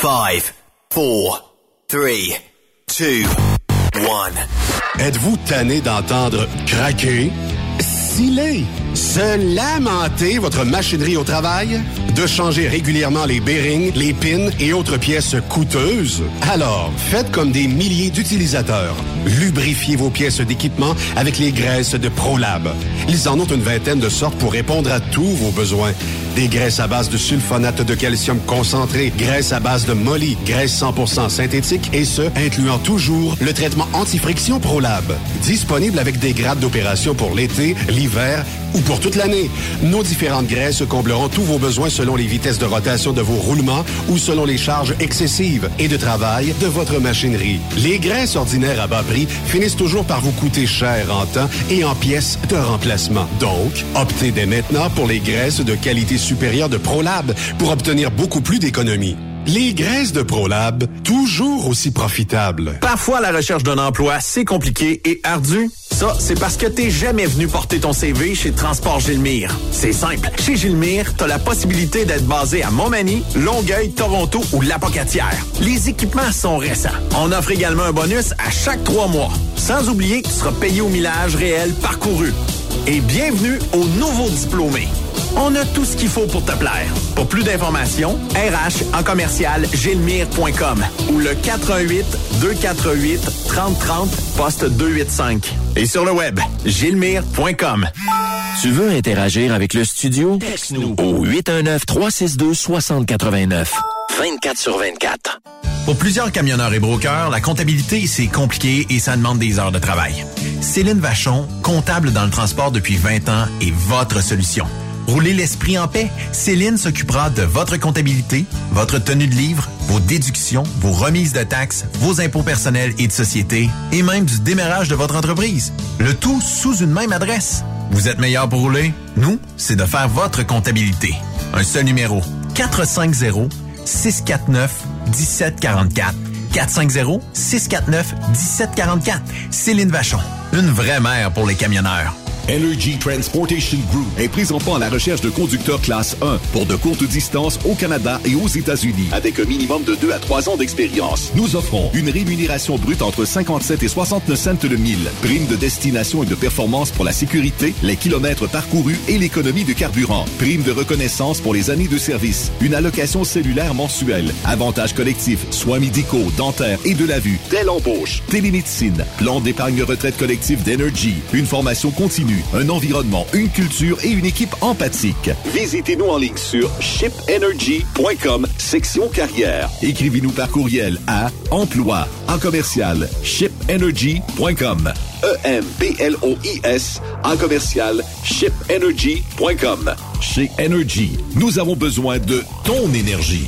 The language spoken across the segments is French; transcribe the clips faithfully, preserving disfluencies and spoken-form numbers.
Five, four, three, two, one. Êtes-vous tanné d'entendre craquer, sciller, se lamenter votre machinerie au travail? De changer régulièrement les bearings, les pins et autres pièces coûteuses? Alors, faites comme des milliers d'utilisateurs. Lubrifiez vos pièces d'équipement avec les graisses de ProLab. Ils en ont une vingtaine de sortes pour répondre à tous vos besoins. Des graisses à base de sulfonate de calcium concentré, graisses à base de molly, graisse cent pour cent synthétique et ce, incluant toujours le traitement anti-friction ProLab. Disponible avec des grades d'opération pour l'été, l'hiver ou pour toute l'année. Nos différentes graisses combleront tous vos besoins selon les vitesses de rotation de vos roulements ou selon les charges excessives et de travail de votre machinerie. Les graisses ordinaires à bas prix finissent toujours par vous coûter cher en temps et en pièces de remplacement. Donc, optez dès maintenant pour les graisses de qualité supérieure de ProLab pour obtenir beaucoup plus d'économies. Les graisses de ProLab, toujours aussi profitables. Parfois, la recherche d'un emploi, c'est compliqué et ardu. Ça, c'est parce que t'es jamais venu porter ton C V chez Transport Gilmire. C'est simple. Chez Gilmire, t'as la possibilité d'être basé à Montmagny, Longueuil, Toronto ou Lapocatière. Les équipements sont récents. On offre également un bonus à chaque trois mois. Sans oublier que tu seras payé au millage réel parcouru. Et bienvenue aux nouveaux diplômés. On a tout ce qu'il faut pour te plaire. Pour plus d'informations, R H en commercial gilmire point com ou le quatre un huit, deux quatre huit, trente trente, poste deux cent quatre-vingt-cinq. Et sur le web, gilmire point com. Tu veux interagir avec le studio? Texte-nous au huit un neuf, trois six deux, six zéro huit neuf. vingt-quatre sur vingt-quatre. Pour plusieurs camionneurs et brokers, la comptabilité, c'est compliqué et ça demande des heures de travail. Céline Vachon, comptable dans le transport depuis vingt ans, est votre solution. Roulez l'esprit en paix. Céline s'occupera de votre comptabilité, votre tenue de livre, vos déductions, vos remises de taxes, vos impôts personnels et de société, et même du démarrage de votre entreprise. Le tout sous une même adresse. Vous êtes meilleur pour rouler? Nous, c'est de faire votre comptabilité. Un seul numéro. quatre cinq zéro, six quatre neuf, un sept quatre quatre. quatre cinq zéro, six quatre neuf, un sept quatre quatre. Céline Vachon. Une vraie mère pour les camionneurs. Energy Transportation Group est présentement à la recherche de conducteurs classe un pour de courtes distances au Canada et aux États-Unis avec un minimum de deux à trois ans d'expérience. Nous offrons une rémunération brute entre cinquante-sept et soixante-neuf cents le mille, prime de destination et de performance pour la sécurité, les kilomètres parcourus et l'économie de carburant, prime de reconnaissance pour les années de service, une allocation cellulaire mensuelle, avantages collectifs, soins médicaux, dentaires et de la vue, telle embauche, télémédecine, plan d'épargne retraite collectif d'Energy, une formation continue, un environnement, une culture et une équipe empathique. Visitez-nous en ligne sur ship energy point com, section carrière. Écrivez-nous par courriel à emploi en commercial ship energy point com. E M P L O I S en commercial ship energy point com. Chez Energy, nous avons besoin de ton énergie.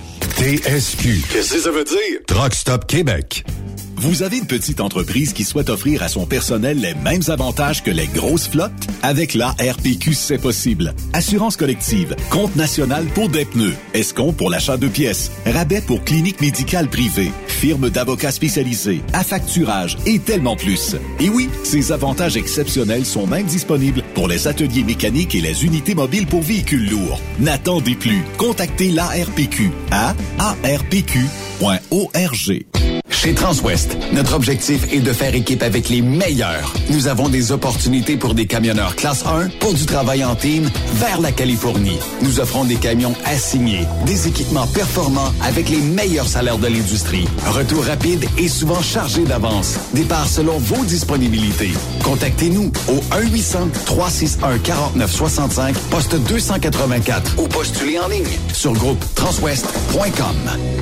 T S Q. Qu'est-ce que ça veut dire? Truck Stop Québec. Vous avez une petite entreprise qui souhaite offrir à son personnel les mêmes avantages que les grosses flottes? Avec la R P Q, c'est possible. Assurance collective, compte national pour des pneus, escompte pour l'achat de pièces, rabais pour clinique médicale privée, firme d'avocats spécialisés, affacturage et tellement plus. Et oui, ces avantages exceptionnels sont même disponibles pour les ateliers mécaniques et les unités mobiles pour véhicules lourds. N'attendez plus. Contactez l'A R P Q à a r p q point org. Chez Transwest, notre objectif est de faire équipe avec les meilleurs. Nous avons des opportunités pour des camionneurs classe un pour du travail en team vers la Californie. Nous offrons des camions assignés, des équipements performants avec les meilleurs salaires de l'industrie. Retour rapide et souvent chargé d'avance. Départ selon vos disponibilités. Contactez-nous au un huit cents, trois six un, quatre neuf six cinq, poste deux cent quatre-vingt-quatre ou postulez en ligne sur groupe transwest point com.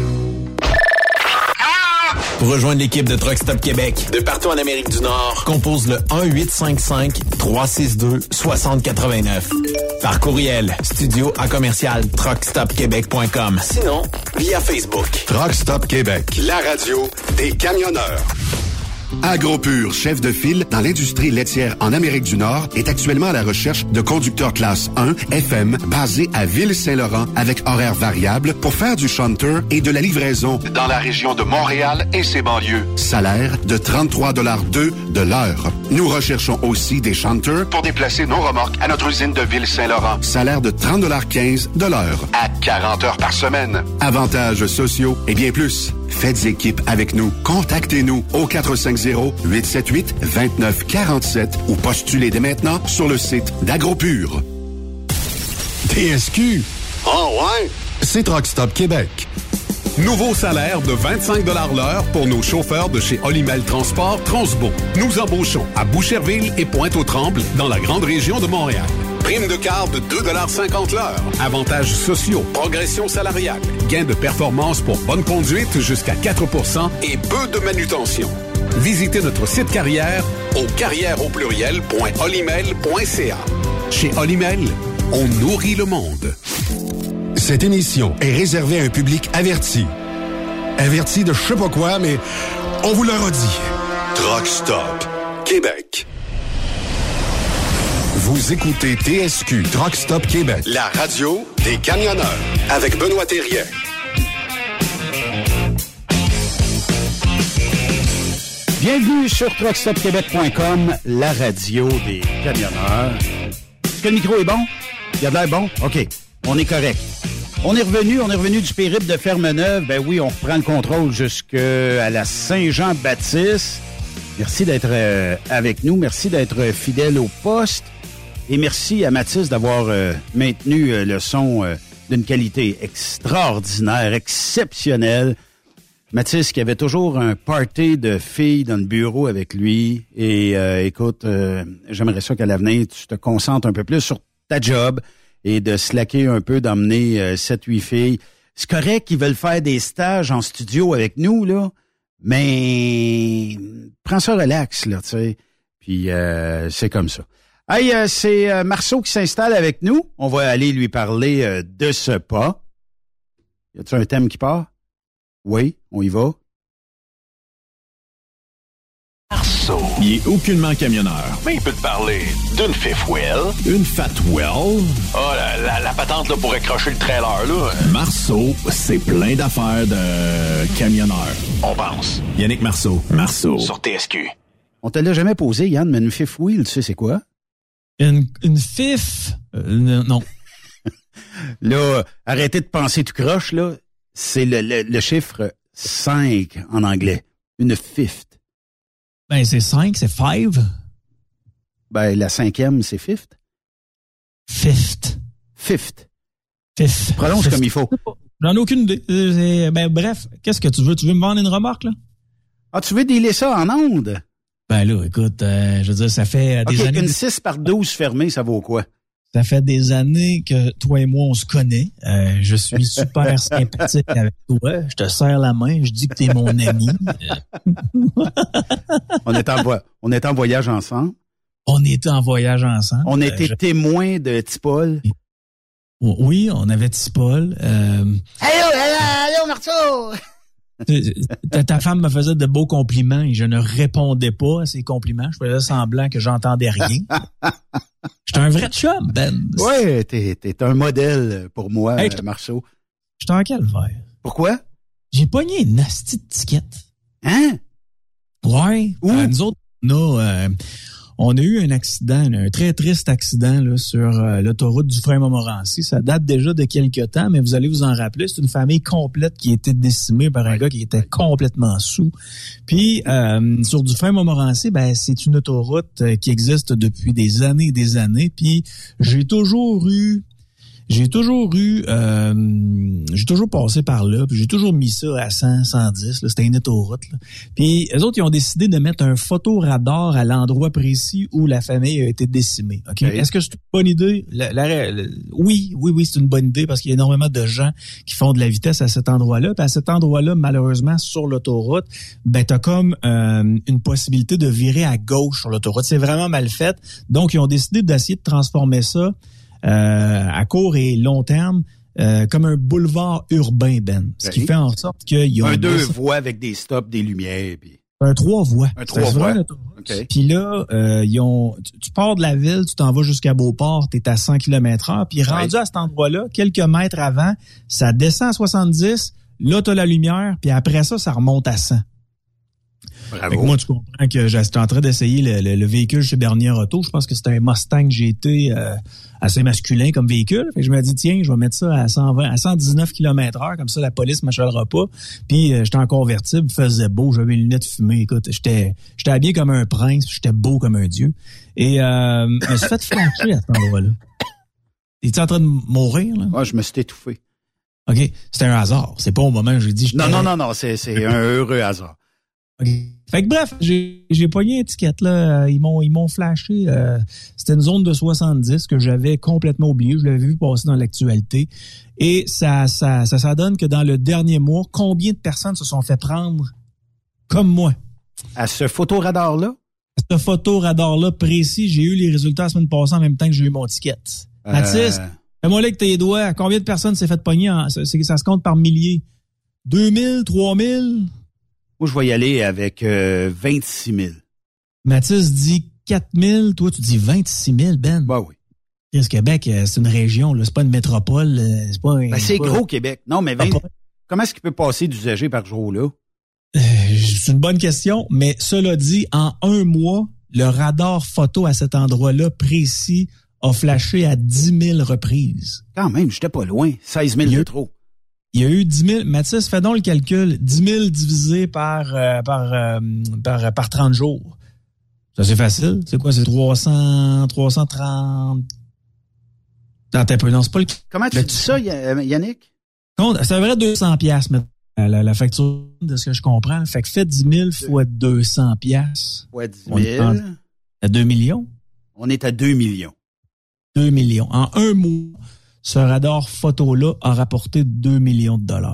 Pour rejoindre l'équipe de Truck Stop Québec, de partout en Amérique du Nord, compose le un huit cinq cinq, trois six deux, six zéro huit neuf. Par courriel, studio à commercial truck stop québec point com. Sinon, via Facebook. Truck Stop Québec, la radio des camionneurs. AgroPure, chef de file dans l'industrie laitière en Amérique du Nord, est actuellement à la recherche de conducteurs classe un F M basés à Ville-Saint-Laurent avec horaires variables pour faire du shunter et de la livraison dans la région de Montréal et ses banlieues. Salaire de trente-trois dollars deux de l'heure. Nous recherchons aussi des shunters pour déplacer nos remorques à notre usine de Ville-Saint-Laurent. Salaire de trente dollars quinze de l'heure à quarante heures par semaine. Avantages sociaux et bien plus. Faites équipe avec nous. Contactez-nous au quatre cinq zéro, huit sept huit, deux neuf quatre sept ou postulez dès maintenant sur le site d'AgroPure. T S Q. Oh ouais? C'est Truck Stop Québec. Nouveau salaire de vingt-cinq dollars l'heure pour nos chauffeurs de chez Olimel Transport Transbo. Nous embauchons à Boucherville et Pointe-aux-Trembles dans la grande région de Montréal. Prime de quart de deux dollars cinquante l'heure. Avantages sociaux, progression salariale, gain de performance pour bonne conduite jusqu'à quatre pour cent et peu de manutention. Visitez notre site carrière au carrière au pluriel point olimel point c a. Chez Olimel, on nourrit le monde. Cette émission est réservée à un public averti. Averti de je sais pas quoi, mais on vous le redit. Truck Stop Québec. Vous écoutez T S Q Truck Stop Québec. La radio des camionneurs avec Benoît Thérien. Bienvenue sur truck stop québec point com, la radio des camionneurs. Est-ce que le micro est bon? Il a de l'air bon? OK, on est correct. On est revenu, on est revenu du périple de Fermeneuve. Ben oui, on reprend le contrôle jusqu'à la Saint-Jean-Baptiste. Merci d'être euh, avec nous. Merci d'être fidèle au poste. Et merci à Mathis d'avoir euh, maintenu euh, le son euh, d'une qualité extraordinaire, exceptionnelle. Mathis qui avait toujours un party de filles dans le bureau avec lui. Et euh, écoute, euh, j'aimerais ça qu'à l'avenir, tu te concentres un peu plus sur ta job et de slacker un peu, d'emmener euh, sept huit filles. C'est correct qu'ils veulent faire des stages en studio avec nous, là, mais prends ça relax, là, tu sais. Puis euh, c'est comme ça. Hey, euh, c'est euh, Marceau qui s'installe avec nous. On va aller lui parler euh, de ce pas. Y a-t-il un thème qui part? Oui, on y va. Marceau. Il est aucunement camionneur. Mais il peut te parler d'une fifth wheel. Une fat wheel. Oh, la, la, la patente là, pour accrocher le trailer, là. Marceau, c'est plein d'affaires de camionneur. On pense. Yannick Marceau. Marceau. Sur T S Q. On te l'a jamais posé, Yann, mais une fifth wheel, tu sais c'est quoi? Une, une fifth? Euh, non. Là, arrêtez de penser tout croche, là. C'est le, le, le chiffre cinq en anglais. Une fifth. Ben, c'est cinq, c'est five. Ben, la cinquième, c'est fifth. Fifth. Fifth. Fifth. Prononce Fifth. comme il faut. J'en ai aucune idée. C'est, ben, bref, qu'est-ce que tu veux? Tu veux me vendre une remorque, là? Ah, tu veux dealer ça en ondes? Ben là, écoute, euh, je veux dire, ça fait des okay, années... une six par douze fermée, ça vaut quoi? Ça fait des années que toi et moi, on se connaît. Euh, je suis super sympathique avec toi. Je te serre la main. Je dis que t'es mon ami. on, est en vo- on est en voyage ensemble. On était en voyage ensemble. On était euh, je... témoins de Tipol. Oui, on avait Tipol. Euh... Allô, allô, allô, Marceau! Ta, ta femme me faisait de beaux compliments et je ne répondais pas à ces compliments. Je faisais semblant que j'entendais rien. J'étais un vrai chum, Ben. Oui, t'es, t'es un modèle pour moi, hey, Marceau. J'étais en calvaire. Pourquoi? J'ai pogné une nasty de ticket. Hein? Ouais. Où? Euh, nous autres, on a, euh, on a eu un accident, un très triste accident là, sur euh, l'autoroute du Frein-Montmorency. Ça date déjà de quelques temps, mais vous allez vous en rappeler. C'est une famille complète qui a été décimée par un gars qui était complètement saoul. Puis, euh, sur du Frein-Montmorency, ben, c'est une autoroute euh, qui existe depuis des années et des années. Puis, j'ai toujours eu... J'ai toujours eu, euh, j'ai toujours passé par là, puis j'ai toujours mis ça à cent, cent dix, là, c'était une autoroute. Là. Puis eux autres, ils ont décidé de mettre un photoradar à l'endroit précis où la famille a été décimée. Okay? Okay. Est-ce que c'est une bonne idée? La, la, la, oui, oui, oui, c'est une bonne idée parce qu'il y a énormément de gens qui font de la vitesse à cet endroit-là. Puis à cet endroit-là, malheureusement, sur l'autoroute, ben t'as comme euh, une possibilité de virer à gauche sur l'autoroute. C'est vraiment mal fait. Donc, ils ont décidé d'essayer de transformer ça Euh, à court et long terme, euh, comme un boulevard urbain, Ben. Ce qui fait en sorte qu'il y a... Un deux voies avec des stops, des lumières. Puis... Un trois voies. Un trois voies. Okay. Puis là, euh, ils ont, tu, tu pars de la ville, tu t'en vas jusqu'à Beauport, t'es à cent kilomètres heure, puis rendu ouais. à cet endroit-là, quelques mètres avant, ça descend à soixante-dix, là, t'as la lumière, puis après ça, ça remonte à cent. Bravo. Fait que moi, tu comprends que j'étais en train d'essayer le, le, le véhicule chez Bernier Auto. Je pense que c'était un Mustang G T euh, assez masculin comme véhicule. Fait que je me dis, tiens, je vais mettre ça à cent vingt, à cent dix-neuf kilomètres heure, comme ça la police m'achalera pas. Puis euh, j'étais en convertible, faisait beau, j'avais les lunettes fumées. Écoute, j'étais j'étais habillé comme un prince, j'étais beau comme un dieu. Et euh, je me suis fait flancher à cet endroit-là. Es-tu en train de mourir, là? Ouais, je me suis étouffé. OK. C'était un hasard. C'est pas au moment où j'ai dit... Non, non, non, non, c'est, c'est un heureux hasard. Okay. Fait que bref, j'ai, j'ai pogné une étiquette, là. Ils m'ont, ils m'ont flashé. Euh, c'était une zone de soixante-dix que j'avais complètement oublié. Je l'avais vu passer dans l'actualité. Et ça, ça, ça, ça donne que dans le dernier mois, combien de personnes se sont fait prendre comme moi? À ce photoradar-là? À ce photoradar-là précis, j'ai eu les résultats la semaine passée en même temps que j'ai eu mon ticket. Euh... Mathis, fais-moi là avec tes doigts. Combien de personnes s'est fait pogner? En, ça, ça se compte par milliers. deux mille, trois mille? Moi, je vais y aller avec euh, vingt-six mille. Mathis dit quatre mille. Toi, tu dis vingt-six mille, Ben. Ben oui. Le Québec, c'est une région, là. C'est pas une métropole. C'est pas un, ben, c'est pas... gros, Québec. Non, mais vingt... comment est-ce qu'il peut passer d'usagers par jour, là? Euh, c'est une bonne question, mais cela dit, en un mois, le radar photo à cet endroit-là précis a flashé à dix mille reprises. Quand même, j'étais pas loin. seize mille de trop. Il y a eu dix mille. Mathis, fais donc le calcul. dix mille divisé par, euh, par, euh, par, par trente jours. Ça, c'est facile. C'est quoi? C'est trois cents, trois cent trente. Dans ta peu, non, c'est pas le... Comment tu le... dis ça, Yannick? C'est un vrai deux cents piastres, la, la facture de ce que je comprends. Fait que fais dix mille fois deux cents piastres. Fois dix mille. On est à deux millions. On est à deux millions. deux millions. En un mois, ce radar photo-là a rapporté deux millions de dollars.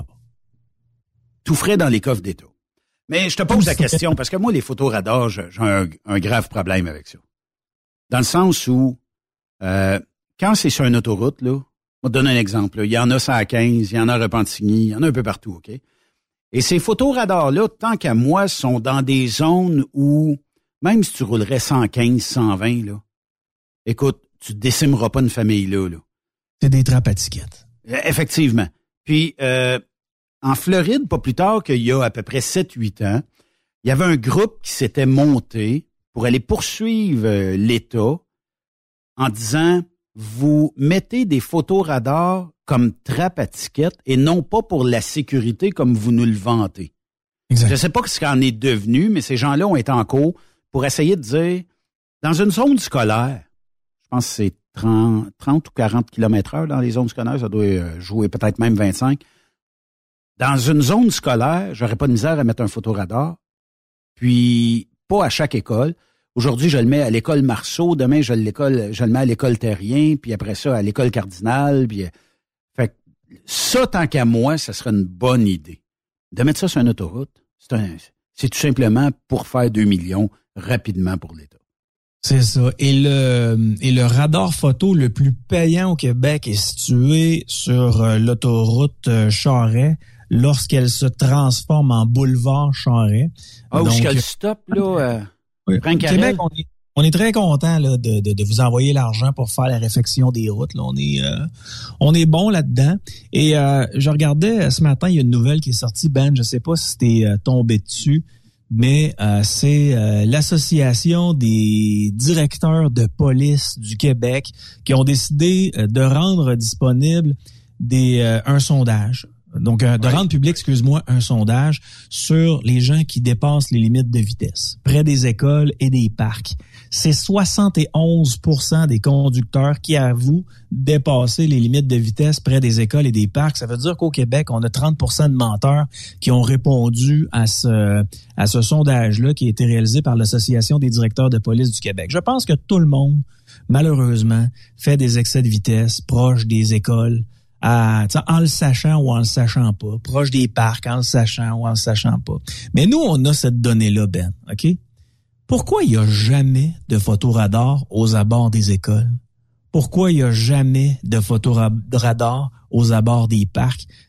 Tout frais dans les coffres d'État. Mais je te pose la question, parce que moi, les photoradars, j'ai un, un grave problème avec ça. Dans le sens où, euh, quand c'est sur une autoroute, là, on te donne un exemple. Là, il y en a cent quinze, il y en a à Repentigny, il y en a un peu partout, OK? Et ces photoradars-là, tant qu'à moi, sont dans des zones où, même si tu roulerais cent quinze, cent vingt, là, écoute, tu décimeras pas une famille là, là. C'est des trappes à tickets. Effectivement. Puis, euh, en Floride, pas plus tard qu'il y a à peu près sept huit ans, il y avait un groupe qui s'était monté pour aller poursuivre euh, l'État en disant, vous mettez des photoradars comme trappes à tickets et non pas pour la sécurité comme vous nous le vantez. Exact. Je ne sais pas ce qu'en est devenu, mais ces gens-là ont été en cours pour essayer de dire, dans une zone scolaire, je pense que c'est trente, trente ou quarante kilomètres heure dans les zones scolaires, ça doit jouer peut-être même vingt-cinq. Dans une zone scolaire, j'aurais pas de misère à mettre un photoradar, puis pas à chaque école. Aujourd'hui, je le mets à l'école Marceau, demain, je, l'école, je le mets à l'école Terrien, puis après ça, à l'école Cardinal. Puis, fait ça, tant qu'à moi, ça serait une bonne idée. De mettre ça sur une autoroute, c'est, un, c'est tout simplement pour faire deux millions rapidement pour l'État. C'est ça. Et le et le radar photo le plus payant au Québec est situé sur euh, l'autoroute euh, Charest lorsqu'elle se transforme en boulevard Charest. Ah, où jusqu'à le stop, là, euh, oui. Au Québec, on est, on est très content là, de, de, de vous envoyer l'argent pour faire la réfection des routes. Là. On est euh, on est bon là-dedans. Et euh, je regardais ce matin, il y a une nouvelle qui est sortie, Ben, je sais pas si t'es euh, tombé dessus. Mais euh, c'est euh, l'Association des directeurs de police du Québec qui ont décidé euh, de rendre disponible des euh, un sondage. Donc, euh, de ouais. rendre public, excuse-moi, un sondage sur les gens qui dépassent les limites de vitesse près des écoles et des parcs. C'est soixante et onze pour cent des conducteurs qui avouent dépasser les limites de vitesse près des écoles et des parcs. Ça veut dire qu'au Québec, on a trente pour cent de menteurs qui ont répondu à ce à ce sondage-là qui a été réalisé par l'Association des directeurs de police du Québec. Je pense que tout le monde, malheureusement, fait des excès de vitesse proches des écoles, à, en le sachant ou en le sachant pas, proche des parcs, en le sachant ou en le sachant pas. Mais nous, on a cette donnée-là, Ben, OK? Pourquoi il n'y a jamais de photoradar aux abords des écoles? Pourquoi il n'y a jamais de photoradar aux abords des parcs?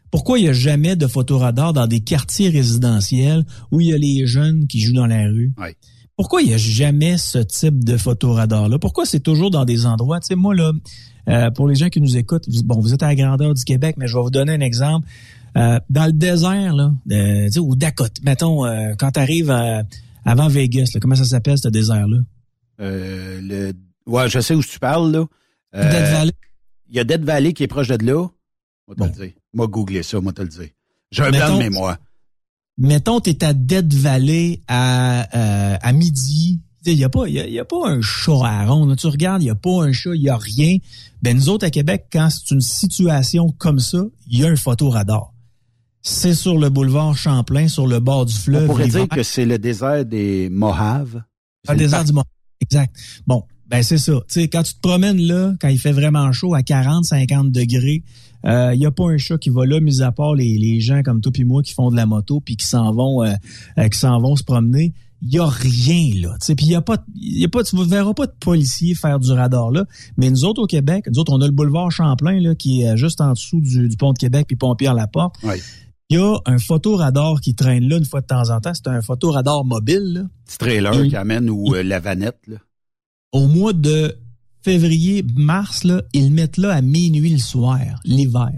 Pourquoi il n'y a jamais de photoradar dans des quartiers résidentiels où il y a les jeunes qui jouent dans la rue? Oui. Pourquoi il n'y a jamais ce type de photoradar-là? Pourquoi c'est toujours dans des endroits, tu sais, moi, là, euh, pour les gens qui nous écoutent, vous, bon, vous êtes à la grandeur du Québec, mais je vais vous donner un exemple. Euh, dans le désert, là, euh, tu sais, au Dakota, mettons, euh, quand tu arrives avant Vegas, là, comment ça s'appelle, ce désert-là? Euh, le, ouais, je sais où tu parles, là. Euh, Death Valley. Il y a Death Valley qui est proche de là. Moi, te bon. le dire. Moi, googler ça, moi, te le dire. J'ai un blanc de mémoire. Mettons, t'es à Death Valley à, euh, à midi. Il n'y a pas, il y a, y a pas un chat à ronde. Tu regardes, il n'y a pas un chat, il n'y a rien. Ben, nous autres, à Québec, quand c'est une situation comme ça, il y a un photoradar. C'est sur le boulevard Champlain, sur le bord du fleuve. On pourrait l'hiver. dire que c'est le désert des Mojaves. Le désert du Mojave. Exact. Bon, ben c'est ça. Tu sais, quand tu te promènes là, quand il fait vraiment chaud à quarante, cinquante degrés, il euh, n'y a pas un chat qui va là, mis à part les, les gens comme toi puis moi qui font de la moto puis qui s'en vont euh, euh, qui s'en vont se promener. Il y a rien là. Tu sais, puis il y a pas, il y a pas, tu ne verras pas de policiers faire du radar là. Mais nous autres au Québec, nous autres on a le boulevard Champlain là qui est juste en dessous du, du pont de Québec puis Pont-Pierre-Laporte. Oui. Il y a un photoradar qui traîne là une fois de temps en temps. C'est un photoradar mobile là. Petit trailer Et, qui amène ou euh, la vanette là. Au mois de février, mars, là, ils le mettent là à minuit le soir, l'hiver.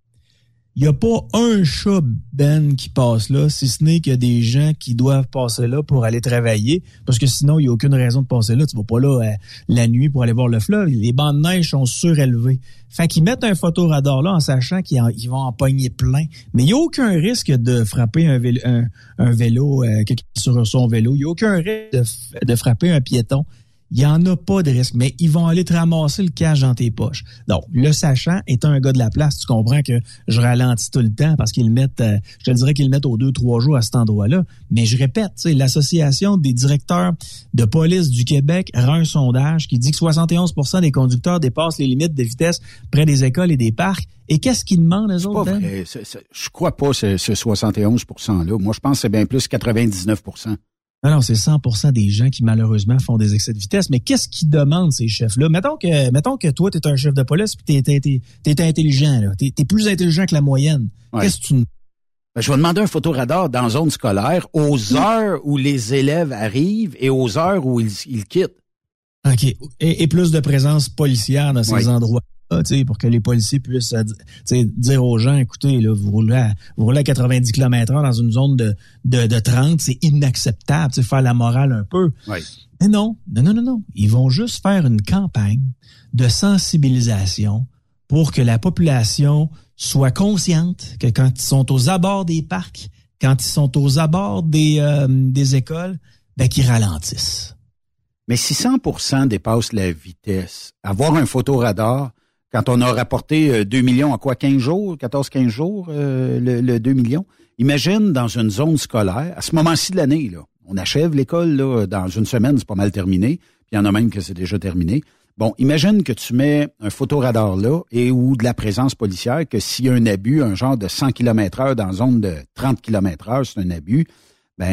Il n'y a pas un chat, Ben, qui passe là, si ce n'est qu'il y a des gens qui doivent passer là pour aller travailler, parce que sinon, il n'y a aucune raison de passer là. Tu ne vas pas là euh, la nuit pour aller voir le fleuve. Les bancs de neige sont surélevés. Fait qu'ils mettent un photoradar là en sachant qu'ils en, ils vont en pogner plein. Mais il n'y a aucun risque de frapper un vélo, un, un vélo euh, quelqu'un sur son vélo. Il n'y a aucun risque de, de frapper un piéton. Il n'y en a pas de risque, mais ils vont aller te ramasser le cash dans tes poches. Donc, le sachant, étant un gars de la place, tu comprends que je ralentis tout le temps parce qu'ils le mettent, euh, je te dirais qu'ils le mettent aux deux, trois jours à cet endroit-là. Mais je répète, tu sais, l'Association des directeurs de police du Québec rend un sondage qui dit que soixante et onze pour cent des conducteurs dépassent les limites de vitesse près des écoles et des parcs. Et qu'est-ce qu'ils demandent, eux autres? Pas vrai. C'est, c'est, je crois pas ce, ce soixante et onze pour cent-là. Moi, je pense que c'est bien plus quatre-vingt-dix-neuf pour cent. Non, non, c'est cent pour cent des gens qui, malheureusement, font des excès de vitesse. Mais qu'est-ce qu'ils demandent, ces chefs-là? Mettons que, mettons que toi, t'es un chef de police puis t'es, t'es, t'es, t'es intelligent, là. T'es, t'es plus intelligent que la moyenne. Ouais. Qu'est-ce que tu... Ben, je vais demander un photoradar dans zone scolaire aux heures où les élèves arrivent et aux heures où ils, ils quittent. OK. Et, et plus de présence policière dans ces ouais. endroits. Ah, pour que les policiers puissent dire aux gens, écoutez, là, vous roulez à, vous roulez à quatre-vingt-dix kilomètres heure dans une zone de, de, de trente, c'est inacceptable, faire la morale un peu. Oui. Mais non, non, non, non, non. Ils vont juste faire une campagne de sensibilisation pour que la population soit consciente que quand ils sont aux abords des parcs, quand ils sont aux abords des, euh, des écoles, ben, qu'ils ralentissent. Mais si cent pour cent dépassent la vitesse, avoir un photoradar, quand on a rapporté deux millions en quoi, quinze jours, quatorze quinze jours, euh, le, le deux millions, imagine dans une zone scolaire, à ce moment-ci de l'année, là, on achève l'école, là, dans une semaine, c'est pas mal terminé, puis il y en a même que c'est déjà terminé. Bon, imagine que tu mets un photoradar là et ou de la présence policière, que s'il y a un abus, un genre de cent kilomètres heure dans une zone de trente kilomètres heure, c'est un abus, ben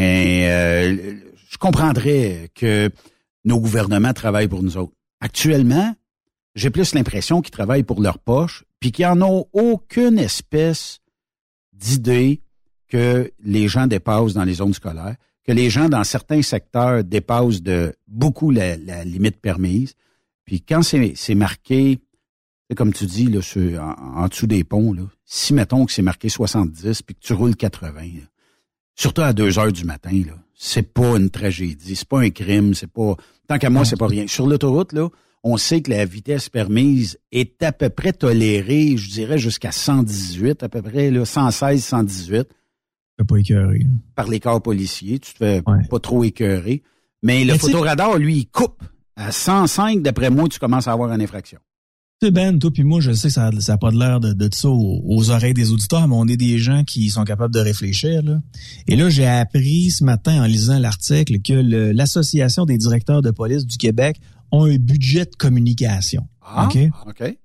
euh, je comprendrais que nos gouvernements travaillent pour nous autres. Actuellement, j'ai plus l'impression qu'ils travaillent pour leur poche, puis qu'ils n'en ont aucune espèce d'idée que les gens dépassent dans les zones scolaires, que les gens dans certains secteurs dépassent de beaucoup la, la limite permise. Puis quand c'est, c'est marqué, comme tu dis, là, sur, en, en dessous des ponts, là, si mettons que c'est marqué soixante-dix puis que tu roules quatre-vingts, là, surtout à deux heures du matin, là, c'est pas une tragédie, c'est pas un crime, c'est pas... Tant qu'à moi, c'est pas rien. Sur l'autoroute, là, on sait que la vitesse permise est à peu près tolérée, je dirais jusqu'à cent dix-huit, à peu près, là, cent seize, cent dix-huit. Tu te fais pas écœurer. Par les corps policiers, tu te fais ouais. pas trop écœurer. Mais le Mais photoradar, lui, il coupe. À cent cinq, d'après moi, tu commences à avoir une infraction. Tu sais, Ben, toi puis moi, je sais que ça n'a pas de l'air de, de ça aux, aux oreilles des auditeurs, mais on est des gens qui sont capables de réfléchir, là. Et là, j'ai appris ce matin en lisant l'article que le, l'Association des directeurs de police du Québec ont un budget de communication. Ah, OK? OK.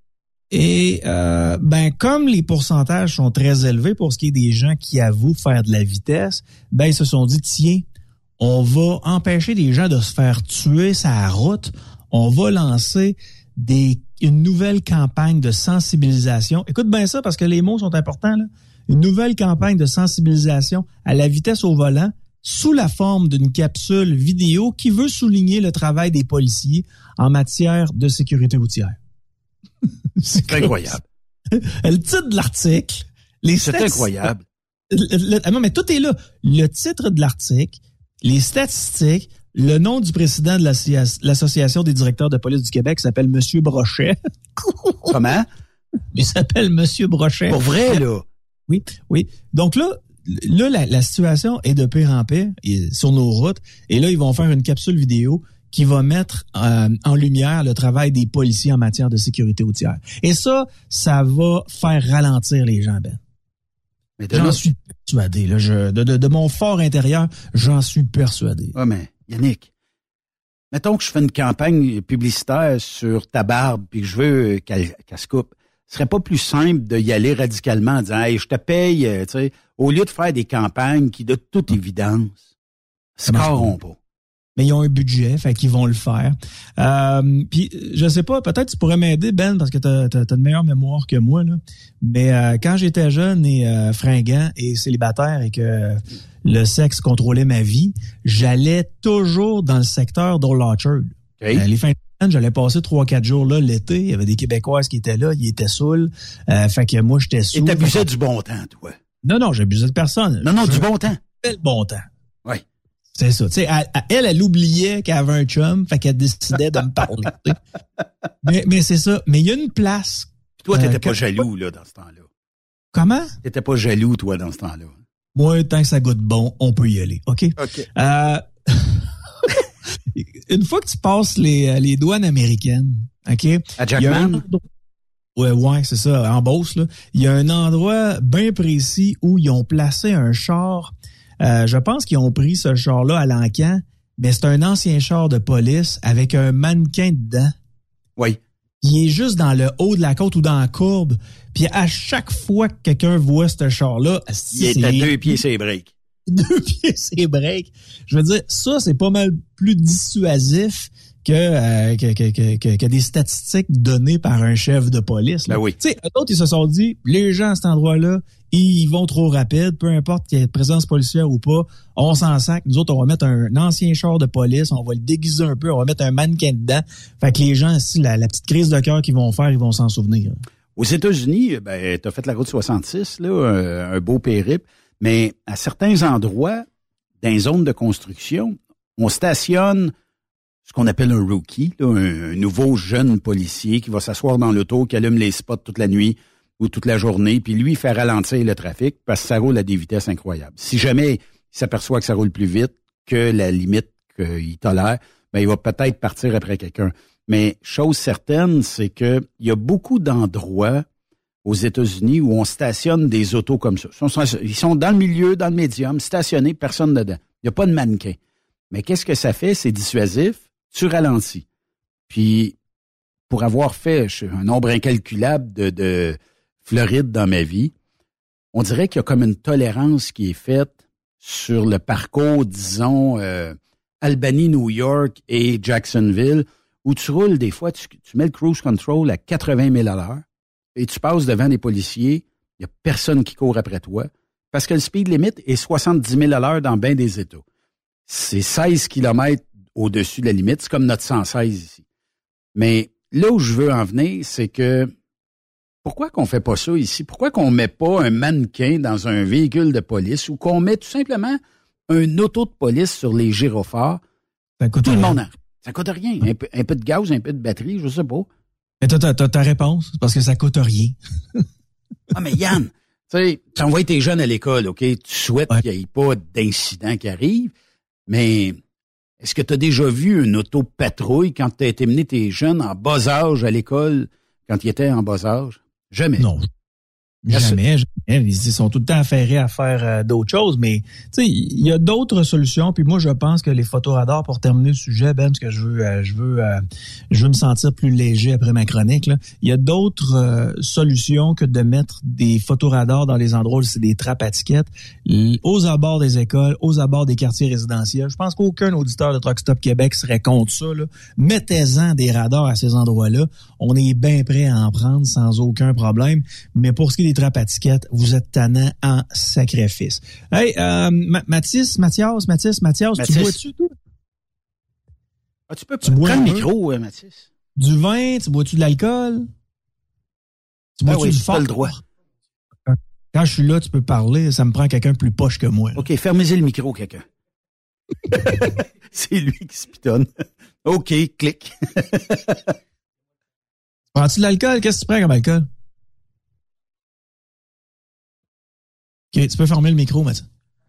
Et euh, ben comme les pourcentages sont très élevés pour ce qui est des gens qui avouent faire de la vitesse, ben ils se sont dit, tiens, on va empêcher les gens de se faire tuer sa route. On va lancer des une nouvelle campagne de sensibilisation. Écoute bien ça parce que les mots sont importants, là. une nouvelle campagne de sensibilisation à la vitesse au volant sous la forme d'une capsule vidéo qui veut souligner le travail des policiers en matière de sécurité routière. C'est, c'est incroyable. Le titre de l'article, les c'est stati- incroyable. Le, le, non, mais tout est là. Le titre de l'article, les statistiques, le nom du président de l'Association des directeurs de police du Québec s'appelle Monsieur Brochet. Comment? Il s'appelle Monsieur Brochet. Pour vrai, là? Oui, oui. Donc là, là la, la situation est de pire en pire sur nos routes. Et là, ils vont faire une capsule vidéo qui va mettre euh, en lumière le travail des policiers en matière de sécurité routière. Et ça, ça va faire ralentir les gens, Ben. Mais j'en là, suis persuadé. Là, je, de, de, de mon fort intérieur, j'en suis persuadé. Oui, mais Yannick, mettons que je fais une campagne publicitaire sur ta barbe puis que je veux qu'elle, qu'elle se coupe. Ce serait pas plus simple d'y aller radicalement en disant « Hey, je te paye, tu sais, au lieu de faire des campagnes qui, de toute évidence, se carreront pas. » Mais ils ont un budget, fait qu'ils vont le faire. Euh, puis, je sais pas, peut-être tu pourrais m'aider, Ben, parce que t'as, t'as, t'as de meilleure mémoire que moi, là. Mais euh, quand j'étais jeune et euh, fringant et célibataire et que euh, le sexe contrôlait ma vie, j'allais toujours dans le secteur d'Old Orchard. Okay. Euh, les fins de semaine, j'allais passer trois, quatre jours là l'été. Il y avait des Québécoises qui étaient là, ils étaient saouls. Euh, fait que moi, j'étais saoul. Et t'abusais du bon temps, toi? Non, non, j'abusais de personne. Non, non, je... du bon temps. Le bon temps. Oui. C'est ça. Tu sais, elle, elle, elle oubliait qu'elle avait un chum, fait qu'elle décidait de me parler. mais, mais c'est ça. Mais il y a une place. Puis toi, t'étais euh, pas que... jaloux, là, dans ce temps-là. Comment? T'étais pas jaloux, toi, dans ce temps-là. Moi, tant que ça goûte bon, on peut y aller. OK? OK. Euh... une fois que tu passes les, les douanes américaines, OK? À Jackman? Ouais, ouais, c'est ça, en Beauce, là. Il y a un endroit bien précis où ils ont placé un char. Euh, je pense qu'ils ont pris ce char-là à l'encan, mais c'est un ancien char de police avec un mannequin dedans. Oui. Il est juste dans le haut de la côte ou dans la courbe. Puis à chaque fois que quelqu'un voit ce char-là... Il est à deux pieds ses breaks. Deux pieds ses breaks. Je veux dire, ça, c'est pas mal plus dissuasif que, euh, que, que, que, que, que des statistiques données par un chef de police. Là. Ben oui. Tu sais, eux autres, ils se sont dit, les gens à cet endroit-là, ils vont trop rapide, peu importe qu'il y ait présence policière ou pas, on s'en sac. Nous autres, on va mettre un ancien char de police, on va le déguiser un peu, on va mettre un mannequin dedans. Fait que les gens, ici, la, la petite crise de cœur qu'ils vont faire, ils vont s'en souvenir. Aux États-Unis, ben, t'as fait la route soixante-six, là, un, un beau périple, mais à certains endroits, dans les zones de construction, on stationne ce qu'on appelle un rookie, là, un, un nouveau jeune policier qui va s'asseoir dans l'auto, qui allume les spots toute la nuit ou toute la journée, puis lui, fait ralentir le trafic parce que ça roule à des vitesses incroyables. Si jamais il s'aperçoit que ça roule plus vite que la limite qu'il tolère, ben il va peut-être partir après quelqu'un. Mais chose certaine, c'est que il y a beaucoup d'endroits aux États-Unis où on stationne des autos comme ça. Ils sont, ils sont dans le milieu, dans le médium, stationnés, personne dedans. Il n'y a pas de mannequin. Mais qu'est-ce que ça fait? C'est dissuasif. Tu ralentis. Puis, pour avoir fait un nombre incalculable de, de Floride dans ma vie, on dirait qu'il y a comme une tolérance qui est faite sur le parcours, disons, euh, Albany, New York et Jacksonville, où tu roules des fois, tu, tu mets le cruise control à quatre-vingt mille à l'heure et tu passes devant des policiers, il n'y a personne qui court après toi, parce que le speed limit est soixante-dix mille à l'heure dans bien des États. C'est seize kilomètres au-dessus de la limite, c'est comme notre cent seize ici. Mais là où je veux en venir, c'est que pourquoi qu'on fait pas ça ici? Pourquoi qu'on met pas un mannequin dans un véhicule de police ou qu'on met tout simplement un auto de police sur les gyrophares? Ça coûte tout rien. le monde en... Ça coûte rien. Un peu, un peu de gaz, un peu de batterie, je sais pas. Mais t'as, t'as, t'as ta réponse, parce que ça coûte rien. Ah, mais Yann, tu sais, t'envoies tes jeunes à l'école, OK? Tu souhaites ouais. qu'il n'y ait pas d'incident qui arrive, mais est-ce que tu as déjà vu une auto-patrouille quand tu as été mené tes jeunes en bas âge à l'école, quand ils étaient en bas âge? Jamais. Non. Jamais, jamais. Ils sont tout le temps affairés à faire euh, d'autres choses, mais tu sais, il y a d'autres solutions. Puis moi, je pense que les photoradars, pour terminer le sujet, Ben, parce que je veux, euh, je veux, euh, je veux me sentir plus léger après ma chronique. Là. Il y a d'autres euh, solutions que de mettre des photoradars dans les endroits où c'est des trappes à tickets, aux abords des écoles, aux abords des quartiers résidentiels. Je pense qu'aucun auditeur de Truck Stop Québec serait contre ça. Là. Mettez-en des radars à ces endroits-là. On est bien prêt à en prendre sans aucun problème. Mais pour ce qui est des trappes à tickets, vous êtes tannant en sacrifice. Hey, euh, Ma- Mathis, Mathias, Mathis, Mathias, Mathis. tu bois-tu, toi? Ah, tu peux Tu bois prendre un le peu? micro, euh, Mathis. Du vin, tu bois-tu de l'alcool? Tu Ah bois-tu oui, du tu fort? as le droit. Quand je suis là, tu peux parler, ça me prend quelqu'un plus poche que moi. OK, fermez-y le micro, quelqu'un. C'est lui qui se pitonne. OK, clic. Prends-tu de l'alcool? Qu'est-ce que tu prends comme alcool? OK, tu peux fermer le micro, Mathieu.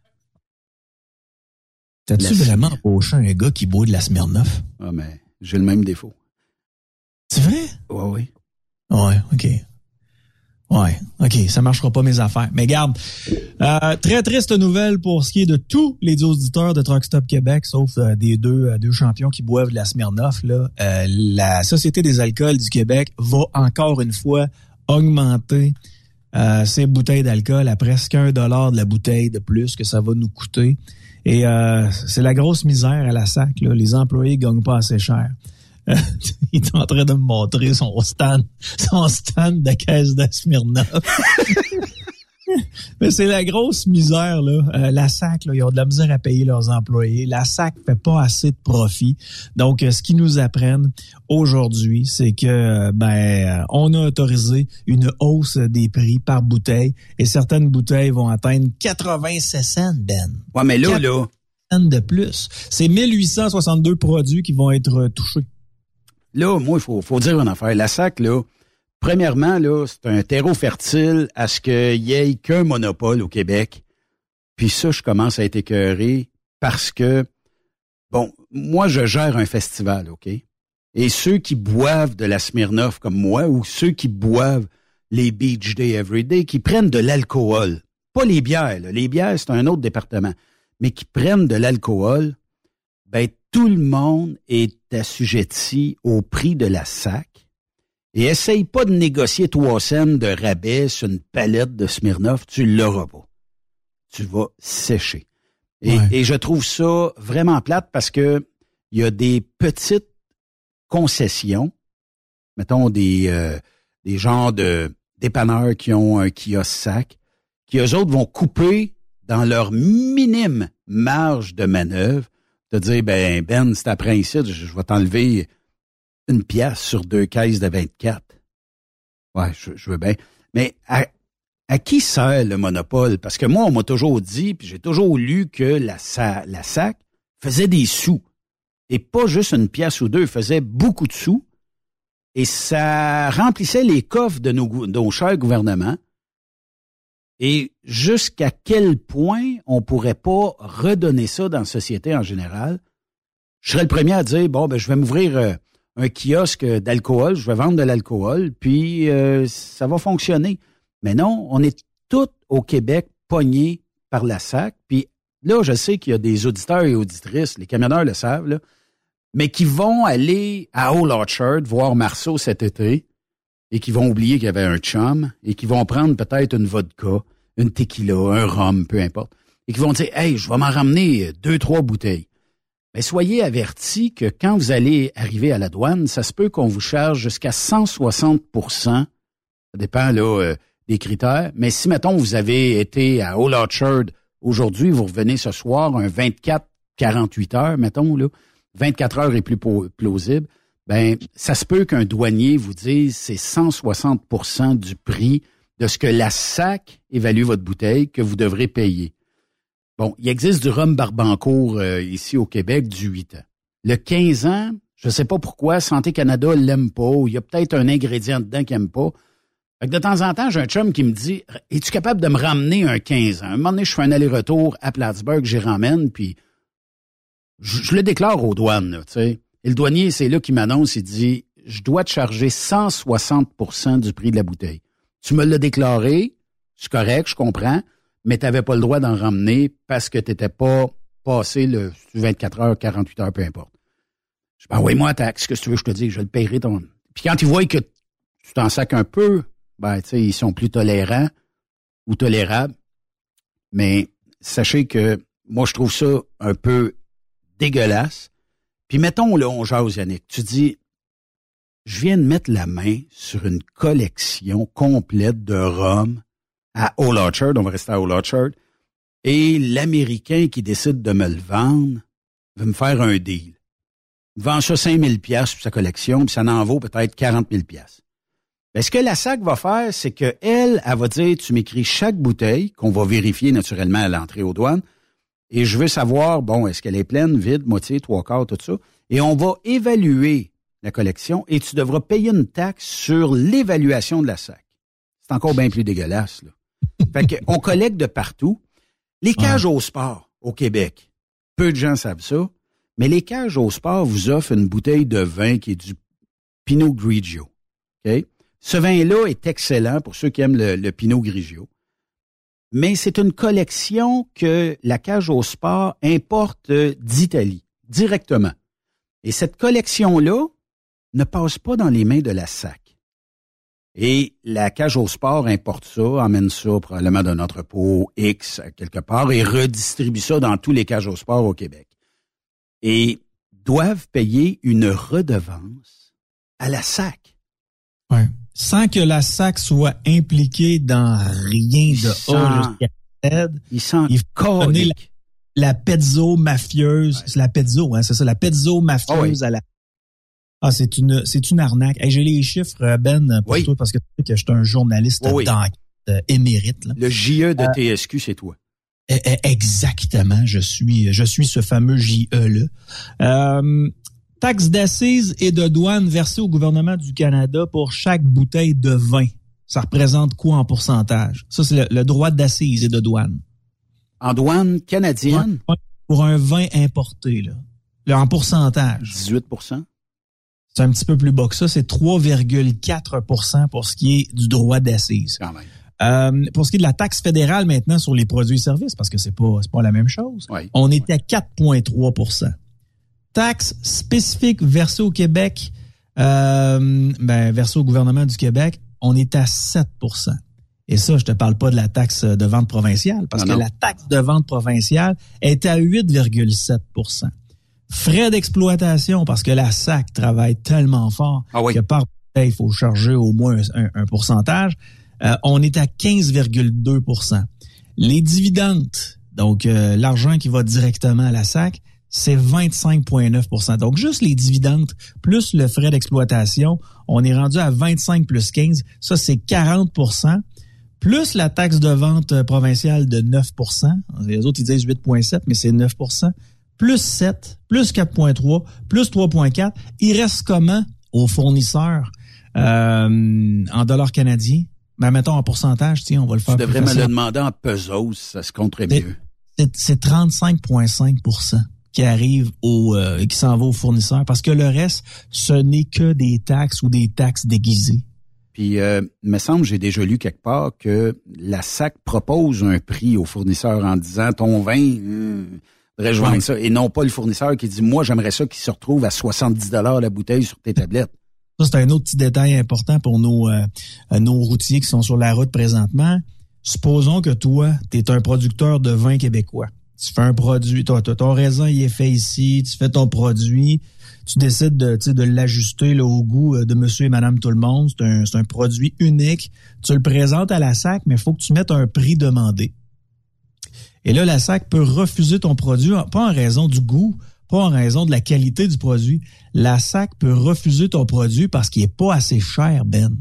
T'as-tu La vraiment embauché un gars qui boit de la Smirnoff? Ah, mais j'ai le même défaut. C'est vrai? Oui, oui. Ouais, OK. Ouais, OK, ça marchera pas mes affaires. Mais garde, euh, très triste nouvelle pour ce qui est de tous les auditeurs de Truck Stop Québec, sauf euh, des deux, euh, deux champions qui boivent de la Smirnoff. Là. Euh, la Société des alcools du Québec va encore une fois augmenter euh, ses bouteilles d'alcool à presque un dollar de la bouteille de plus que ça va nous coûter. Et euh, c'est la grosse misère à la S A C. Là. Les employés gagnent pas assez cher. Il est en train de me montrer son stand, son stand de caisse de Smirnoff. Mais c'est la grosse misère, là. Euh, la S A C, là, ils ont de la misère à payer leurs employés. La S A C fait pas assez de profit. Donc, euh, ce qu'ils nous apprennent aujourd'hui, c'est que, euh, ben, euh, on a autorisé une hausse des prix par bouteille et certaines bouteilles vont atteindre quatre-vingt-six cents, Ben. Ouais, mais là, là. cents de plus. C'est mille huit cent soixante-deux produits qui vont être touchés. Là, moi, il faut, faut dire une affaire. La S A C, là, premièrement, là, c'est un terreau fertile à ce qu'il n'y ait qu'un monopole au Québec. Puis ça, je commence à être écœuré parce que, bon, moi, je gère un festival, OK? Et ceux qui boivent de la Smirnoff comme moi ou ceux qui boivent les Beach Day Everyday, qui prennent de l'alcool, pas les bières, là. Les bières, c'est un autre département, mais qui prennent de l'alcool, ben, tout le monde est assujetti au prix de la S A C. Et essaye pas de négocier trois cents de rabais sur une palette de Smirnoff, tu l'auras pas. Tu vas sécher. Et, Ouais. et je trouve ça vraiment plate parce que il y a des petites concessions, mettons des, euh, des genres de dépanneurs qui ont un kiosque S A C, qui eux autres vont couper dans leur minime marge de manœuvre, de dire, ben, Ben, c'est après ici, je, je vais t'enlever une pièce sur deux caisses de vingt-quatre. Ouais, je, je veux bien. Mais à, à qui sert le monopole? Parce que moi, on m'a toujours dit, puis j'ai toujours lu que la, la S A C faisait des sous. Et pas juste une pièce ou deux, faisait beaucoup de sous. Et ça remplissait les coffres de nos, nos chers gouvernements. Et jusqu'à quel point on pourrait pas redonner ça dans la société en général? Je serais le premier à dire, bon, ben je vais m'ouvrir euh, un kiosque d'alcool, je vais vendre de l'alcool, puis euh, ça va fonctionner. Mais non, on est tous au Québec pognés par la S A C. Puis là, je sais qu'il y a des auditeurs et auditrices, les camionneurs le savent, là, mais qui vont aller à Old Orchard voir Marceau cet été et qui vont oublier qu'il y avait un chum et qui vont prendre peut-être une vodka, une tequila, un rhum, peu importe, et qui vont dire « Hey, je vais m'en ramener deux, trois bouteilles. » Mais soyez avertis que quand vous allez arriver à la douane, ça se peut qu'on vous charge jusqu'à cent soixante pour cent. Ça dépend là euh, des critères. Mais si, mettons, vous avez été à Old Orchard aujourd'hui, vous revenez ce soir, un vingt-quatre quarante-huit heures, mettons, là, vingt-quatre heures est plus plausible, ben ça se peut qu'un douanier vous dise c'est cent soixante pour cent du prix de ce que la S A C évalue votre bouteille que vous devrez payer. Bon, il existe du rhum Barbancourt euh, ici au Québec du huit ans. Le quinze ans, je ne sais pas pourquoi, Santé Canada l'aime pas, ou il y a peut-être un ingrédient dedans qu'il n'aime pas. Fait que de temps en temps, j'ai un chum qui me dit « Es-tu capable de me ramener un quinze ans? » Un moment donné, je fais un aller-retour à Plattsburgh, j'y ramène, puis je, je le déclare aux douanes, là, tu sais. Et le douanier, c'est là qu'il m'annonce, il dit « Je dois te charger cent soixante pour cent du prix de la bouteille. Tu me l'as déclaré, c'est correct, je comprends, mais tu n'avais pas le droit d'en ramener parce que tu n'étais pas passé le vingt-quatre heures, quarante-huit heures, peu importe. » Je dis « Ben oui, moi, taxe, qu'est-ce que tu veux que je te dise? Je le paierai ton... » Puis quand ils voient que tu t'en sacs un peu, ben, tu sais, ils sont plus tolérants ou tolérables. Mais sachez que moi, je trouve ça un peu dégueulasse. Puis mettons, là, on jase, Yannick. Tu dis, je viens de mettre la main sur une collection complète de rhum à Old Orchard, on va rester à Old Orchard, et l'Américain qui décide de me le vendre veut me faire un deal. Il vend ça cinq mille dollars pour sa collection, puis ça en vaut peut-être quarante mille dollars. Ben, ce que la S A C va faire, c'est qu'elle, elle, elle va dire, tu m'écris chaque bouteille, qu'on va vérifier naturellement à l'entrée aux douanes, et je veux savoir, bon, est-ce qu'elle est pleine, vide, moitié, trois quarts, tout ça, et on va évaluer la collection, et tu devras payer une taxe sur l'évaluation de la S A C. C'est encore bien plus dégueulasse, là. Fait qu'on collecte de partout. Les cages ouais. au sport, au Québec, peu de gens savent ça, mais les cages au sport vous offrent une bouteille de vin qui est du Pinot Grigio. OK? Ce vin-là est excellent pour ceux qui aiment le, le Pinot Grigio. Mais c'est une collection que la cage au sport importe d'Italie, directement. Et cette collection-là ne passe pas dans les mains de la S A C. Et la cage au sport importe ça, emmène ça probablement d'un entrepôt X quelque part et redistribue ça dans tous les cages au sport au Québec. Et doivent payer une redevance à la S A C. Ouais. Sans que la S A C soit impliquée dans rien de A jusqu'à Z. Il s'en il faut donner la, la pezzo mafieuse. Ouais. C'est la pezzo, hein, c'est ça, la pezzo mafieuse oh oui. à la... Ah, c'est une, c'est une arnaque. Hey, j'ai les chiffres, Ben, pour oui. toi, parce que tu sais que je suis un journaliste oui. d'enquête euh, émérite. Là. Le J E de euh, T S Q, c'est toi. Exactement, je suis, je suis ce fameux J E-là. Euh, taxe d'assises et de douane versée au gouvernement du Canada pour chaque bouteille de vin. Ça représente quoi en pourcentage? Ça, c'est le, le droit d'assises et de douane. En douane canadienne? Pour un vin importé, là. là en pourcentage. dix-huit pour cent. C'est un petit peu plus bas que ça. C'est trois virgule quatre pour cent pour ce qui est du droit d'assises. Quand même. Euh, pour ce qui est de la taxe fédérale maintenant sur les produits et services, parce que c'est pas, c'est pas la même chose, oui. on est à quatre virgule trois pour cent. Taxe spécifique versée au Québec, euh, ben, versée au gouvernement du Québec, on est à sept pour cent. Et ça, je te parle pas de la taxe de vente provinciale, parce non, que non. la taxe de vente provinciale est à huit virgule sept pour cent. Frais d'exploitation, parce que la S A C travaille tellement fort ah oui. que par il faut charger au moins un, un pourcentage. Euh, on est à quinze virgule deux pour cent. Les dividendes, donc euh, l'argent qui va directement à la S A C, c'est vingt-cinq virgule neuf pour cent. Donc, juste les dividendes plus le frais d'exploitation, on est rendu à vingt-cinq plus quinze. Ça, c'est quarante pour cent. Plus la taxe de vente provinciale de neuf pour cent. Les autres, ils disent huit virgule sept, mais c'est neuf pour cent. Plus sept, plus quatre virgule trois, plus trois virgule quatre. Il reste comment aux fournisseurs euh, en dollars canadiens? Ben, mettons en pourcentage, tiens, on va le faire. Tu devrais me le demander en pesos, ça se compterait mieux. C'est, c'est trente-cinq virgule cinq pour cent qui arrive au, euh, qui s'en va aux fournisseurs, parce que le reste, ce n'est que des taxes ou des taxes déguisées. Puis, euh, il me semble, j'ai déjà lu quelque part que la S A C propose un prix aux fournisseurs en disant, ton vin, hum, faudrait je vendre ça, et non pas le fournisseur qui dit, moi, j'aimerais ça qu'il se retrouve à soixante-dix dollars la bouteille sur tes tablettes. Ça, c'est un autre petit détail important pour nos, euh, nos routiers qui sont sur la route présentement. Supposons que toi, tu es un producteur de vin québécois. Tu fais un produit, toi, ton raisin, il est fait ici, tu fais ton produit, tu décides de, tu sais, de l'ajuster là, au goût de monsieur et madame tout le monde. C'est un, c'est un produit unique. Tu le présentes à la S A C, mais il faut que tu mettes un prix demandé. Et là, la S A C peut refuser ton produit, pas en raison du goût, pas en raison de la qualité du produit. La S A C peut refuser ton produit parce qu'il est pas assez cher, Ben.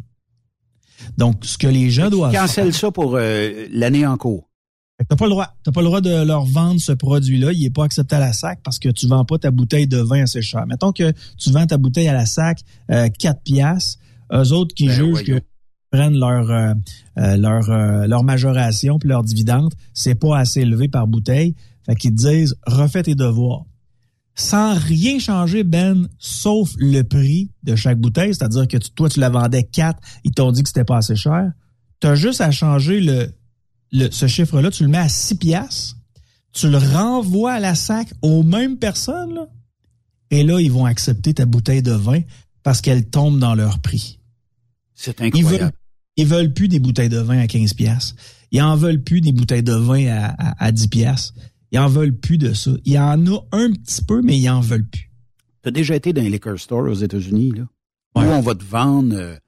Donc, ce que les gens doivent faire... Cancelle ça pour euh, l'année en cours. T'as pas le droit. T'as pas le droit de leur vendre ce produit-là. Il est pas accepté à la S A C parce que tu vends pas ta bouteille de vin assez cher. Mettons que tu vends ta bouteille à la S A C euh, quatre piastres. Eux autres qui ben jugent ouais, que prennent leur euh, euh, leur euh, leur majoration puis leur dividende, c'est pas assez élevé par bouteille. Fait qu'ils te disent refais tes devoirs. Sans rien changer, Ben, sauf le prix de chaque bouteille, c'est-à-dire que tu, toi, tu la vendais quatre, ils t'ont dit que c'était pas assez cher. T'as juste à changer le Le, ce chiffre-là, tu le mets à six piastres, tu le renvoies à la S A C aux mêmes personnes, là, et là, ils vont accepter ta bouteille de vin parce qu'elle tombe dans leur prix. C'est incroyable. Ils veulent, ils veulent plus des bouteilles de vin à quinze piastres. Ils en veulent plus des bouteilles de vin à, à, à dix piastres. Ils en veulent plus de ça. Il y en a un petit peu, mais ils en veulent plus. Tu as déjà été dans les liquor stores aux États-Unis, là, ouais. Où on va te vendre... Euh,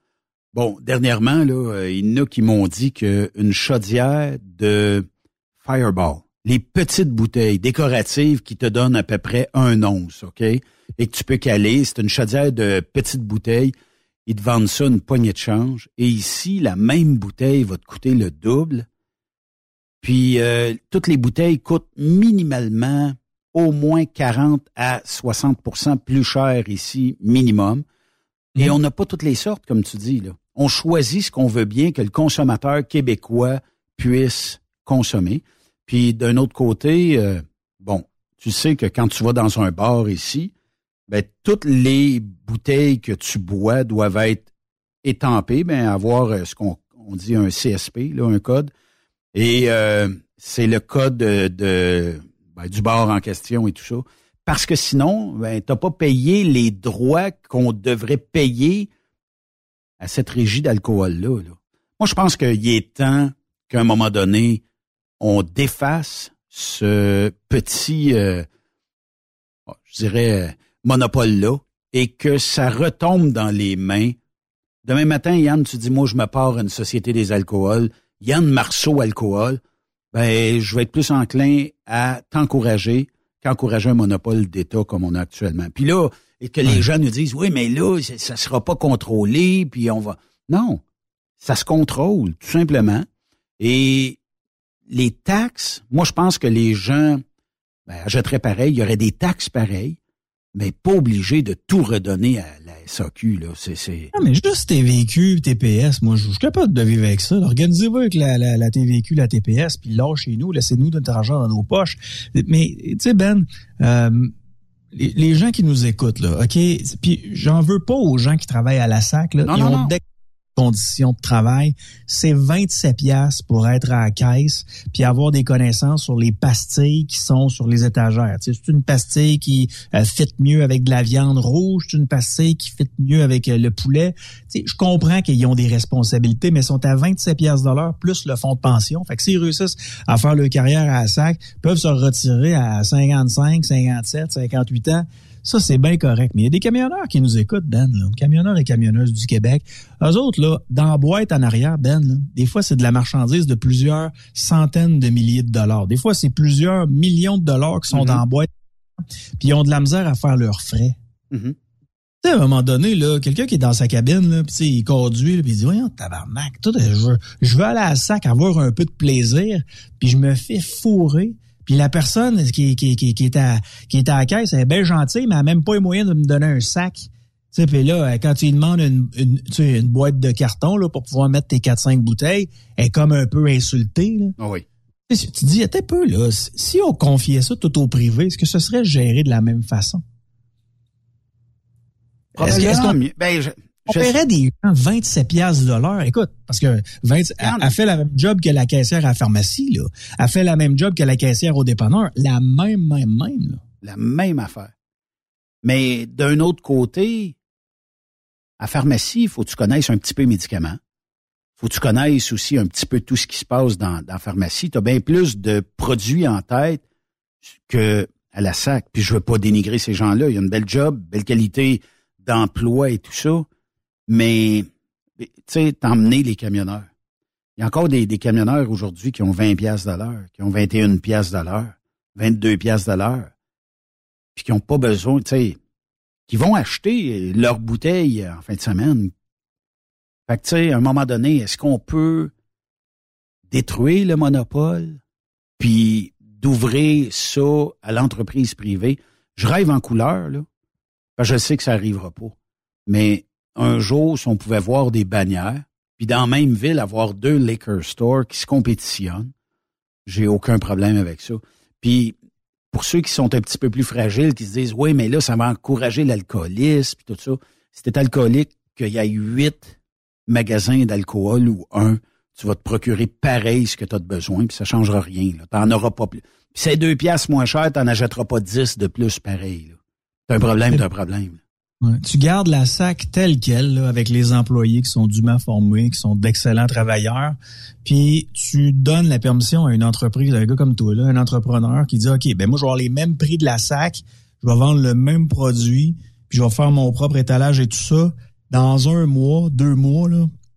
Bon, dernièrement, là, il y en a qui m'ont dit qu'une chaudière de Fireball, les petites bouteilles décoratives qui te donnent à peu près un once, OK? Et que tu peux caler, c'est une chaudière de petites bouteilles. Ils te vendent ça une poignée de change. Et ici, la même bouteille va te coûter le double. Puis, euh, toutes les bouteilles coûtent minimalement au moins quarante à soixante pour cent plus cher ici, minimum. Et mmh. on n'a pas toutes les sortes, comme tu dis, là. On choisit ce qu'on veut bien que le consommateur québécois puisse consommer. Puis, d'un autre côté, euh, bon, tu sais que quand tu vas dans un bar ici, ben toutes les bouteilles que tu bois doivent être étampées, ben avoir euh, ce qu'on on dit un C S P, là, un code. Et euh, c'est le code de, de ben, du bar en question et tout ça. Parce que sinon, ben, t'as pas payé les droits qu'on devrait payer à cette régie d'alcool-là. Là. Moi, je pense qu'il est temps qu'à un moment donné, on défasse ce petit, euh, je dirais, monopole-là et que ça retombe dans les mains. Demain matin, Yann, tu dis, moi, je me pars à une société des alcools. Yann Marceau Alcool, ben, je vais être plus enclin à t'encourager qu'encourager un monopole d'État comme on a actuellement. Puis là, et que les ouais. gens nous disent, oui, mais là, ça sera pas contrôlé, puis on va... Non, ça se contrôle, tout simplement. Et les taxes, moi, je pense que les gens ben, achèteraient pareil, il y aurait des taxes pareilles, mais pas obligé de tout redonner à la S A Q, là. C'est, c'est... Non, mais juste T V Q, T P S, moi, je suis capable de vivre avec ça. Organisez-vous avec la, la, la T V Q, la T P S, puis lâchez-nous, laissez-nous notre argent dans nos poches. Mais, tu sais, Ben, euh, les, les gens qui nous écoutent, là, OK, puis j'en veux pas aux gens qui travaillent à la S A C, là. Non, Ils non, ont non. conditions de travail, c'est vingt-sept piastres pour être à la caisse puis avoir des connaissances sur les pastilles qui sont sur les étagères. Tu sais, c'est une pastille qui euh, fit mieux avec de la viande rouge, c'est une pastille qui fit mieux avec euh, le poulet. Tu sais, je comprends qu'ils ont des responsabilités, mais ils sont à vingt-sept piastres de l'heure plus le fonds de pension. Fait que s'ils réussissent à faire leur carrière à la S A C, ils peuvent se retirer à cinquante-cinq, cinquante-sept, cinquante-huit ans. Ça, c'est bien correct. Mais il y a des camionneurs qui nous écoutent, Ben, là. Camionneurs et camionneuses du Québec. Eux autres, là, dans la boîte en arrière, Ben, là, des fois, c'est de la marchandise de plusieurs centaines de milliers de dollars. Des fois, c'est plusieurs millions de dollars qui sont mm-hmm. dans la boîte. Puis ils ont de la misère à faire leurs frais. Mm-hmm. Tu sais, à un moment donné, là, quelqu'un qui est dans sa cabine, là, puis il conduit, là, puis il dit, voyons, tabarnak, tout, je veux, je veux aller à la S A C avoir un peu de plaisir, puis je me fais fourrer. Puis la personne qui, qui, qui, qui, est à, qui est à la caisse, elle est bien gentille, mais elle n'a même pas les moyens de me donner un sac. Tu sais, puis là, quand tu lui demandes une, une, tu sais, une boîte de carton là, pour pouvoir mettre tes quatre cinq bouteilles, elle est comme un peu insultée. Là. Oh oui. Tu sais, tu te dis, attends un peu, là, si on confiait ça tout au privé, est-ce que ce serait géré de la même façon? Est-ce, que, est-ce qu'on ben, je, on je paierait des gens vingt-sept piastres de l'heure? Écoute, parce que vingt, elle, elle fait la même job que la caissière à la pharmacie, là. Elle fait la même job que la caissière au dépanneur. La même, même, même. Là. La même affaire. Mais d'un autre côté, à pharmacie, il faut que tu connaisses un petit peu les médicaments. Il faut que tu connaisses aussi un petit peu tout ce qui se passe dans, dans la pharmacie. Tu as bien plus de produits en tête que à la S A C. Puis je veux pas dénigrer ces gens-là. Il y a une belle job, belle qualité d'emploi et tout ça. Mais, tu sais, t'emmener les camionneurs. Il y a encore des, des camionneurs aujourd'hui qui ont vingt piastres de l'heure, qui ont vingt et un piastres de l'heure, vingt-deux piastres de l'heure, puis qui n'ont pas besoin, tu sais, qui vont acheter leur bouteille en fin de semaine. Fait que, tu sais, à un moment donné, est-ce qu'on peut détruire le monopole, puis d'ouvrir ça à l'entreprise privée? Je rêve en couleur, là, parce que je sais que ça n'arrivera pas. Mais un jour, si on pouvait voir des bannières, puis dans la même ville, avoir deux liquor stores qui se compétitionnent, j'ai aucun problème avec ça. Puis, pour ceux qui sont un petit peu plus fragiles, qui se disent, oui, mais là, ça va encourager l'alcoolisme, puis tout ça. Si t'es alcoolique, qu'il y a huit magasins d'alcool ou un, tu vas te procurer pareil ce que tu as de besoin, puis ça changera rien. Là. T'en auras pas plus. Puis c'est deux piastres moins cher, t'en achèteras pas dix de plus pareil. Là. T'as un problème, t'as un problème. Ouais. Tu gardes la S A C telle qu'elle, là, avec les employés qui sont dûment formés, qui sont d'excellents travailleurs, puis tu donnes la permission à une entreprise, un gars comme toi, là, un entrepreneur qui dit, OK, ben moi, je vais avoir les mêmes prix de la S A C, je vais vendre le même produit, puis je vais faire mon propre étalage et tout ça. Dans un mois, deux mois, là,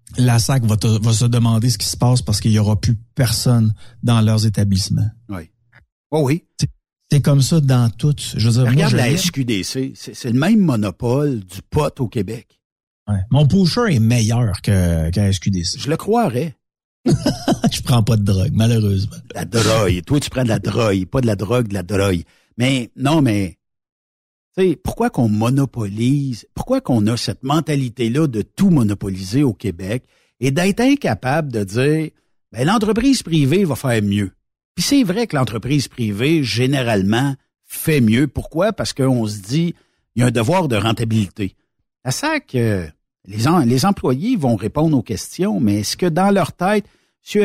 la S A C va, te, va se demander ce qui se passe parce qu'il y aura plus personne dans leurs établissements. Oui. Oh oui. C'est, c'est comme ça dans tout. Je veux dire, regarde moi, je la S Q D C, c'est, c'est le même monopole du pot au Québec. Ouais. Mon pusher est meilleur que, que la S Q D C. Je le croirais. Je prends pas de drogue, malheureusement. La drogue. Toi, tu prends de la drogue, pas de la drogue, de la drogue. Mais non, mais tu sais, pourquoi qu'on monopolise, pourquoi qu'on a cette mentalité-là de tout monopoliser au Québec et d'être incapable de dire, ben l'entreprise privée va faire mieux. Puis c'est vrai que l'entreprise privée, généralement, fait mieux. Pourquoi? Parce qu'on se dit, il y a un devoir de rentabilité. À ça que les, en, les employés vont répondre aux questions, mais est-ce que dans leur tête, monsieur,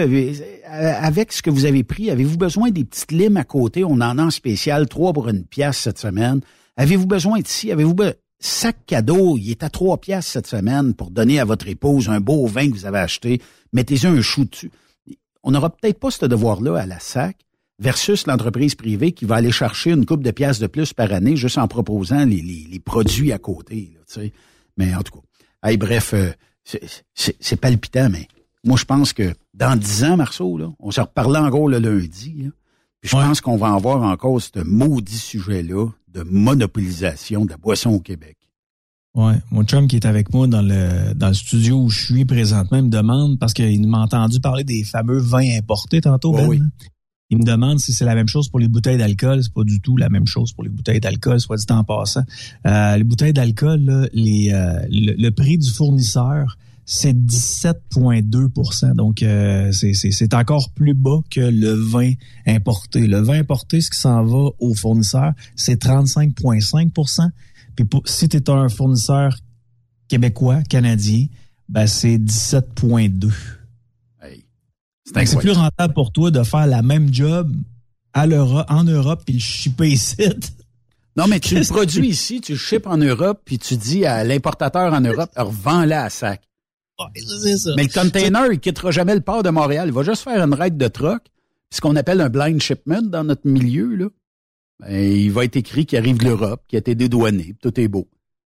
avec ce que vous avez pris, avez-vous besoin des petites limes à côté? On en a en spécial, trois pour une pièce cette semaine. Avez-vous besoin de ci? Avez-vous besoin... Sac cadeau, il est à trois piastres cette semaine pour donner à votre épouse un beau vin que vous avez acheté. Mettez-y un chou dessus. On n'aura peut-être pas ce devoir-là à la S A C versus l'entreprise privée qui va aller chercher une couple de piastres de plus par année juste en proposant les, les, les produits à côté. Là, tu sais. Mais en tout cas, hey, bref, euh, c'est, c'est, c'est palpitant, mais moi, je pense que dans dix ans, Marceau, là, on se reparle encore le lundi, là, puis je ouais. pense qu'on va avoir encore ce maudit sujet-là de monopolisation de la boisson au Québec. Ouais, mon chum qui est avec moi dans le dans le studio où je suis présentement, il me demande, parce qu'il m'a entendu parler des fameux vins importés tantôt, Ben. Oh oui. Il me demande si c'est la même chose pour les bouteilles d'alcool. C'est pas du tout la même chose pour les bouteilles d'alcool, soit dit en passant. Euh, les bouteilles d'alcool, là, les, euh, le, le prix du fournisseur, c'est dix-sept virgule deux pour cent. Donc, euh, c'est, c'est, c'est encore plus bas que le vin importé. Le vin importé, ce qui s'en va au fournisseur, c'est trente-cinq virgule cinq pour cent. Puis pour, si tu es un fournisseur québécois, canadien, ben c'est dix-sept virgule deux. Hey, c'est, c'est plus rentable pour toi de faire la même job à l'Europe, en Europe puis le shipper ici. Non, mais tu le produis ici, tu le shippes en Europe, puis tu dis à l'importateur en Europe, revends-la à sac. Ouais, c'est ça. Mais le container, il quittera jamais le port de Montréal. Il va juste faire une raide de truck. Ce qu'on appelle un blind shipment dans notre milieu, là. Ben, il va être écrit qu'il arrive de l'Europe, qu'il a été dédouané, tout est beau.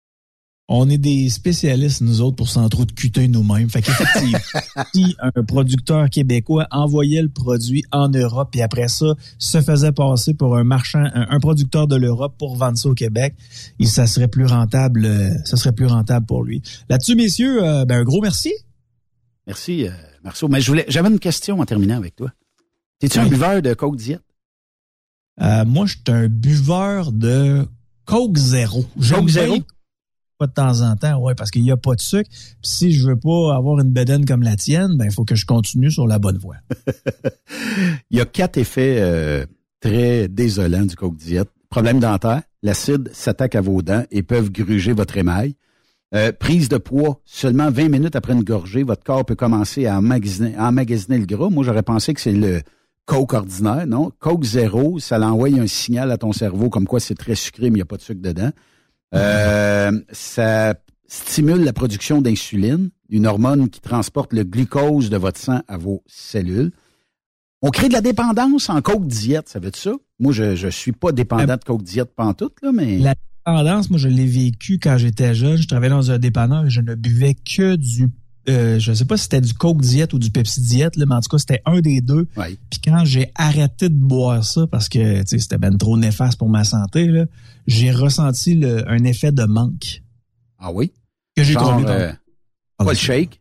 On est des spécialistes, nous autres, pour s'en trop de cuter nous-mêmes. Fait qu'effectivement, si un producteur québécois envoyait le produit en Europe et après ça, se faisait passer pour un marchand, un, un producteur de l'Europe pour vendre ça au Québec, et ça serait plus rentable, euh, ça serait plus rentable pour lui. Là-dessus, messieurs, euh, ben, un gros merci. Merci, euh, Marceau. Mais je voulais, j'avais une question en terminant avec toi. T'es-tu oui. un buveur de Coke Diet? Euh, moi, je suis un buveur de Coke Zéro. Coke Zéro? De temps en temps, ouais, parce qu'il n'y a pas de sucre. Puis si je veux pas avoir une bedaine comme la tienne, ben il faut que je continue sur la bonne voie. Il y a quatre effets euh, très désolants du Coke Diet. Problème dentaire, l'acide s'attaque à vos dents et peuvent gruger votre émail. Euh, prise de poids, seulement vingt minutes après une gorgée, votre corps peut commencer à emmagasiner, à emmagasiner le gras. Moi, j'aurais pensé que c'est le Coke ordinaire, non? Coke Zéro, ça l'envoie un signal à ton cerveau comme quoi c'est très sucré, mais il n'y a pas de sucre dedans. Euh, ça stimule la production d'insuline, une hormone qui transporte le glucose de votre sang à vos cellules. On crée de la dépendance en Coke Diet, ça veut dire ça? Moi, je je suis pas dépendant de Coke Diet pantoute, là, mais... La dépendance, moi, je l'ai vécu quand j'étais jeune. Je travaillais dans un dépanneur et je ne buvais que du... Euh, je sais pas si c'était du Coke Diet ou du Pepsi Diet, là, mais en tout cas, c'était un des deux. Oui. Puis quand j'ai arrêté de boire ça, parce que tu sais, c'était ben trop néfaste pour ma santé, là, j'ai ressenti le, un effet de manque. Ah oui? Que j'ai Genre, trouvé euh, pas le shake?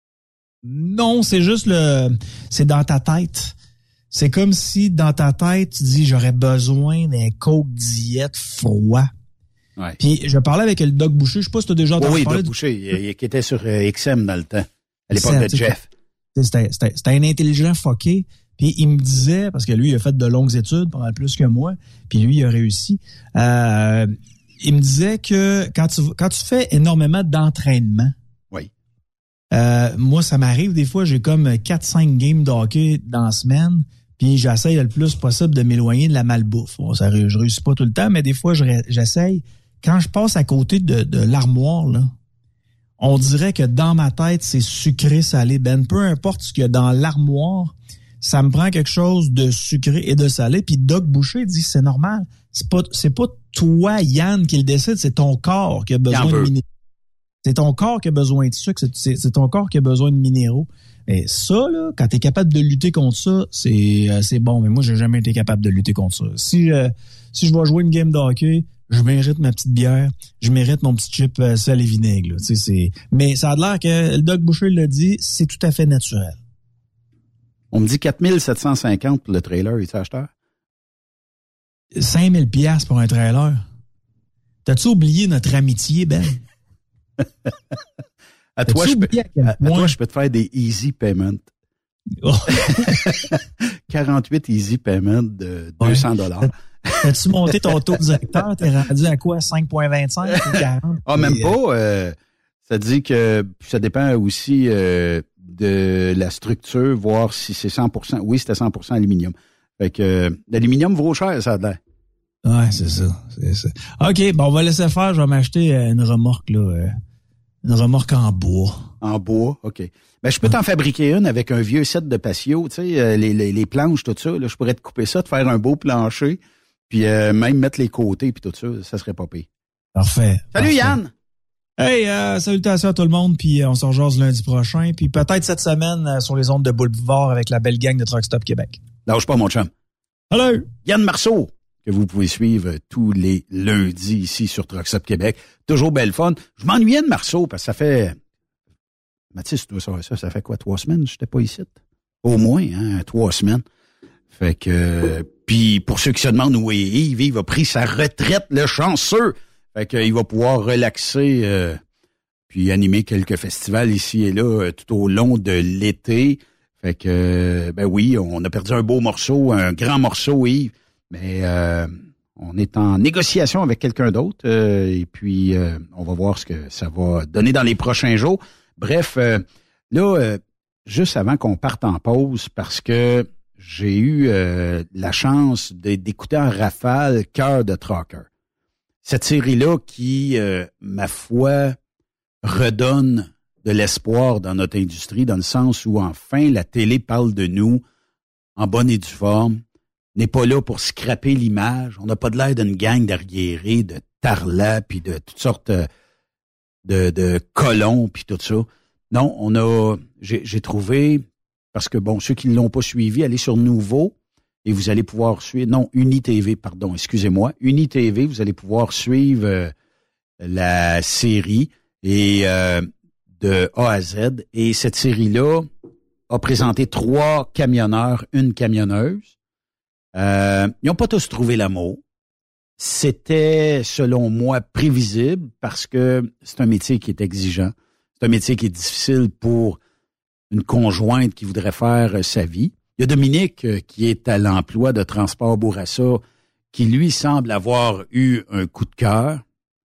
Non, c'est juste le... C'est dans ta tête. C'est comme si dans ta tête, tu dis, j'aurais besoin d'un Coke Diet froid. Ouais. Puis je parlais avec le Doc Boucher, je sais pas si tu as déjà entendu oui, parler. Oui, Doc Boucher, il, il, qui était sur euh, X M dans le temps, à l'époque de Jeff. C'était, c'était, c'était un intelligent fucké. Puis il me disait, parce que lui, il a fait de longues études, pas mal plus que moi, puis lui, il a réussi. Euh, il me disait que quand tu quand tu fais énormément d'entraînement, oui. Euh, moi, ça m'arrive des fois, j'ai comme quatre cinq games de hockey dans la semaine, puis j'essaye le plus possible de m'éloigner de la malbouffe. Bon, ça, je réussis pas tout le temps, mais des fois, je, j'essaye. Quand je passe à côté de, de l'armoire, là, on dirait que dans ma tête, c'est sucré, salé. Ben, peu importe ce qu'il y a dans l'armoire, ça me prend quelque chose de sucré et de salé. Puis Doc Boucher dit, c'est normal. C'est pas, c'est pas toi, Yann, qui le décide, c'est ton corps qui a besoin de minéraux. C'est ton corps qui a besoin de sucre, c'est, c'est, c'est ton corps qui a besoin de minéraux. Et ça, là, quand tu es capable de lutter contre ça, c'est, euh, c'est bon. Mais moi, j'ai jamais été capable de lutter contre ça. Si, euh, si je vais jouer une game de hockey, je mérite ma petite bière, je mérite mon petit chip euh, sel et vinaigre. Là. Tu sais, c'est... Mais ça a l'air que le Doc Boucher l'a dit, c'est tout à fait naturel. On me dit quatre mille sept cent cinquante pour le trailer, es-tu acheteur? cinq mille dollars pour un trailer. T'as-tu oublié notre amitié, Ben? à toi, je peux, à, à toi, je peux te faire des easy payments. Oh. quarante-huit easy payments de deux cents dollars. Ouais. As-tu monté ton taux directeur? T'es rendu à quoi? cinq virgule vingt-cinq ou quarante? Ah, même pas. Euh, ça dit que ça dépend aussi euh, de la structure, voir si c'est cent pour cent. Oui, c'était cent pour cent aluminium. Fait que euh, l'aluminium vaut cher, ça a l'air. Ouais, c'est ça, c'est ça. OK, bon, on va laisser faire. Je vais m'acheter une remorque, là. Euh, une remorque en bois. En bois, OK. Ben, je peux t'en fabriquer une avec un vieux set de patio, tu sais, les, les, les planches, tout ça. Là, je pourrais te couper ça, te faire un beau plancher, puis euh, même mettre les côtés, puis tout ça, ça serait pas pire. Parfait. Salut, parfait. Yann! Hey, euh, salutations à tout le monde, puis euh, on se rejase lundi prochain, puis peut-être cette semaine euh, sur les ondes de Boulevard avec la belle gang de Truck Stop Québec. Lâche pas, mon chum. Hello! Yann Marceau, que vous pouvez suivre tous les lundis ici sur Truck Stop Québec. Toujours belle fun. Je m'ennuyais de Marceau parce que ça fait... Mathis, toi, ça, ça, ça fait quoi, trois semaines? J'étais pas ici. Au moins, hein, trois semaines. Fait que... Euh, puis pour ceux qui se demandent où est Yves, Yves a pris sa retraite, le chanceux. Fait qu'il va pouvoir relaxer euh, puis animer quelques festivals ici et là euh, tout au long de l'été. Fait que, euh, ben oui, on a perdu un beau morceau, un grand morceau, Yves. Mais euh, on est en négociation avec quelqu'un d'autre. Euh, et puis, euh, on va voir ce que ça va donner dans les prochains jours. Bref, euh, là, euh, juste avant qu'on parte en pause, parce que j'ai eu euh, la chance de, d'écouter en rafale Cœur de Trucker. Cette série-là qui, euh, ma foi, redonne de l'espoir dans notre industrie, dans le sens où, enfin, la télé parle de nous en bonne et due forme, n'est pas là pour scraper l'image. On n'a pas de l'air d'une gang d'arriérés, de tarlats, puis de toutes sortes de, de colons, puis tout ça. Non, on a... J'ai, j'ai trouvé... Parce que, bon, ceux qui ne l'ont pas suivi, allez sur Nouveau et vous allez pouvoir suivre... Non, UniTV, pardon, excusez-moi. UniTV, vous allez pouvoir suivre euh, la série et euh, de A à Z. Et cette série-là a présenté trois camionneurs, une camionneuse. Euh, ils n'ont pas tous trouvé l'amour. C'était, selon moi, prévisible parce que c'est un métier qui est exigeant. C'est un métier qui est difficile pour une conjointe qui voudrait faire sa vie. Il y a Dominique qui est à l'emploi de Transport Bourassa qui, lui, semble avoir eu un coup de cœur.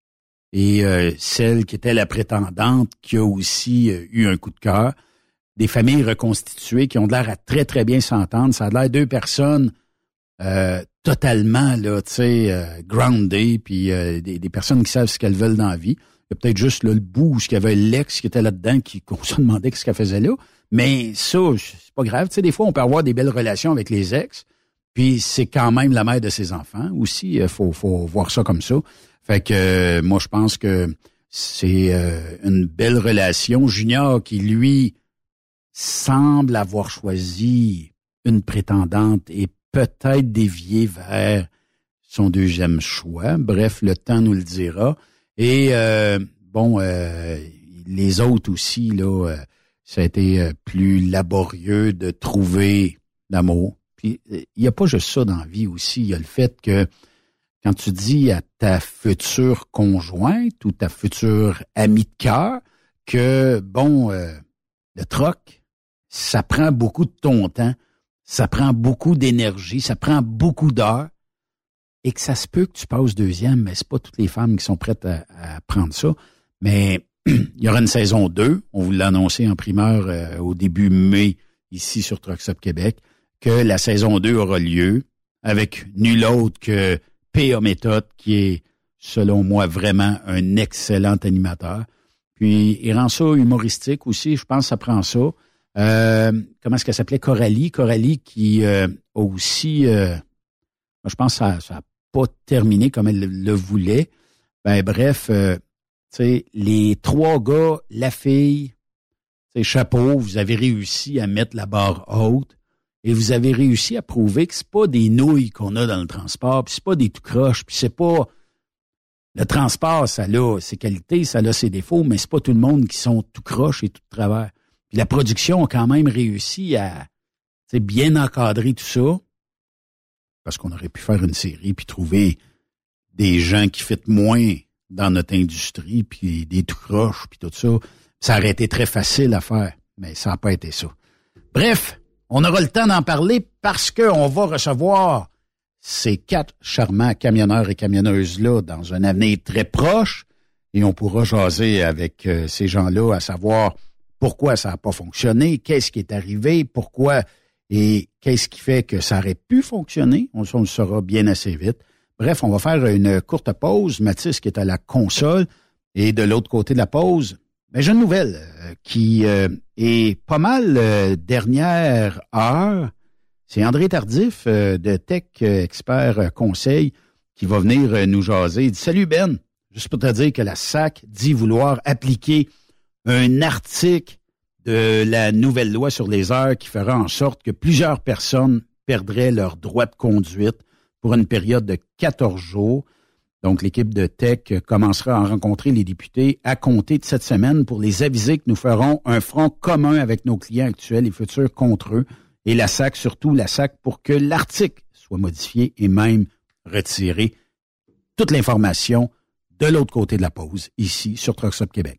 Et euh, celle qui était la prétendante qui a aussi euh, eu un coup de cœur. Des familles reconstituées qui ont l'air à très, très bien s'entendre. Ça a l'air deux personnes euh, totalement, là, tu sais, euh, groundées, puis euh, des, des personnes qui savent ce qu'elles veulent dans la vie. Il y a peut-être juste là, le bout où il y avait l'ex qui était là-dedans, qui qu'on se demandait ce qu'elle faisait là. Mais ça, c'est pas grave. Tu sais, des fois, on peut avoir des belles relations avec les ex, puis c'est quand même la mère de ses enfants. Aussi, il faut, faut voir ça comme ça. Fait que euh, moi, je pense que c'est euh, une belle relation. Junior qui, lui, semble avoir choisi une prétendante et peut-être dévié vers son deuxième choix. Bref, le temps nous le dira. Et euh, bon, euh, les autres aussi, là, euh, ça a été euh, plus laborieux de trouver l'amour. Puis, il n'y a pas juste ça dans la vie aussi. Il y a le fait que quand tu dis à ta future conjointe ou ta future amie de cœur que, bon, euh, le troc, ça prend beaucoup de ton temps, ça prend beaucoup d'énergie, ça prend beaucoup d'heures, et que ça se peut que tu passes deuxième, mais c'est pas toutes les femmes qui sont prêtes à, à prendre ça. Mais il y aura une saison deux, on vous l'a annoncé en primeur euh, au début mai, ici sur Truck Stop Québec, que la saison deux aura lieu avec nul autre que P A Méthode, qui est, selon moi, vraiment un excellent animateur. Puis, il rend ça humoristique aussi, je pense que ça prend ça. Euh, comment est-ce qu'elle s'appelait? Coralie. Coralie qui euh, a aussi, euh, je pense que ça n'a pas terminé comme elle le voulait. Ben bref, euh, sais, les trois gars, la fille, c'est chapeau, vous avez réussi à mettre la barre haute et vous avez réussi à prouver que c'est pas des nouilles qu'on a dans le transport, puis c'est pas des tout croches, puis c'est pas... Le transport, ça a ses qualités, ça a ses défauts, mais c'est pas tout le monde qui sont tout croche et tout de travers. Puis la production a quand même réussi à bien encadrer tout ça, parce qu'on aurait pu faire une série puis trouver des gens qui fitent moins dans notre industrie, puis des tout croches, puis tout ça. Ça aurait été très facile à faire, mais ça n'a pas été ça. Bref, on aura le temps d'en parler parce qu'on va recevoir ces quatre charmants camionneurs et camionneuses-là dans un avenir très proche et on pourra jaser avec euh, ces gens-là à savoir pourquoi ça n'a pas fonctionné, qu'est-ce qui est arrivé, pourquoi et qu'est-ce qui fait que ça aurait pu fonctionner. On, on le saura bien assez vite. Bref, on va faire une courte pause. Mathis qui est à la console et de l'autre côté de la pause, ben, j'ai une nouvelle euh, qui euh, est pas mal euh, dernière heure. C'est André Tardif euh, de Tech euh, Expert euh, Conseil qui va venir euh, nous jaser. Il dit « Salut Ben, juste pour te dire que la S A C dit vouloir appliquer un article de la nouvelle loi sur les heures qui fera en sorte que plusieurs personnes perdraient leur droit de conduite pour une période de quatorze jours. Donc, l'équipe de Tech commencera à rencontrer les députés à compter de cette semaine pour les aviser que nous ferons un front commun avec nos clients actuels et futurs contre eux. Et la S A C, surtout la S A C, pour que l'article soit modifié et même retiré. Toute l'information de l'autre côté de la pause, ici, sur Truck Stop Québec.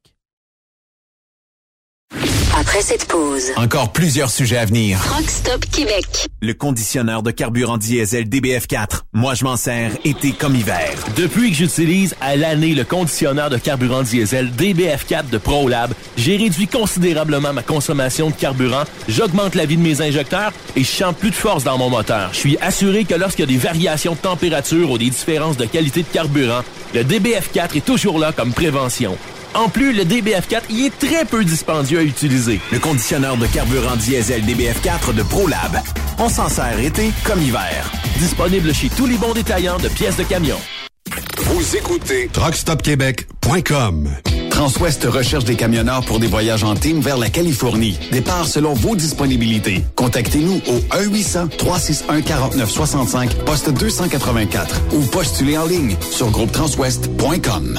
Après cette pause, encore plusieurs sujets à venir. Truck Stop Québec. Le conditionneur de carburant diesel D B F quatre. Moi, je m'en sers été comme hiver. Depuis que j'utilise à l'année le conditionneur de carburant diesel D B F quatre de ProLab, j'ai réduit considérablement ma consommation de carburant, j'augmente la vie de mes injecteurs et je sens plus de force dans mon moteur. Je suis assuré que lorsqu'il y a des variations de température ou des différences de qualité de carburant, le D B F quatre est toujours là comme prévention. En plus, le D B F quatre y est très peu dispendieux à utiliser. Le conditionneur de carburant diesel D B F quatre de ProLab. On s'en sert été comme hiver. Disponible chez tous les bons détaillants de pièces de camion. Vous écoutez truck stop québec point com. Transwest recherche des camionneurs pour des voyages en team vers la Californie. Départ selon vos disponibilités. Contactez-nous au un huit cents, trois six un, quatre neuf six cinq, poste deux cent quatre-vingt-quatre ou postulez en ligne sur groupe transwest point com.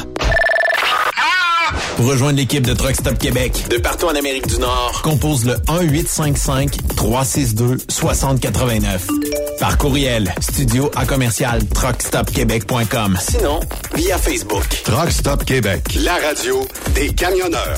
Pour rejoindre l'équipe de Truck Stop Québec, de partout en Amérique du Nord, compose le un huit cinq cinq, trois six deux, six zéro huit neuf. Par courriel, studio à commercial truck stop québec point com. Sinon, via Facebook. Truck Stop Québec, la radio des camionneurs.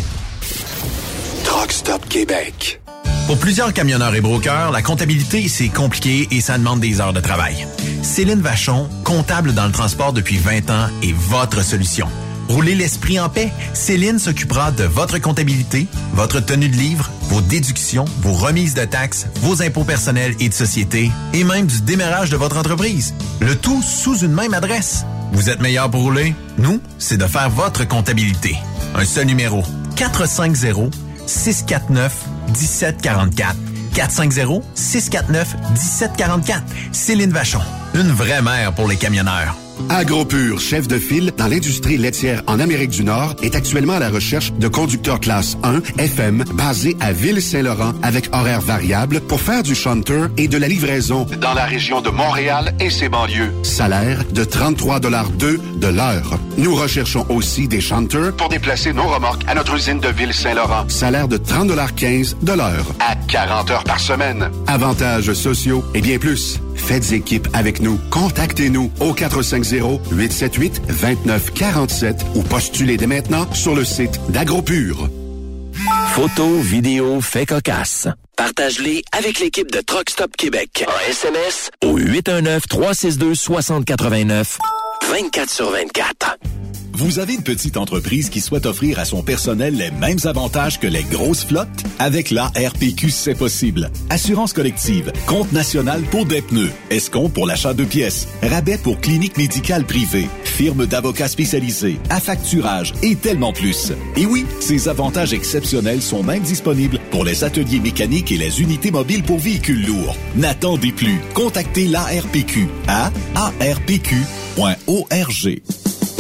Truck Stop Québec. Pour plusieurs camionneurs et brokers, la comptabilité, c'est compliqué et ça demande des heures de travail. Céline Vachon, comptable dans le transport depuis vingt ans, est votre solution. Roulez l'esprit en paix. Céline s'occupera de votre comptabilité, votre tenue de livre, vos déductions, vos remises de taxes, vos impôts personnels et de société, et même du démarrage de votre entreprise. Le tout sous une même adresse. Vous êtes meilleur pour rouler? Nous, c'est de faire votre comptabilité. Un seul numéro. quatre cinq zéro, six quatre neuf, un sept quatre quatre. quatre cinq zéro, six quatre neuf, un sept quatre quatre. Céline Vachon. Une vraie mère pour les camionneurs. AgroPure, chef de file dans l'industrie laitière en Amérique du Nord, est actuellement à la recherche de conducteurs classe un F M basés à Ville-Saint-Laurent avec horaires variables pour faire du shunter et de la livraison dans la région de Montréal et ses banlieues. Salaire de trente-trois dollars deux de l'heure. Nous recherchons aussi des shunters pour déplacer nos remorques à notre usine de Ville-Saint-Laurent. Salaire de trente dollars quinze de l'heure à quarante heures par semaine. Avantages sociaux et bien plus. Faites équipe avec nous. Contactez-nous au quatre cinq zéro, huit sept huit, deux neuf quatre sept ou postulez dès maintenant sur le site d'AgroPure. Photos, vidéos, faits cocasses. Partage-les avec l'équipe de Truck Stop Québec. En S M S au huit un neuf, trois six deux, six zéro huit neuf, vingt-quatre sur vingt-quatre. Vous avez une petite entreprise qui souhaite offrir à son personnel les mêmes avantages que les grosses flottes? Avec l'A R P Q, c'est possible. Assurance collective, compte national pour des pneus, escompte pour l'achat de pièces, rabais pour clinique médicale privée, firme d'avocats spécialisés, affacturage et tellement plus. Et oui, ces avantages exceptionnels sont même disponibles pour les ateliers mécaniques et les unités mobiles pour véhicules lourds. N'attendez plus. Contactez l'A R P Q à a r p q point org.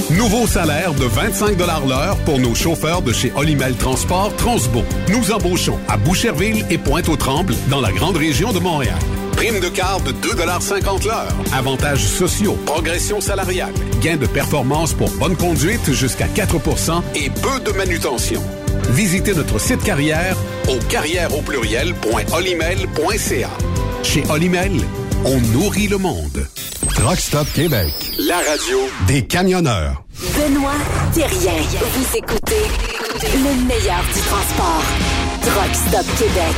Nouveau salaire de vingt-cinq dollars l'heure pour nos chauffeurs de chez Olimel Transport Transbo. Nous embauchons à Boucherville et Pointe-aux-Trembles dans la grande région de Montréal. Prime de quart de deux dollars cinquante l'heure. Avantages sociaux, progression salariale, gains de performance pour bonne conduite jusqu'à quatre pour cent et peu de manutention. Visitez notre site carrière au carrière au pluriel point olimel point c a. Chez Olimel, on nourrit le monde. Truck Stop Québec. La radio des camionneurs. Benoît Thérien. Vous écoutez le meilleur du transport. Truck Stop Québec.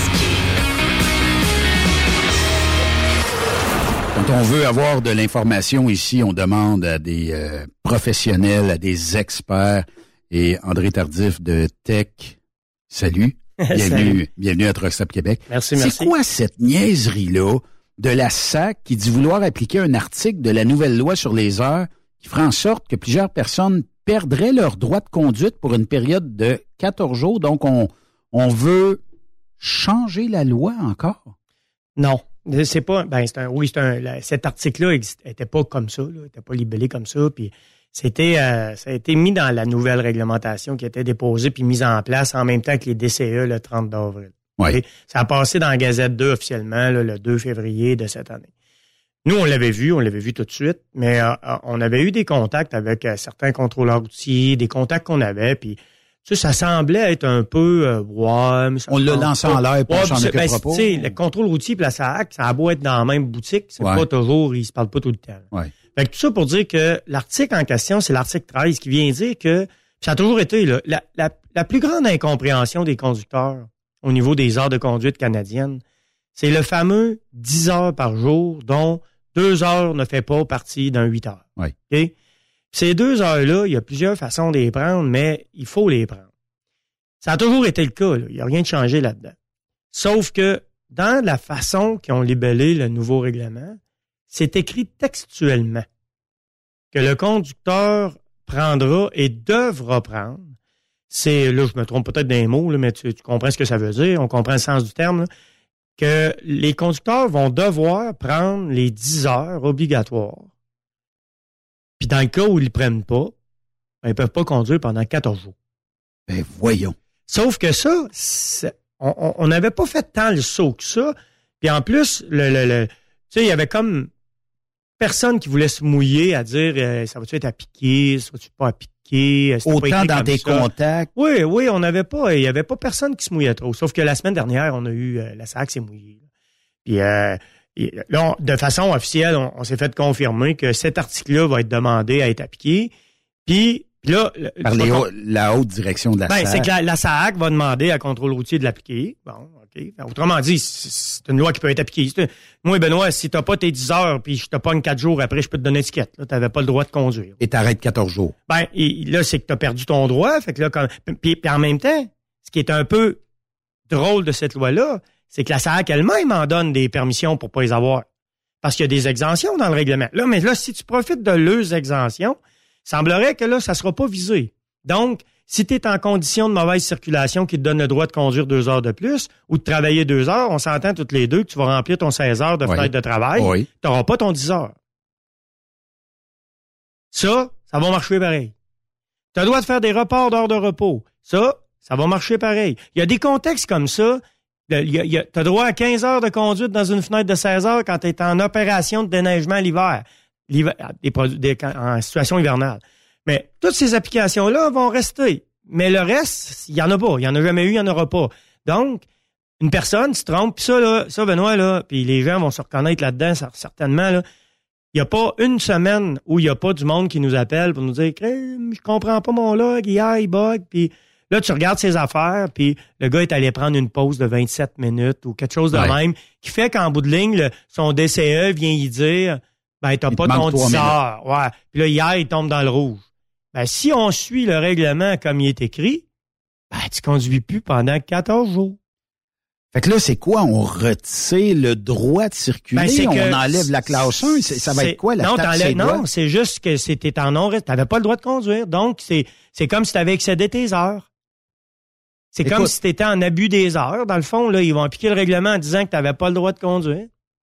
Quand on veut avoir de l'information ici, on demande à des euh, professionnels, à des experts. Et André Tardif de Tech, salut. Bienvenue, salut. bienvenue à Truck Stop Québec. Merci, merci. C'est quoi cette niaiserie-là de la S A C qui dit vouloir appliquer un article de la nouvelle loi sur les heures qui ferait en sorte que plusieurs personnes perdraient leur droit de conduite pour une période de quatorze jours? Donc, on, on veut changer la loi encore? Non. C'est pas, ben, c'est un, oui, c'est un, la, cet article-là n'était pas comme ça, là, était pas libellé comme ça, puis c'était, euh, ça a été mis dans la nouvelle réglementation qui était déposée puis mise en place en même temps que les D C E le trente avril. Oui. Okay? Ça a passé dans la Gazette deux officiellement là, le deux février de cette année. Nous, on l'avait vu, on l'avait vu tout de suite, mais euh, on avait eu des contacts avec euh, certains contrôleurs routiers, des contacts qu'on avait, puis tu sais, ça semblait être un peu euh, ouais, mais ça on l'a lancé en l'air pour ouais, s'en occupera ben, pas. Tu sais, le contrôle routier et la S A C, ça a beau être dans la même boutique, c'est ouais. pas toujours, ils se parlent pas tout le temps. Ouais. Fait que tout ça pour dire que l'article en question, c'est l'article treize qui vient dire que ça a toujours été là, la, la, la plus grande incompréhension des conducteurs au niveau des heures de conduite canadiennes, c'est le fameux dix heures par jour dont deux heures ne fait pas partie d'un huit heures. Ouais. Okay? Ces deux heures-là, il y a plusieurs façons de les prendre, mais il faut les prendre. Ça a toujours été le cas, là. Il n'y a rien de changé là-dedans. Sauf que dans la façon qu'ils ont libellé le nouveau règlement, c'est écrit textuellement que le conducteur prendra et devra prendre. C'est, là, je me trompe peut-être d'un mot, là, mais tu, tu comprends ce que ça veut dire, on comprend le sens du terme, là, que les conducteurs vont devoir prendre les dix heures obligatoires. Puis dans le cas où ils ne prennent pas, ben, ils ne peuvent pas conduire pendant quatorze jours. Ben voyons. Sauf que ça, on n'avait pas fait tant le saut que ça. Puis en plus, le, le, le, tu sais, il y avait comme personne qui voulait se mouiller à dire euh, ça va-tu être appliqué, ça va-tu pas appliqué. Autant dans tes ça. contacts. Oui, oui, on n'avait pas, il y avait pas personne qui se mouillait trop. Sauf que la semaine dernière, on a eu euh, la S A C s'est mouillée. Puis euh, là, on, de façon officielle, on, on s'est fait confirmer que cet article-là va être demandé à être appliqué. Puis Puis là, par les haut, la haute direction de la ben, S A C. C'est que la, la S A C va demander à contrôle routier de l'appliquer. Bon, OK. Autrement dit, c'est une loi qui peut être appliquée. Une... Moi, Benoît, si t'as pas tes dix heures puis je te pogne quatre jours après, je peux te donner une étiquette. Là, t'avais pas le droit de conduire. Et t'arrêtes quatorze jours. Ben, et, là, c'est que t'as perdu ton droit. Fait que là, quand... puis, puis en même temps, ce qui est un peu drôle de cette loi-là, c'est que la S A C elle-même en donne des permissions pour pas les avoir. Parce qu'il y a des exemptions dans le règlement. Là, mais là, si tu profites de leurs exemptions, semblerait que là, ça sera pas visé. Donc, si tu es en condition de mauvaise circulation qui te donne le droit de conduire deux heures de plus ou de travailler deux heures, on s'entend toutes les deux que tu vas remplir ton seize heures de oui. fenêtre de travail, oui. tu n'auras pas ton dix heures. Ça, ça va marcher pareil. Tu as le droit de faire des reports d'heures de repos. Ça, ça va marcher pareil. Il y a des contextes comme ça. Tu as droit à quinze heures de conduite dans une fenêtre de seize heures quand tu es en opération de déneigement l'hiver, l'hiver des produits, des, en situation hivernale. Mais toutes ces applications-là vont rester. Mais le reste, il n'y en a pas. Il n'y en a jamais eu, il n'y en aura pas. Donc, une personne se trompe, puis ça, là, ça, Benoît, là, puis les gens vont se reconnaître là-dedans, certainement, là. Il n'y a pas une semaine où il n'y a pas du monde qui nous appelle pour nous dire hey, « Je comprends pas mon log, hier, il bug. » Puis là, tu regardes ses affaires, puis le gars est allé prendre une pause de vingt-sept minutes ou quelque chose de ouais. même, qui fait qu'en bout de ligne, le, son D C E vient y dire « Ben, t'as il pas ton dix heures. » Ouais. Puis là, hier, il tombe dans le rouge. Ben, si on suit le règlement comme il est écrit, ben, tu conduis plus pendant quatorze jours. Fait que là, c'est quoi? On retire le droit de circuler? Ben, c'est on que, enlève la classe un? C'est, ça va être quoi, la non, taxe? Non, c'est juste que c'était en non, t'avais pas le droit de conduire. Donc, c'est, c'est comme si tu avais excédé tes heures. C'est Écoute, comme si tu étais en abus des heures. Dans le fond, là, ils vont appliquer le règlement en disant que tu n'avais pas le droit de conduire.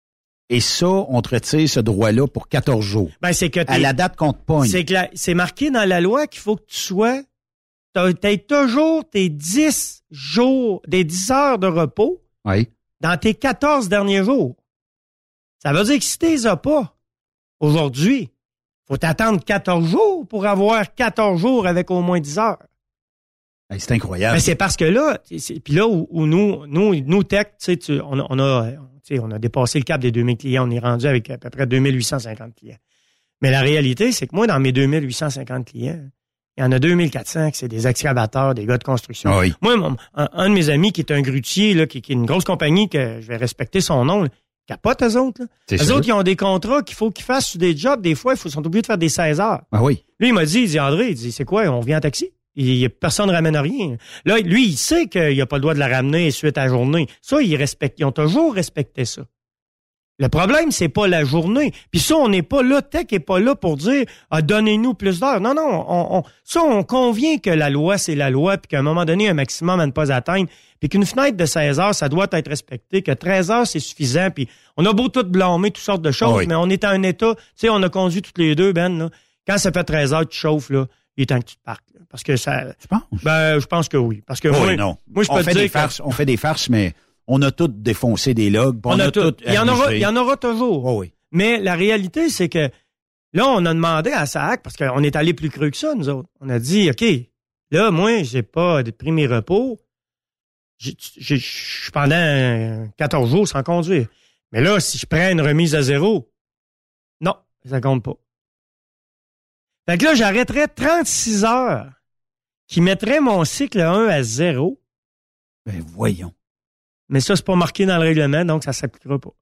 Et ça, on te retire ce droit-là pour quatorze jours. Ben, c'est que à la date qu'on te pogne. C'est que la, c'est marqué dans la loi qu'il faut que tu sois, t'aies toujours tes dix jours, des dix heures de repos. Oui. Dans tes quatorze derniers jours. Ça veut dire que si tu les as pas aujourd'hui, faut t'attendre quatorze jours pour avoir quatorze jours avec au moins dix heures. Ben, c'est incroyable. Ben, c'est parce que là, puis là où, où nous, nous, nous tech, tu sais, on, on a, tu sais, on a dépassé le cap des deux mille clients, on est rendu avec à peu près deux mille huit cent cinquante clients. Mais la réalité, c'est que moi, dans mes deux mille huit cent cinquante clients, il y en a deux mille quatre cents qui c'est des excavateurs, des gars de construction. Oui. Moi, mon, un, un de mes amis qui est un grutier, là, qui, qui est une grosse compagnie, que je vais respecter son nom, là, capote eux autres. Là. C'est eux sûr. autres, ils ont des contrats qu'il faut qu'ils fassent sur des jobs. Des fois, ils sont obligés de faire des seize heures. Ah oui. Lui, il m'a dit, il dit, André, il dit, c'est quoi, on vient en taxi? Il, personne ne ramène rien. Là, lui, il sait qu'il n'a pas le droit de la ramener suite à la journée. Ça, ils respectent, ils ont toujours respecté ça. Le problème, c'est pas la journée. Puis ça, on n'est pas là, Tech est pas là pour dire ah, donnez-nous plus d'heures. Non, non, on, on, ça, on convient que la loi, c'est la loi, puis qu'à un moment donné, un maximum à ne pas atteindre, puis qu'une fenêtre de seize heures, ça doit être respecté, que treize heures, c'est suffisant, puis on a beau tout blâmer, toutes sortes de choses, oui. mais on est à un état, tu sais, on a conduit toutes les deux, Ben, là. Quand ça fait treize heures, tu chauffes, là, il est temps que tu te parques, là, parce que ça... Tu penses? Ben, je pense que oui, parce que oui, moi, non. moi, je peux on te fait dire des que... farces, on fait des farces, mais... On a tout défoncé des logs. On, on a, a tout. Il y en aura, il y en aura toujours. Oh oui. Mais la réalité, c'est que là, on a demandé à S A A C, parce qu'on est allé plus creux que ça, nous autres. On a dit, OK, là, moi, j'ai pas pris mes repos. Je suis pendant quatorze jours sans conduire. Mais là, si je prends une remise à zéro, non, ça compte pas. Fait que là, j'arrêterais trente-six heures qui mettrait mon cycle un à zéro. Ben voyons. Mais ça, c'est pas marqué dans le règlement, donc ça s'appliquera pas.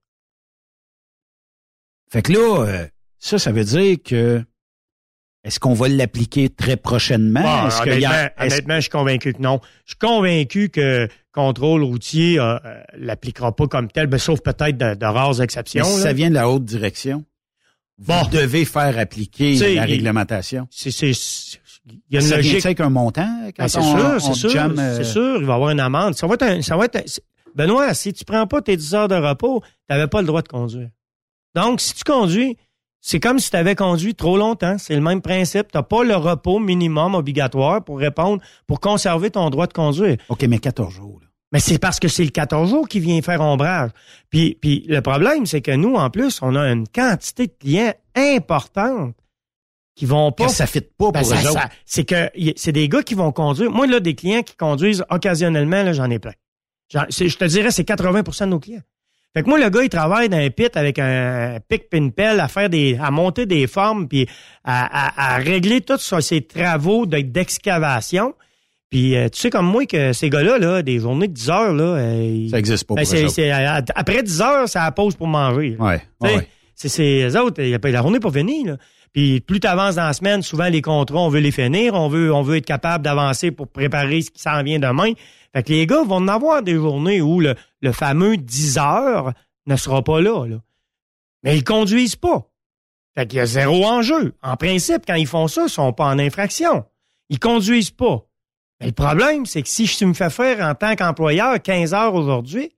Fait que là, euh, ça, ça veut dire que est-ce qu'on va l'appliquer très prochainement? Bon, est-ce honnêtement, qu'il y a, est-ce... honnêtement, je suis convaincu que non. Je suis convaincu que contrôle routier euh, euh, l'appliquera pas comme tel, ben, sauf peut-être de, de rares exceptions. Mais si là. ça vient de la haute direction, bon. vous devez faire appliquer T'sais, la il, réglementation. C'est, c'est, c'est, il y a une ça logique. vient avec un montant? Quand ben, c'est on, sûr, on c'est sûr, jamme, euh... c'est sûr. Il va y avoir une amende. Ça va être un, ça va être un, Benoît, si tu prends pas tes dix heures de repos, tu n'avais pas le droit de conduire. Donc, si tu conduis, c'est comme si tu avais conduit trop longtemps. C'est le même principe. Tu n'as pas le repos minimum obligatoire pour répondre, pour conserver ton droit de conduire. OK, mais quatorze jours. Là. Mais c'est parce que c'est le quatorze jours qui vient faire ombrage. Puis, puis le problème, c'est que nous, en plus, on a une quantité de clients importante qui vont pas... Que ça ne fit pas pour ben, eux ça, autres. Ça, c'est que c'est des gars qui vont conduire. Moi, là, des clients qui conduisent occasionnellement, là, j'en ai plein. Je te dirais, c'est quatre-vingts pour cent de nos clients. Fait que moi, le gars, il travaille dans un pit avec un pic pin pelle à faire des, à monter des formes puis à, à, à régler tous ses travaux de, d'excavation. Puis euh, tu sais comme moi que ces gars-là, là, des journées de dix heures, là, euh, ça existe pas ben, pour c'est, eux c'est, après dix heures, ça la pause pour manger. Là. Ouais. ouais. C'est ces autres, y a pas, la journée pas finie, là. Puis plus tu avances dans la semaine, souvent les contrats, on veut les finir, on veut, on veut être capable d'avancer pour préparer ce qui s'en vient demain. Fait que les gars vont en avoir des journées où le, le fameux dix heures ne sera pas là, là. Mais ils conduisent pas. Fait qu'il y a zéro enjeu. En principe, quand ils font ça, ils sont pas en infraction. Ils conduisent pas. Mais le problème, c'est que si je me fais faire en tant qu'employeur quinze heures aujourd'hui,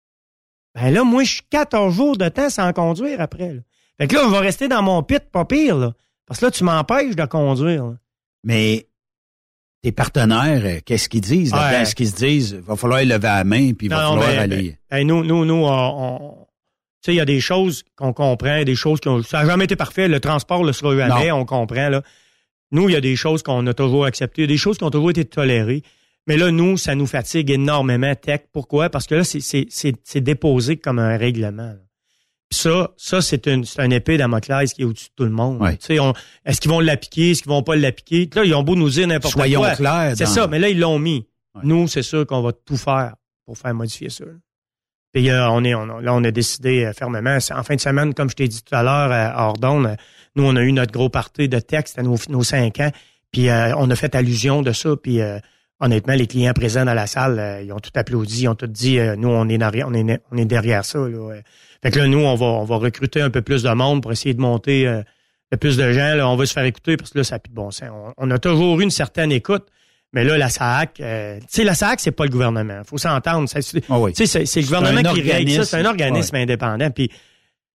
ben là, moi, je suis quatorze jours de temps sans conduire après, là. Fait que là, je vais rester dans mon pit, pas pire, là. Parce que là, tu m'empêches de conduire, là. Mais tes partenaires, qu'est-ce qu'ils disent? Ouais. Est-ce qu'ils se disent, il va falloir lever la main, puis il va non, falloir ben, aller... Ben, nous, nous, nous, on... Tu sais, il y a des choses qu'on comprend, des choses qui ont... Ça n'a jamais été parfait. Le transport le sera jamais, on comprend, là. Nous, il y a des choses qu'on a toujours acceptées, des choses qui ont toujours été tolérées. Mais là, nous, ça nous fatigue énormément, Tech. Pourquoi? Parce que là, c'est, c'est, c'est, c'est déposé comme un règlement, là. Ça, ça c'est une, c'est un épée Damoclès qui est au-dessus de tout le monde. Ouais. Tu sais, on, est-ce qu'ils vont l'appliquer, est-ce qu'ils vont pas l'appliquer? Là, ils ont beau nous dire n'importe Soyons quoi. Soyons clairs. C'est dans... ça, mais là, ils l'ont mis. Ouais. Nous, c'est sûr qu'on va tout faire pour faire modifier ça. Puis euh, on est, on a, là, on a décidé euh, fermement. En fin de semaine, comme je t'ai dit tout à l'heure, à Ordonne, euh, nous, on a eu notre gros party de texte à nos, nos cinq ans. Puis euh, on a fait allusion de ça. Puis euh, honnêtement, les clients présents dans la salle, euh, ils ont tout applaudi, ils ont tout dit, euh, nous, on est derrière, on est, on est derrière ça, là. Fait que là, nous, on va, on va recruter un peu plus de monde pour essayer de monter euh, le plus de gens. Là, on va se faire écouter parce que là, ça n'a plus de bon sens. On, on a toujours eu une certaine écoute, mais là, la S A A C, euh, tu sais, la S A A C, c'est pas le gouvernement. Faut s'entendre. C'est, oh oui. c'est, c'est le gouvernement qui règle ça. C'est un organisme ouais. indépendant. Puis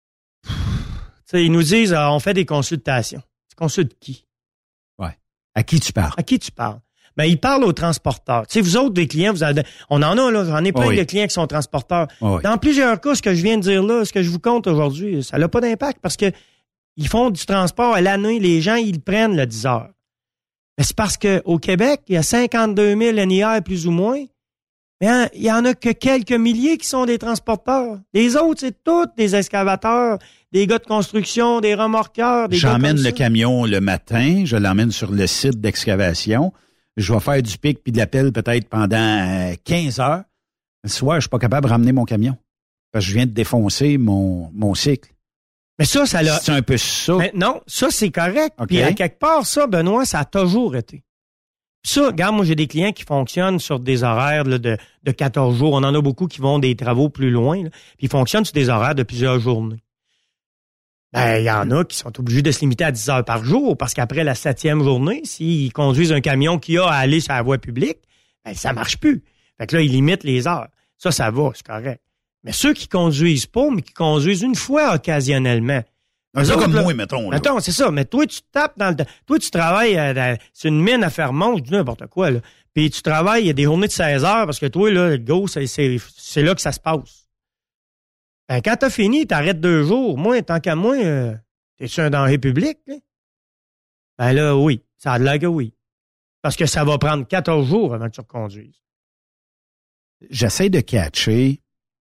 T'sais, ils nous disent, ah, on fait des consultations. Tu consultes qui? Ouais. À qui tu parles? À qui tu parles? Ben, ils parlent aux transporteurs. Tu sais, vous autres, des clients, vous avez, on en a, là, j'en ai plein oui. de clients qui sont transporteurs. Oui. Dans plusieurs cas, ce que je viens de dire là, ce que je vous compte aujourd'hui, ça n'a pas d'impact parce que ils font du transport à l'année, les gens, ils prennent le dix heures. Mais c'est parce qu'au Québec, il y a cinquante-deux mille N I R plus ou moins. Mais hein, il y en a que quelques milliers qui sont des transporteurs. Les autres, c'est tous des excavateurs, des gars de construction, des remorqueurs, des J'emmène gars comme le ça. camion le matin, je l'emmène sur le site d'excavation. Je vais faire du pic puis de l'appel peut-être pendant quinze heures. Le soir, je suis pas capable de ramener mon camion parce que je viens de défoncer mon, mon cycle. Mais ça, ça l'a... C'est un peu ça. Mais non, ça, c'est correct. Okay. Puis à quelque part, ça, Benoît, ça a toujours été. Puis ça, regarde, moi, j'ai des clients qui fonctionnent sur des horaires là, de, de quatorze jours. On en a beaucoup qui vont des travaux plus loin. Là, puis ils fonctionnent sur des horaires de plusieurs journées. Ben, il y en a qui sont obligés de se limiter à dix heures par jour parce qu'après la septième journée, s'ils conduisent un camion qui a à aller sur la voie publique, ben, ça marche plus. Fait que là, ils limitent les heures. Ça, ça va, c'est correct. Mais ceux qui conduisent pas, mais qui conduisent une fois occasionnellement. C'est autres, comme là, moi, mettons. Là. Mettons, c'est ça. Mais toi, tu tapes dans le... Toi, tu travailles à, à, sur une mine à Fermont, je dis n'importe quoi, là. Puis tu travailles, il y a des journées de seize heures parce que toi, là, le go, c'est, c'est, c'est là que ça se passe. Ben, quand t'as fini, t'arrêtes deux jours. Moi, tant qu'à moi, euh, t'es-tu un danger public, là? Ben là, oui. Ça a de l'air que oui. Parce que ça va prendre quatorze jours avant que tu reconduises. J'essaie de catcher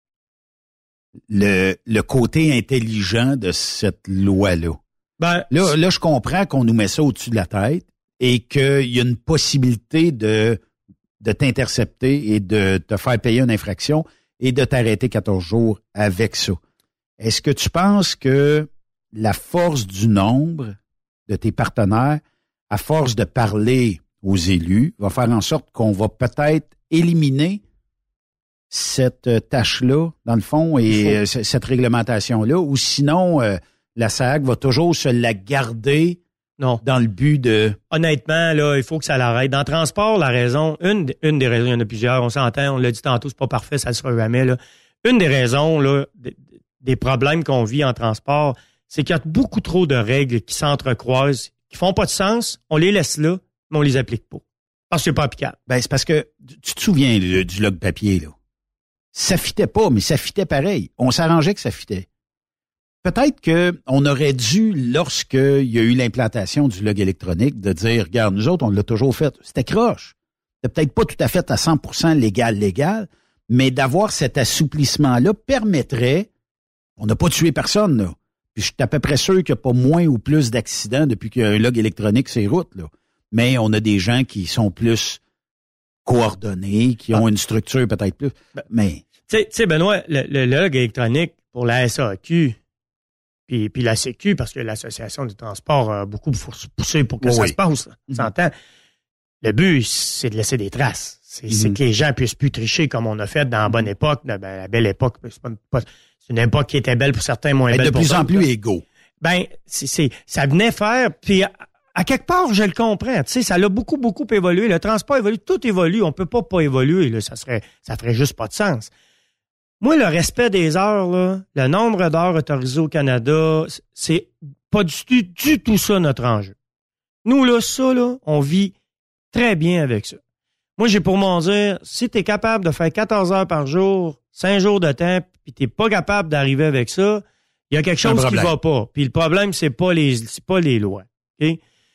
le, le côté intelligent de cette loi-là. Ben, là, là, je comprends qu'on nous met ça au-dessus de la tête et qu'il y a une possibilité de, de t'intercepter et de te faire payer une infraction et de t'arrêter quatorze jours avec ça. Est-ce que tu penses que la force du nombre de tes partenaires, à force de parler aux élus, va faire en sorte qu'on va peut-être éliminer cette tâche-là, dans le fond, et euh, cette réglementation-là, ou sinon, euh, la S A C va toujours se la garder non. dans le but de... Honnêtement, là, il faut que ça l'arrête. Dans le transport, la raison, une, une des raisons, il y en a plusieurs, on s'entend, on l'a dit tantôt, c'est pas parfait, ça ne sera jamais, là. Une des raisons, là, des, des problèmes qu'on vit en transport, c'est qu'il y a beaucoup trop de règles qui s'entrecroisent, qui font pas de sens, on les laisse là, mais on les applique pas. Parce que c'est pas applicable. Ben, c'est parce que, tu te souviens le, du log papier, là. Ça fitait pas, mais ça fitait pareil. On s'arrangeait que ça fitait. Peut-être que on aurait dû, lorsqu'il y a eu l'implantation du log électronique, de dire, regarde, nous autres, on l'a toujours fait. C'était croche. C'était peut-être pas tout à fait à cent pour cent légal, légal, mais d'avoir cet assouplissement-là permettrait, on n'a pas tué personne, là. Puis je suis à peu près sûr qu'il n'y a pas moins ou plus d'accidents depuis qu'il y a un log électronique sur les routes, là. Mais on a des gens qui sont plus coordonnés, qui ont ah. une structure peut-être plus. Ben, mais tu sais, Benoît, le, le log électronique pour la S A Q puis, puis la C Q, parce que l'Association du transport a beaucoup poussé pour que oui, ça oui. se passe. Tu mm-hmm. entends? Le but, c'est de laisser des traces. C'est, mm-hmm. c'est que les gens puissent plus tricher comme on a fait dans la bonne époque, ben, la belle époque. C'est, pas, pas, c'est une époque qui était belle pour certains, moins ben, belle pour d'autres. De plus en plus là. égaux. Ben, c'est, c'est, ça venait faire, puis à, à quelque part, je le comprends. Tu sais, ça l'a beaucoup, beaucoup évolué. Le transport évolue, tout évolue. On peut pas pas évoluer. Là, ça serait, ça ferait juste pas de sens. Moi, le respect des heures, là, le nombre d'heures autorisées au Canada, c'est pas du tout, du tout ça notre enjeu. Nous, là, ça, là, on vit très bien avec ça. Moi, j'ai pour m'en dire, si t'es capable de faire quatorze heures par jour, cinq jours de temps, puis t'es pas capable d'arriver avec ça, il y a quelque chose qui va pas. Puis le problème, c'est pas les, c'est pas les lois. OK?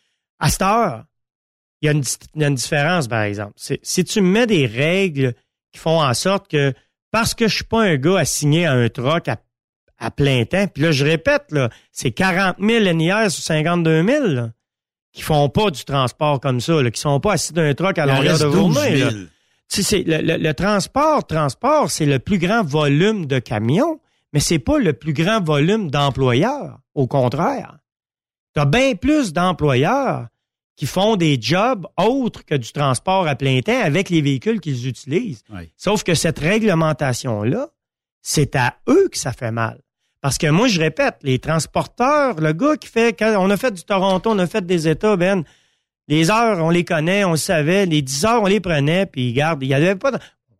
À cette heure, il y a une, il y a une différence, par exemple. C'est, si tu me mets des règles qui font en sorte que parce que je suis pas un gars assigné à un troc à, à plein temps, puis là, je répète, là, c'est quarante mille N I R sur cinquante-deux mille là, qui font pas du transport comme ça, là, qui sont pas assis d'un troc à longueur de journée. Là. Tu sais, c'est, le, le, le transport, transport, c'est le plus grand volume de camions, mais c'est pas le plus grand volume d'employeurs. Au contraire. Tu as bien plus d'employeurs qui font des jobs autres que du transport à plein temps avec les véhicules qu'ils utilisent. Oui. Sauf que cette réglementation-là, c'est à eux que ça fait mal. Parce que moi, je répète, les transporteurs, le gars qui fait... Quand on a fait du Toronto, on a fait des États, Ben, les heures, on les connaît, on le savait, les dix heures, on les prenait, puis regarde, il y avait pas... De, ouais, on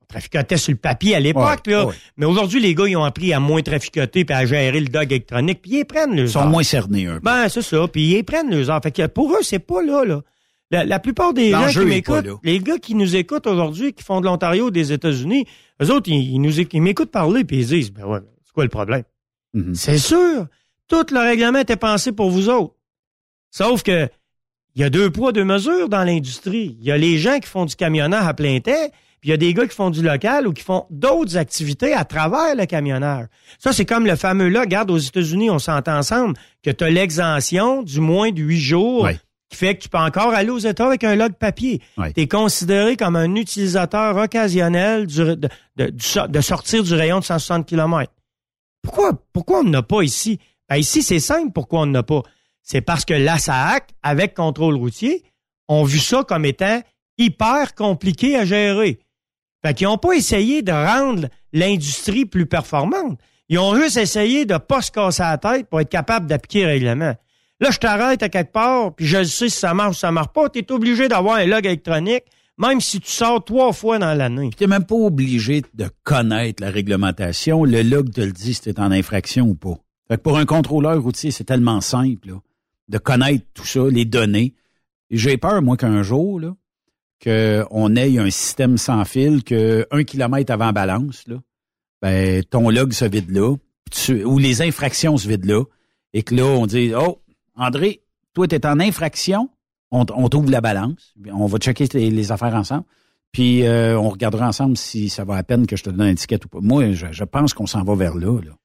traficotaient sur le papier à l'époque, ouais, là. Ouais. Mais aujourd'hui, les gars, ils ont appris à moins traficoter puis à gérer le dog électronique, puis ils prennent le. Ils sont moins cernés un peu. Ben, c'est ça, puis ils prennent les heures. Fait que pour eux, c'est pas là, là. La, la plupart des gens qui m'écoutent, les gars qui nous écoutent aujourd'hui, qui font de l'Ontario, des États-Unis, eux autres, ils, ils nous ils m'écoutent parler puis ils disent, ben ouais, c'est quoi le problème? Mm-hmm. C'est sûr. Tout le règlement était pensé pour vous autres. Sauf que, il y a deux poids, deux mesures dans l'industrie. Il y a les gens qui font du camionnage à plein temps, puis il y a des gars qui font du local ou qui font d'autres activités à travers le camionnage. Ça, c'est comme le fameux là, regarde, aux États-Unis, on s'entend ensemble, que tu as l'exemption du moins de huit jours, ouais. qui fait que tu peux encore aller aux États avec un log papier. Ouais. Tu es considéré comme un utilisateur occasionnel du, de, de, de, de sortir du rayon de cent soixante kilomètres. Pourquoi, pourquoi on n'en a pas ici? Ben ici, c'est simple pourquoi on n'en a pas. C'est parce que l'A S A A C, avec contrôle routier, ont vu ça comme étant hyper compliqué à gérer. Fait qu'ils n'ont pas essayé de rendre l'industrie plus performante. Ils ont juste essayé de pas se casser la tête pour être capable d'appliquer le règlement. Là, je t'arrête à quelque part, puis je sais si ça marche ou ça marche pas. Tu es obligé d'avoir un log électronique, même si tu sors trois fois dans l'année. Tu n'es même pas obligé de connaître la réglementation. Le log te le dit si tu es en infraction ou pas. Fait que pour un contrôleur routier, c'est tellement simple, là, de connaître tout ça, les données. J'ai peur, moi, qu'un jour, là, qu'on ait un système sans fil, que un kilomètre avant balance, là, ben, ton log se vide là, tu, ou les infractions se vident là, et que là, on dit, oh, André, toi, t'es en infraction, on, on t'ouvre la balance, on va checker les, les affaires ensemble, puis euh, on regardera ensemble si ça va à peine que je te donne un ticket ou pas. Moi, je, je pense qu'on s'en va vers là, là.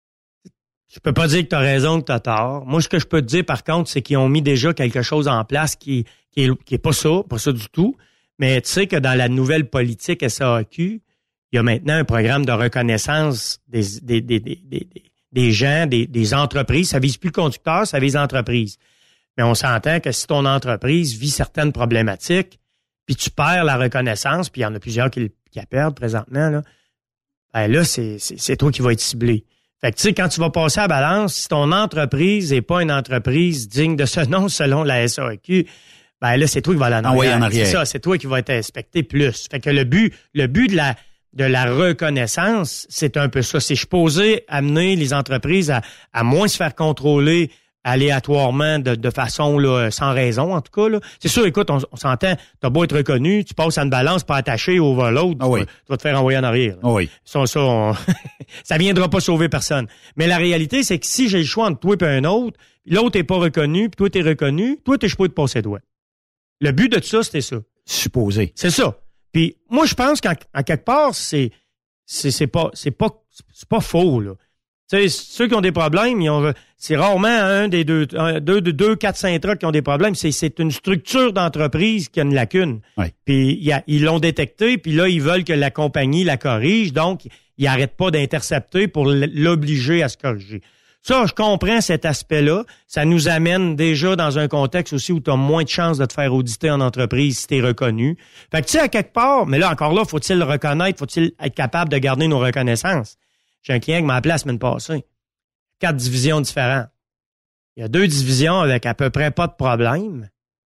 Je peux pas dire que tu as raison, que tu as tort. Moi, ce que je peux te dire, par contre, c'est qu'ils ont mis déjà quelque chose en place qui, qui, est, qui est pas ça, pas ça du tout. Mais tu sais que dans la nouvelle politique S A A Q, il y a maintenant un programme de reconnaissance des, des, des, des, des, des gens, des, des entreprises. Ça vise plus le conducteur, ça vise l'entreprise. Mais on s'entend que si ton entreprise vit certaines problématiques, puis tu perds la reconnaissance, puis il y en a plusieurs qui, qui la perdent présentement, là, ben là, c'est, c'est, c'est toi qui vas être ciblé. Fait que tu sais, quand tu vas passer à la balance, si ton entreprise n'est pas une entreprise digne de ce nom selon la S A A Q, ben là, c'est toi qui vas l'en arrière. en arrière. C'est ça, c'est toi qui vas être inspecté plus. Fait que le but, le but de la de la reconnaissance, c'est un peu ça. C'est je suis posé amener les entreprises à, à moins se faire contrôler aléatoirement de, de façon là, sans raison, en tout cas. Là. C'est sûr, écoute, on, on s'entend, t'as beau être reconnu, tu passes à une balance pas attachée au overload, ah oui. tu, vas, tu vas te faire envoyer en arrière. Ah oui. Ça, ça, on... ça viendra pas sauver personne. Mais la réalité, c'est que si j'ai le choix entre toi et un autre, l'autre est pas reconnu, puis toi t'es reconnu, toi t'es supposé te passer le doigt. Le but de ça, c'était ça. Supposé. C'est ça. Puis moi, je pense qu'en en quelque part, c'est c'est, c'est pas c'est pas c'est pas faux, là. Tu sais, ceux qui ont des problèmes, ils ont, c'est rarement un des deux, un, deux, deux, deux, quatre, cinq trucks qui ont des problèmes. C'est, c'est une structure d'entreprise qui a une lacune. Oui. Puis y a, ils l'ont détecté, puis là, ils veulent que la compagnie la corrige. Donc, ils n'arrêtent pas d'intercepter pour l'obliger à se corriger. Ça, je comprends cet aspect-là. Ça nous amène déjà dans un contexte aussi où tu as moins de chances de te faire auditer en entreprise si tu es reconnu. Fait que tu sais, à quelque part, mais là, encore là, faut-il le reconnaître? Faut-il être capable de garder nos reconnaissances? J'ai un client qui m'a appelé la semaine passée. Quatre divisions différentes. Il y a deux divisions avec à peu près pas de problème.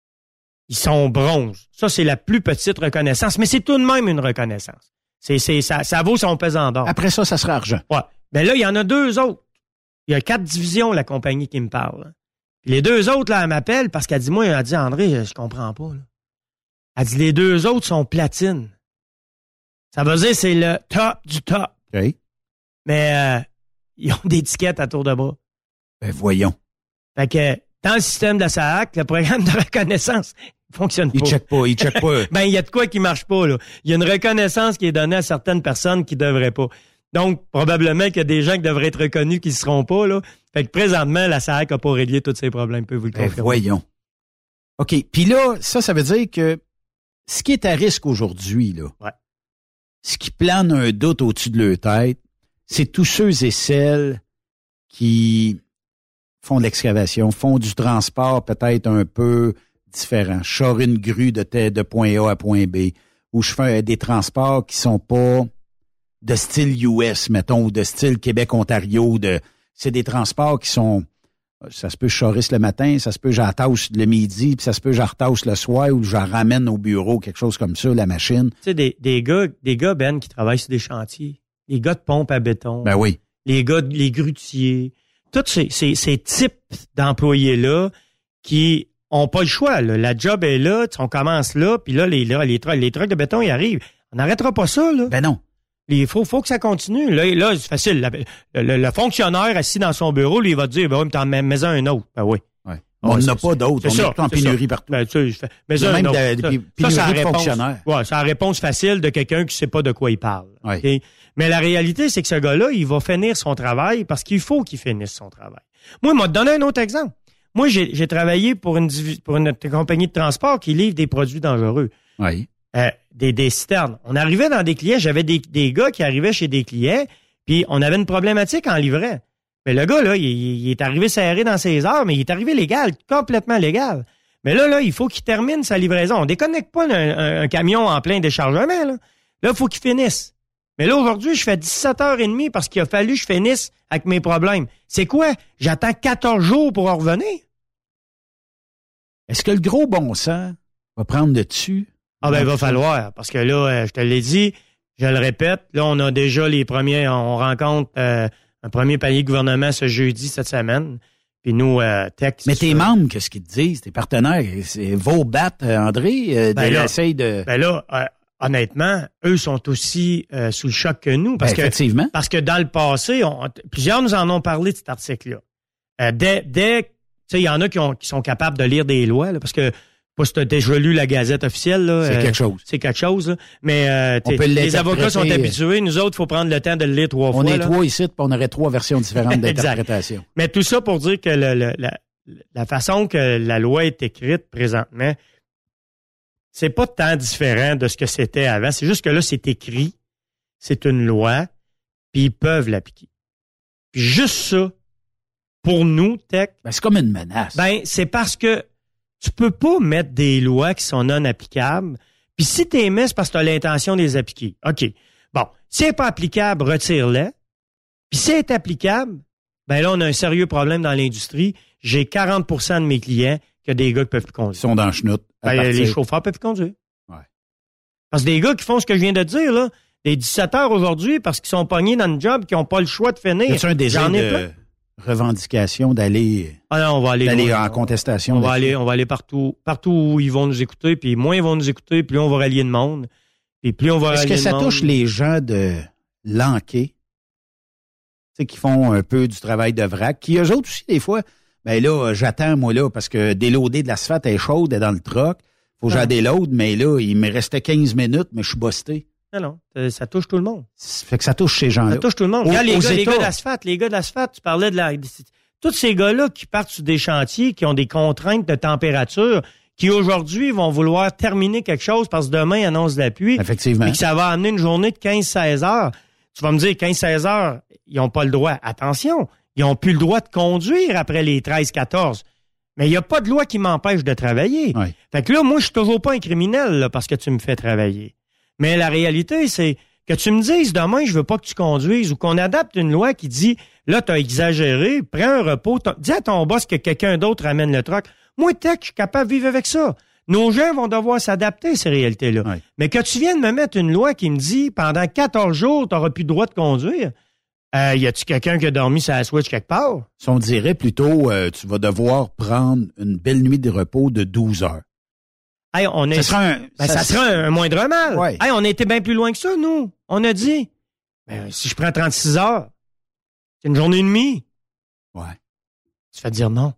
Ils sont bronze. Ça, c'est la plus petite reconnaissance, mais c'est tout de même une reconnaissance. C'est, c'est, ça, ça vaut son pesant d'or. Après ça, ça sera argent. Ouais. Ben là, il y en a deux autres. Il y a quatre divisions, la compagnie qui me parle. Puis les deux autres, là, elle m'appelle parce qu'elle dit, moi, elle a dit, André, je comprends pas, là. Elle dit, les deux autres sont platine. Ça veut dire, c'est le top du top. OK. Mais euh, ils ont des étiquettes à tour de bras. Ben voyons. Fait que dans le système de la S A A C, le programme de reconnaissance ne fonctionne pas. Il check pas, il check pas. Ben il y a de quoi qui marche pas là. Il y a une reconnaissance qui est donnée à certaines personnes qui devraient pas. Donc probablement qu'il y a des gens qui devraient être reconnus qui ne seront pas là. Fait que présentement la S A A C n'a pas réglé tous ces problèmes, peut vous le ben confirmer. Voyons. OK, puis là ça ça veut dire que ce qui est à risque aujourd'hui là. Ouais. Ce qui plane un doute au-dessus de leur tête, c'est tous ceux et celles qui font de l'excavation, font du transport peut-être un peu différent. Je sors une grue de, t- de point A à point B, ou je fais des transports qui sont pas de style U S, mettons, ou de style Québec-Ontario. De, c'est des transports qui sont Ça se peut que je chorisse le matin, ça se peut que j'attache le midi, puis ça se peut que je retasse le soir ou je ramène au bureau, quelque chose comme ça, la machine. Tu sais, des, des gars, des gars, Ben, qui travaillent sur des chantiers. Les gars de pompe à béton. Ben oui. Les gars, les grutiers. Tous ces, ces, ces types d'employés-là qui ont pas le choix, là. La job est là, on commence là, puis là, les, là, les, trucks, les trucks de béton, ils arrivent. On n'arrêtera pas ça, là. Ben non. Il faut, faut que ça continue. Là, là c'est facile. Le, le, le fonctionnaire assis dans son bureau, lui, il va te dire, ben oui, mais t'en mets, mets un autre. Ben oui. Ouais. On n'en a pas d'autres. On est tout en pénurie partout. Ben, tu sais, mets un même autre. De, de, de, ça, ça, de réponse, fonctionnaires. Ouais, c'est la réponse facile de quelqu'un qui sait pas de quoi il parle. Ouais. Okay? Mais la réalité, c'est que ce gars-là, il va finir son travail parce qu'il faut qu'il finisse son travail. Moi, il m'a donné un autre exemple. Moi, j'ai, j'ai travaillé pour une, pour une compagnie de transport qui livre des produits dangereux. Oui. Euh, des, des citernes. On arrivait dans des clients, j'avais des, des gars qui arrivaient chez des clients, puis on avait une problématique en livrant. Mais le gars, là, il, il est arrivé serré dans ses heures, mais il est arrivé légal, complètement légal. Mais là, là, il faut qu'il termine sa livraison. On déconnecte pas un, un, un camion en plein déchargement, là. Là, il faut qu'il finisse. Mais là, aujourd'hui, je fais dix-sept heures trente parce qu'il a fallu que je finisse avec mes problèmes. C'est quoi? J'attends quatorze jours pour en revenir. Est-ce que le gros bon sens va prendre le dessus? Ah ben, il va falloir. Parce que là, euh, je te l'ai dit, je le répète, là, on a déjà les premiers, on rencontre euh, un premier palier de gouvernement ce jeudi, cette semaine. Puis nous, euh, Tech... Mais tes membres, qu'est-ce qu'ils te disent? Tes partenaires, c'est vos battes, André, euh, ben là, essaye de... Ben là, euh, honnêtement, eux sont aussi euh, sous le choc que nous. Parce ben, que, effectivement. Parce que dans le passé, on, plusieurs nous en ont parlé de cet article-là. Euh, dès, dès, tu sais, il y en a qui, ont, qui sont capables de lire des lois, là, parce que pas si tu as déjà lu la Gazette officielle. Là, c'est euh, quelque chose. C'est quelque chose. Là. Mais euh, les avocats sont habitués. Nous autres, il faut prendre le temps de le lire trois on fois. On est là. trois ici, puis on aurait trois versions différentes d'interprétation. Mais tout ça pour dire que le, le, la, la façon que la loi est écrite présentement, c'est pas tant différent de ce que c'était avant. C'est juste que là, c'est écrit, c'est une loi, puis ils peuvent l'appliquer. Puis juste ça, pour nous, Tech... Ben, c'est comme une menace. Ben, c'est parce que tu peux pas mettre des lois qui sont non applicables. Puis si tu émets, c'est parce que tu as l'intention de les appliquer. OK. Bon, si c'est pas applicable, retire-les. Puis si c'est applicable, ben là, on a un sérieux problème dans l'industrie. J'ai quarante pour cent de mes clients qui ont des gars qui peuvent plus conduire. Ils sont dans le chenoute. Ben, les chauffeurs peuvent plus conduire. Ouais. Parce que des gars qui font ce que je viens de dire, là, des dix-sept heures aujourd'hui parce qu'ils sont pognés dans le job, qui n'ont pas le choix de finir. Y a-tu un désir J'en ai de plein. revendication d'aller, ah non, on va aller, d'aller loin. en contestation? On va aller, on va aller partout, partout où ils vont nous écouter, puis moins ils vont nous écouter, plus on va rallier de monde. Et plus on va Est-ce rallier que ça de monde. touche les gens de Lanquet, tu sais, qui font un peu du travail de vrac, qui eux autres aussi, des fois, ben là, j'attends, moi, là, parce que déloader de l'asphalte est chaude, est dans le troc. Faut que j'en déloade, mais là, il me restait quinze minutes, mais je suis busté. Non, non, ça touche tout le monde. Ça fait que ça touche ces gens-là. Ça touche tout le monde. Au, Regarde, les, gars, les États, gars d'asphalte, les gars d'asphalte, tu parlais de la... Tous ces gars-là qui partent sur des chantiers, qui ont des contraintes de température, qui aujourd'hui vont vouloir terminer quelque chose parce que demain annonce de la pluie. Effectivement. Et que ça va amener une journée de quinze seize heures. Tu vas me dire, quinze seize heures, ils n'ont pas le droit. Attention, ils n'ont plus le droit de conduire après les treize quatorze. Mais il n'y a pas de loi qui m'empêche de travailler. Oui. Fait que là, moi, je suis toujours pas un criminel là, parce que tu me fais travailler. Mais la réalité, c'est que tu me dises demain, je veux pas que tu conduises ou qu'on adapte une loi qui dit, là, tu as exagéré, prends un repos, dis à ton boss que quelqu'un d'autre amène le truck. Moi, Tech, je suis capable de vivre avec ça. Nos gens vont devoir s'adapter à ces réalités-là. Oui. Mais que tu viennes me mettre une loi qui me dit, pendant quatorze jours, tu n'auras plus le droit de conduire, euh, y a-tu quelqu'un qui a dormi sur la switch quelque part? Si on dirait plutôt, euh, tu vas devoir prendre une belle nuit de repos de douze heures. Hey, on est, ça sera un, ben, ça, ça sera un, un moindre mal. Ouais. Hey, on a été bien plus loin que ça, nous. On a dit, ben, si je prends trente-six heures, c'est une journée et demie. Ouais. Tu fais dire non.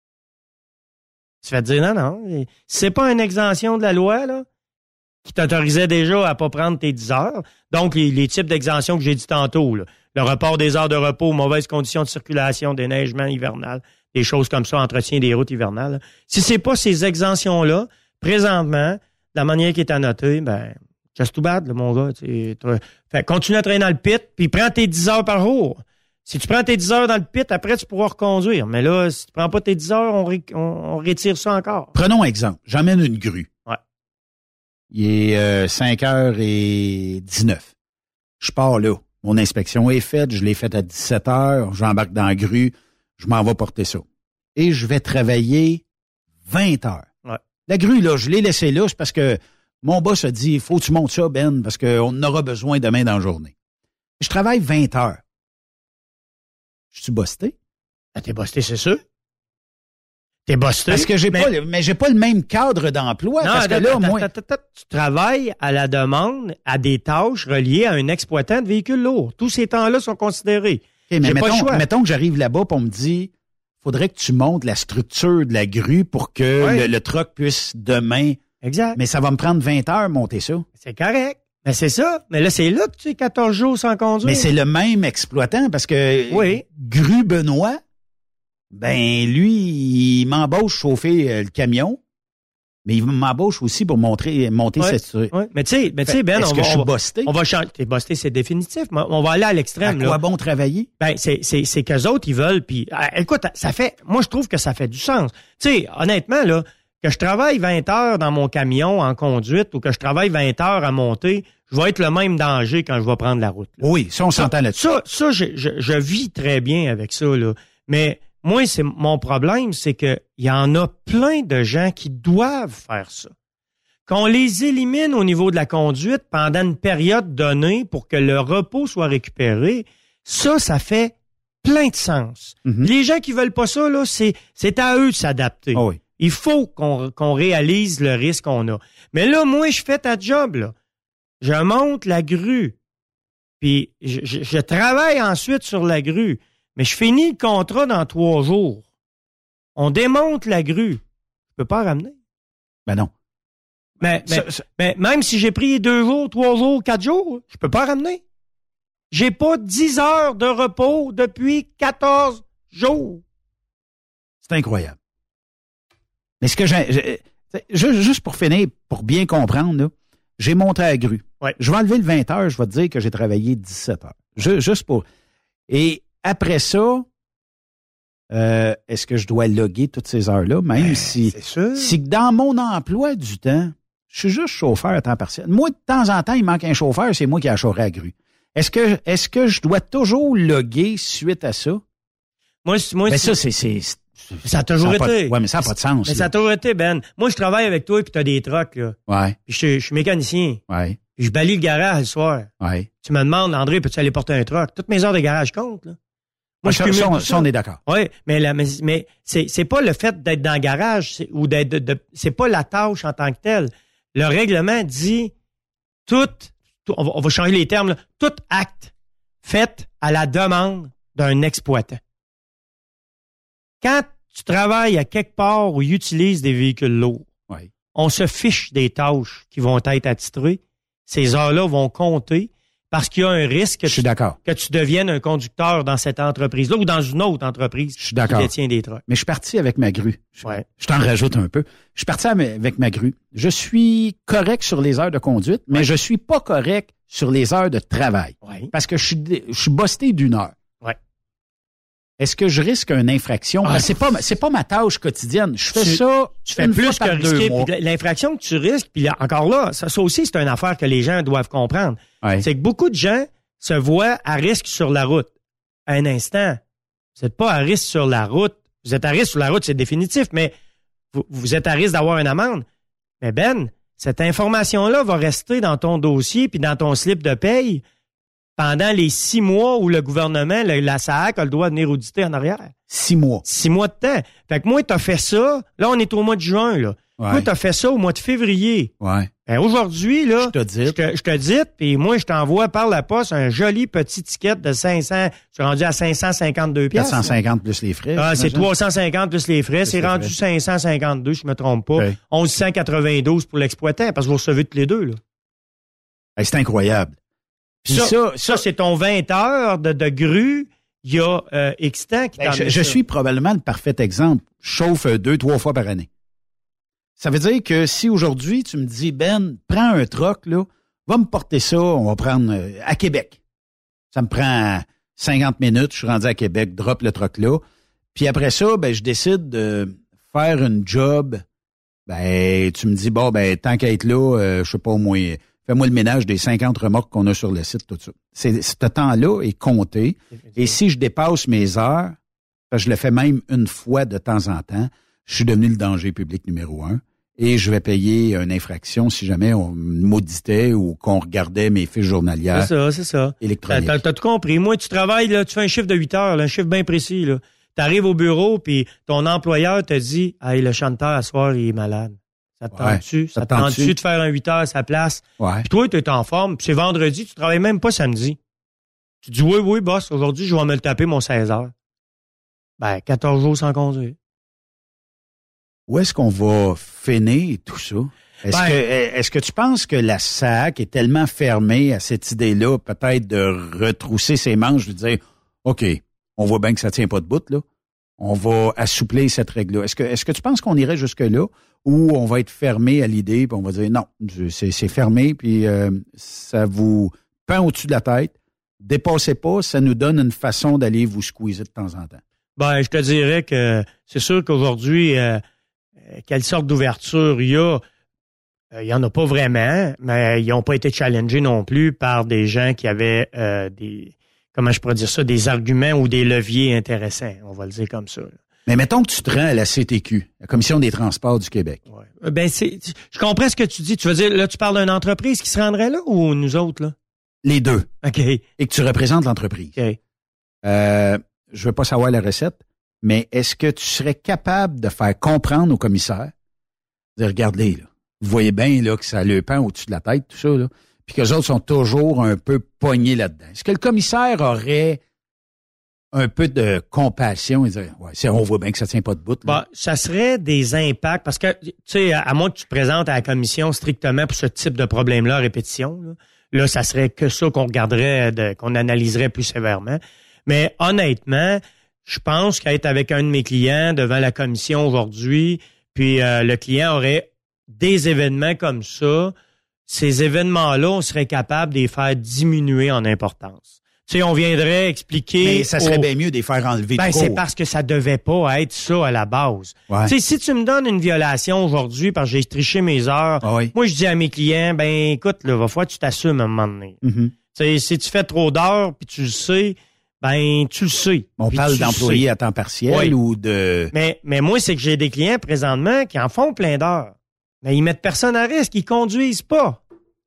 Tu fais dire non, non. C'est pas une exemption de la loi, là, qui t'autorisait déjà à pas prendre tes dix heures. Donc, les, les types d'exemptions que j'ai dit tantôt, là. Le report des heures de repos, mauvaises conditions de circulation, déneigement hivernal, des choses comme ça, entretien des routes hivernales. Là. Si c'est pas ces exemptions-là, présentement, la manière qui est annotée, ben, just too bad, là, mon gars. Tu fait, continue à traîner dans le pit, puis prends tes dix heures par jour. Si tu prends tes dix heures dans le pit, après, tu pourras reconduire. Mais là, si tu prends pas tes dix heures, on, ré, on, on retire ça encore. Prenons exemple. J'emmène une grue. Ouais. Il est euh, cinq heures dix-neuf. Je pars là. Mon inspection est faite. Je l'ai faite à dix-sept heures. J'embarque dans la grue. Je m'en vais porter ça. et je vais travailler vingt heures. Ouais. La grue, là, je l'ai laissée là, c'est parce que mon boss a dit, il faut que tu montes ça, Ben, parce qu'on en aura besoin demain dans la journée. Je travaille vingt heures. Je suis busté? Ah, t'es busté, c'est sûr. T'es busté. Parce que j'ai mais... pas, le, mais j'ai pas le même cadre d'emploi. Non, parce que là, moi... Tu travailles à la demande, à des tâches reliées à un exploitant de véhicules lourds. Tous ces temps-là sont considérés. Okay, mais mettons, pas le choix. Mettons que j'arrive là-bas et on me dit, faudrait que tu montes la structure de la grue pour que ouais. le, le truck puisse demain... Exact. Mais ça va me prendre vingt heures monter ça. C'est correct. Mais c'est ça. Mais là, c'est là que tu es quatorze jours sans conduire. Mais c'est le même exploitant parce que oui. Grue Benoît, ben lui, il m'embauche chauffer euh, le camion, mais il m'embauche aussi pour montrer, monter ouais. cette... Oui, mais tu sais, mais tu sais, Ben, est-ce on que va, je suis on va, busté? On va changer. T'es busté, c'est définitif. Mais on va aller à l'extrême. À quoi là. bon travailler? Ben, c'est, c'est, c'est qu'eux autres, ils veulent, puis écoute, ça fait, moi, je trouve que ça fait du sens. Tu sais, honnêtement, là, que je travaille vingt heures dans mon camion en conduite ou que je travaille vingt heures à monter, je vais être le même danger quand je vais prendre la route. Là. Oui, ça, on s'entend là-dessus. Ça, ça je, je, je vis très bien avec ça, là. Mais moi, c'est mon problème, c'est que il y en a plein de gens qui doivent faire ça. Qu'on les élimine au niveau de la conduite pendant une période donnée pour que le repos soit récupéré, ça, ça fait plein de sens. Mm-hmm. Les gens qui veulent pas ça, là, c'est, c'est à eux de s'adapter. Oh oui. Il faut qu'on, qu'on réalise le risque qu'on a. Mais là, moi, je fais ta job, là. Je monte la grue. Puis, je, je, je travaille ensuite sur la grue. Mais je finis le contrat dans trois jours. On démonte la grue. Je peux pas ramener. Ben non. Mais, mais, ça, ça... mais même si j'ai pris deux jours, trois jours, quatre jours, je peux pas ramener. J'ai pas dix heures de repos depuis quatorze jours. C'est incroyable. Mais ce que j'ai... j'ai juste pour finir, pour bien comprendre, là, j'ai monté à la grue. Ouais. Je vais enlever le vingt heures, je vais te dire que j'ai travaillé dix-sept heures. Je, juste pour... Et après ça, euh, est-ce que je dois loguer toutes ces heures-là? Même ben, si... C'est sûr. Si dans mon emploi du temps, je suis juste chauffeur à temps partiel. Moi, de temps en temps, il manque un chauffeur, c'est moi qui ai chauffé à la grue. Est-ce que, est-ce que je dois toujours loguer suite à ça? Moi, moi ben ça, c'est... c'est Ça a toujours ça a été. Oui, mais ça n'a pas de sens. Mais là. Ça a toujours été, Ben. Moi, je travaille avec toi et puis tu as des trucks, là. Ouais. Puis je, je suis mécanicien. Ouais. Puis je balaye le garage le soir. Ouais. Tu me demandes, André, peux-tu aller porter un truck? Toutes mes heures de garage comptent, là. Moi, je ça, ça, ça, on est d'accord. Oui, mais, la, mais, mais c'est, c'est pas le fait d'être dans le garage c'est, ou d'être... De, de, c'est pas la tâche en tant que telle. Le règlement dit tout... tout on, va, on va changer les termes, là. Tout acte fait à la demande d'un exploitant. Quand tu travailles à quelque part où ils utilisent des véhicules lourds, oui. On se fiche des tâches qui vont être attitrées. Ces heures-là vont compter parce qu'il y a un risque que, Je suis tu, d'accord. que tu deviennes un conducteur dans cette entreprise-là ou dans une autre entreprise Je suis d'accord. qui détient des trucks. Mais je suis parti avec ma grue. Je, ouais. je t'en rajoute un peu. Je suis parti avec ma grue. Je suis correct sur les heures de conduite, mais ouais. je suis pas correct sur les heures de travail. Ouais. Parce que je suis, je suis busté d'une heure. Ouais. Est-ce que je risque une infraction? Ah, ben, c'est pas, c'est pas ma tâche quotidienne. Je fais tu, ça. Tu fais plus que risquer. L'infraction que tu risques, puis encore là, ça, ça aussi, c'est une affaire que les gens doivent comprendre. Ouais. C'est que beaucoup de gens se voient à risque sur la route. À un instant, vous n'êtes pas à risque sur la route. Vous êtes à risque sur la route, c'est définitif, mais vous, vous êtes à risque d'avoir une amende. Mais Ben, cette information-là va rester dans ton dossier puis dans ton slip de paye pendant les six mois où le gouvernement, le, la S A A C, a le droit de venir auditer en arrière. Six mois. Six mois de temps. Fait que moi, t'as fait ça. Là, on est au mois de juin, là. Ouais. Moi, t'as fait ça au mois de février. Ouais. Ben, aujourd'hui, là. Je te dis. Je te, je te dis, puis moi, je t'envoie par la poste un joli petit ticket de cinq cents. Je suis rendu à cinq cent cinquante-deux piastres. quatre cent cinquante plus les frais. Ah, c'est trois cent cinquante plus les frais. Plus c'est les rendu frais. cinq cent cinquante-deux, je me trompe pas. Okay. mille cent quatre-vingt-douze pour l'exploitant, parce que vous recevez tous les deux, là. Hey, c'est incroyable. Puis ça, ça, ça, c'est ton vingt heures de, de grue. Il y a euh, X temps qui ben, je, je suis probablement le parfait exemple. Je chauffe deux, trois fois par année. Ça veut dire que si aujourd'hui, tu me dis, Ben, prends un truck, là, va me porter ça, on va prendre euh, à Québec. Ça me prend cinquante minutes, je suis rendu à Québec, drop le truck là. Puis après ça, ben, je décide de faire une job. Ben, tu me dis, bon, ben, tant qu'à être là, euh, je sais pas, au moins, fais-moi le ménage des cinquante remorques qu'on a sur le site, tout ça. C'est, ce temps-là est compté. Et si je dépasse mes heures, parce que je le fais même une fois de temps en temps, je suis devenu le danger public numéro un et je vais payer une infraction si jamais on m'auditait ou qu'on regardait mes fiches journalières. C'est ça, c'est ça. Électroniques. T'as, t'as tout compris. Moi, tu travailles, là, tu fais un chiffre de huit heures, là, un chiffre bien précis, là. T'arrives au bureau, puis ton employeur te dit « Hey, le chanteur, à soir, il est malade. Ça te Ouais, tente-tu? ça Ça te te tente-tu? tente-tu de faire un huit heures à sa place? Ouais. Puis toi, tu es en forme, puis c'est vendredi, tu travailles même pas samedi. Tu dis « Oui, oui, boss, aujourd'hui, je vais me le taper mon seize heures. » Ben, quatorze jours sans conduire. Où est-ce qu'on va finir tout ça? Est-ce Ben, que est-ce que tu penses que la S A C est tellement fermée à cette idée-là, peut-être de retrousser ses manches, de dire OK, on voit bien que ça tient pas de bout, là. On va assouplir cette règle-là. Est-ce que est-ce que tu penses qu'on irait jusque-là ou on va être fermé à l'idée puis on va dire non, c'est, c'est fermé puis euh, ça vous pend au-dessus de la tête, dépassez pas, ça nous donne une façon d'aller vous squeezer de temps en temps. Ben, je te dirais que c'est sûr qu'aujourd'hui, euh, quelle sorte d'ouverture il y a, il n'y en a pas vraiment, mais ils n'ont pas été challengés non plus par des gens qui avaient euh, des, comment je pourrais dire ça, des arguments ou des leviers intéressants, on va le dire comme ça. Là. Mais mettons que tu te rends à la C T Q, la Commission des transports du Québec. Ouais. Ben, c'est, je comprends ce que tu dis. Tu veux dire, là, tu parles d'une entreprise qui se rendrait là ou nous autres, là? Les deux. OK. Et que tu représentes l'entreprise. OK. Euh, je veux pas savoir la recette, mais est-ce que tu serais capable de faire comprendre aux commissaires, de regarder, là, vous voyez bien là que ça le pend au-dessus de la tête, tout ça, là, puis qu'eux autres sont toujours un peu pognés là-dedans. Est-ce que le commissaire aurait un peu de compassion et dire, ouais, c'est, on voit bien que ça tient pas de bout. Bah, ça serait des impacts, parce que, tu sais, à, à moins que tu te présentes à la commission strictement pour ce type de problème-là, répétition, là, là, ça serait que ça qu'on regarderait, de, qu'on analyserait plus sévèrement. Mais honnêtement, je pense qu'à être avec un de mes clients devant la commission aujourd'hui, puis euh, le client aurait des événements comme ça, ces événements-là, on serait capable de les faire diminuer en importance. Tu sais, on viendrait expliquer... Mais ça serait aux... bien mieux de les faire enlever ben, de c'est cours. parce que ça devait pas être ça à la base. Ouais. Tu sais, si tu me donnes une violation aujourd'hui parce que j'ai triché mes heures, Ah oui. moi, je dis à mes clients, ben écoute, là, va falloir que tu t'assumes à un moment donné. Mm-hmm. Tu sais, si tu fais trop d'heures puis tu le sais, ben tu le sais. On Puis parle tu le d'employés sais. à temps partiel Oui. ou de... Mais, mais moi, c'est que j'ai des clients présentement qui en font plein d'heures. Mais ils mettent personne à risque, ils conduisent pas.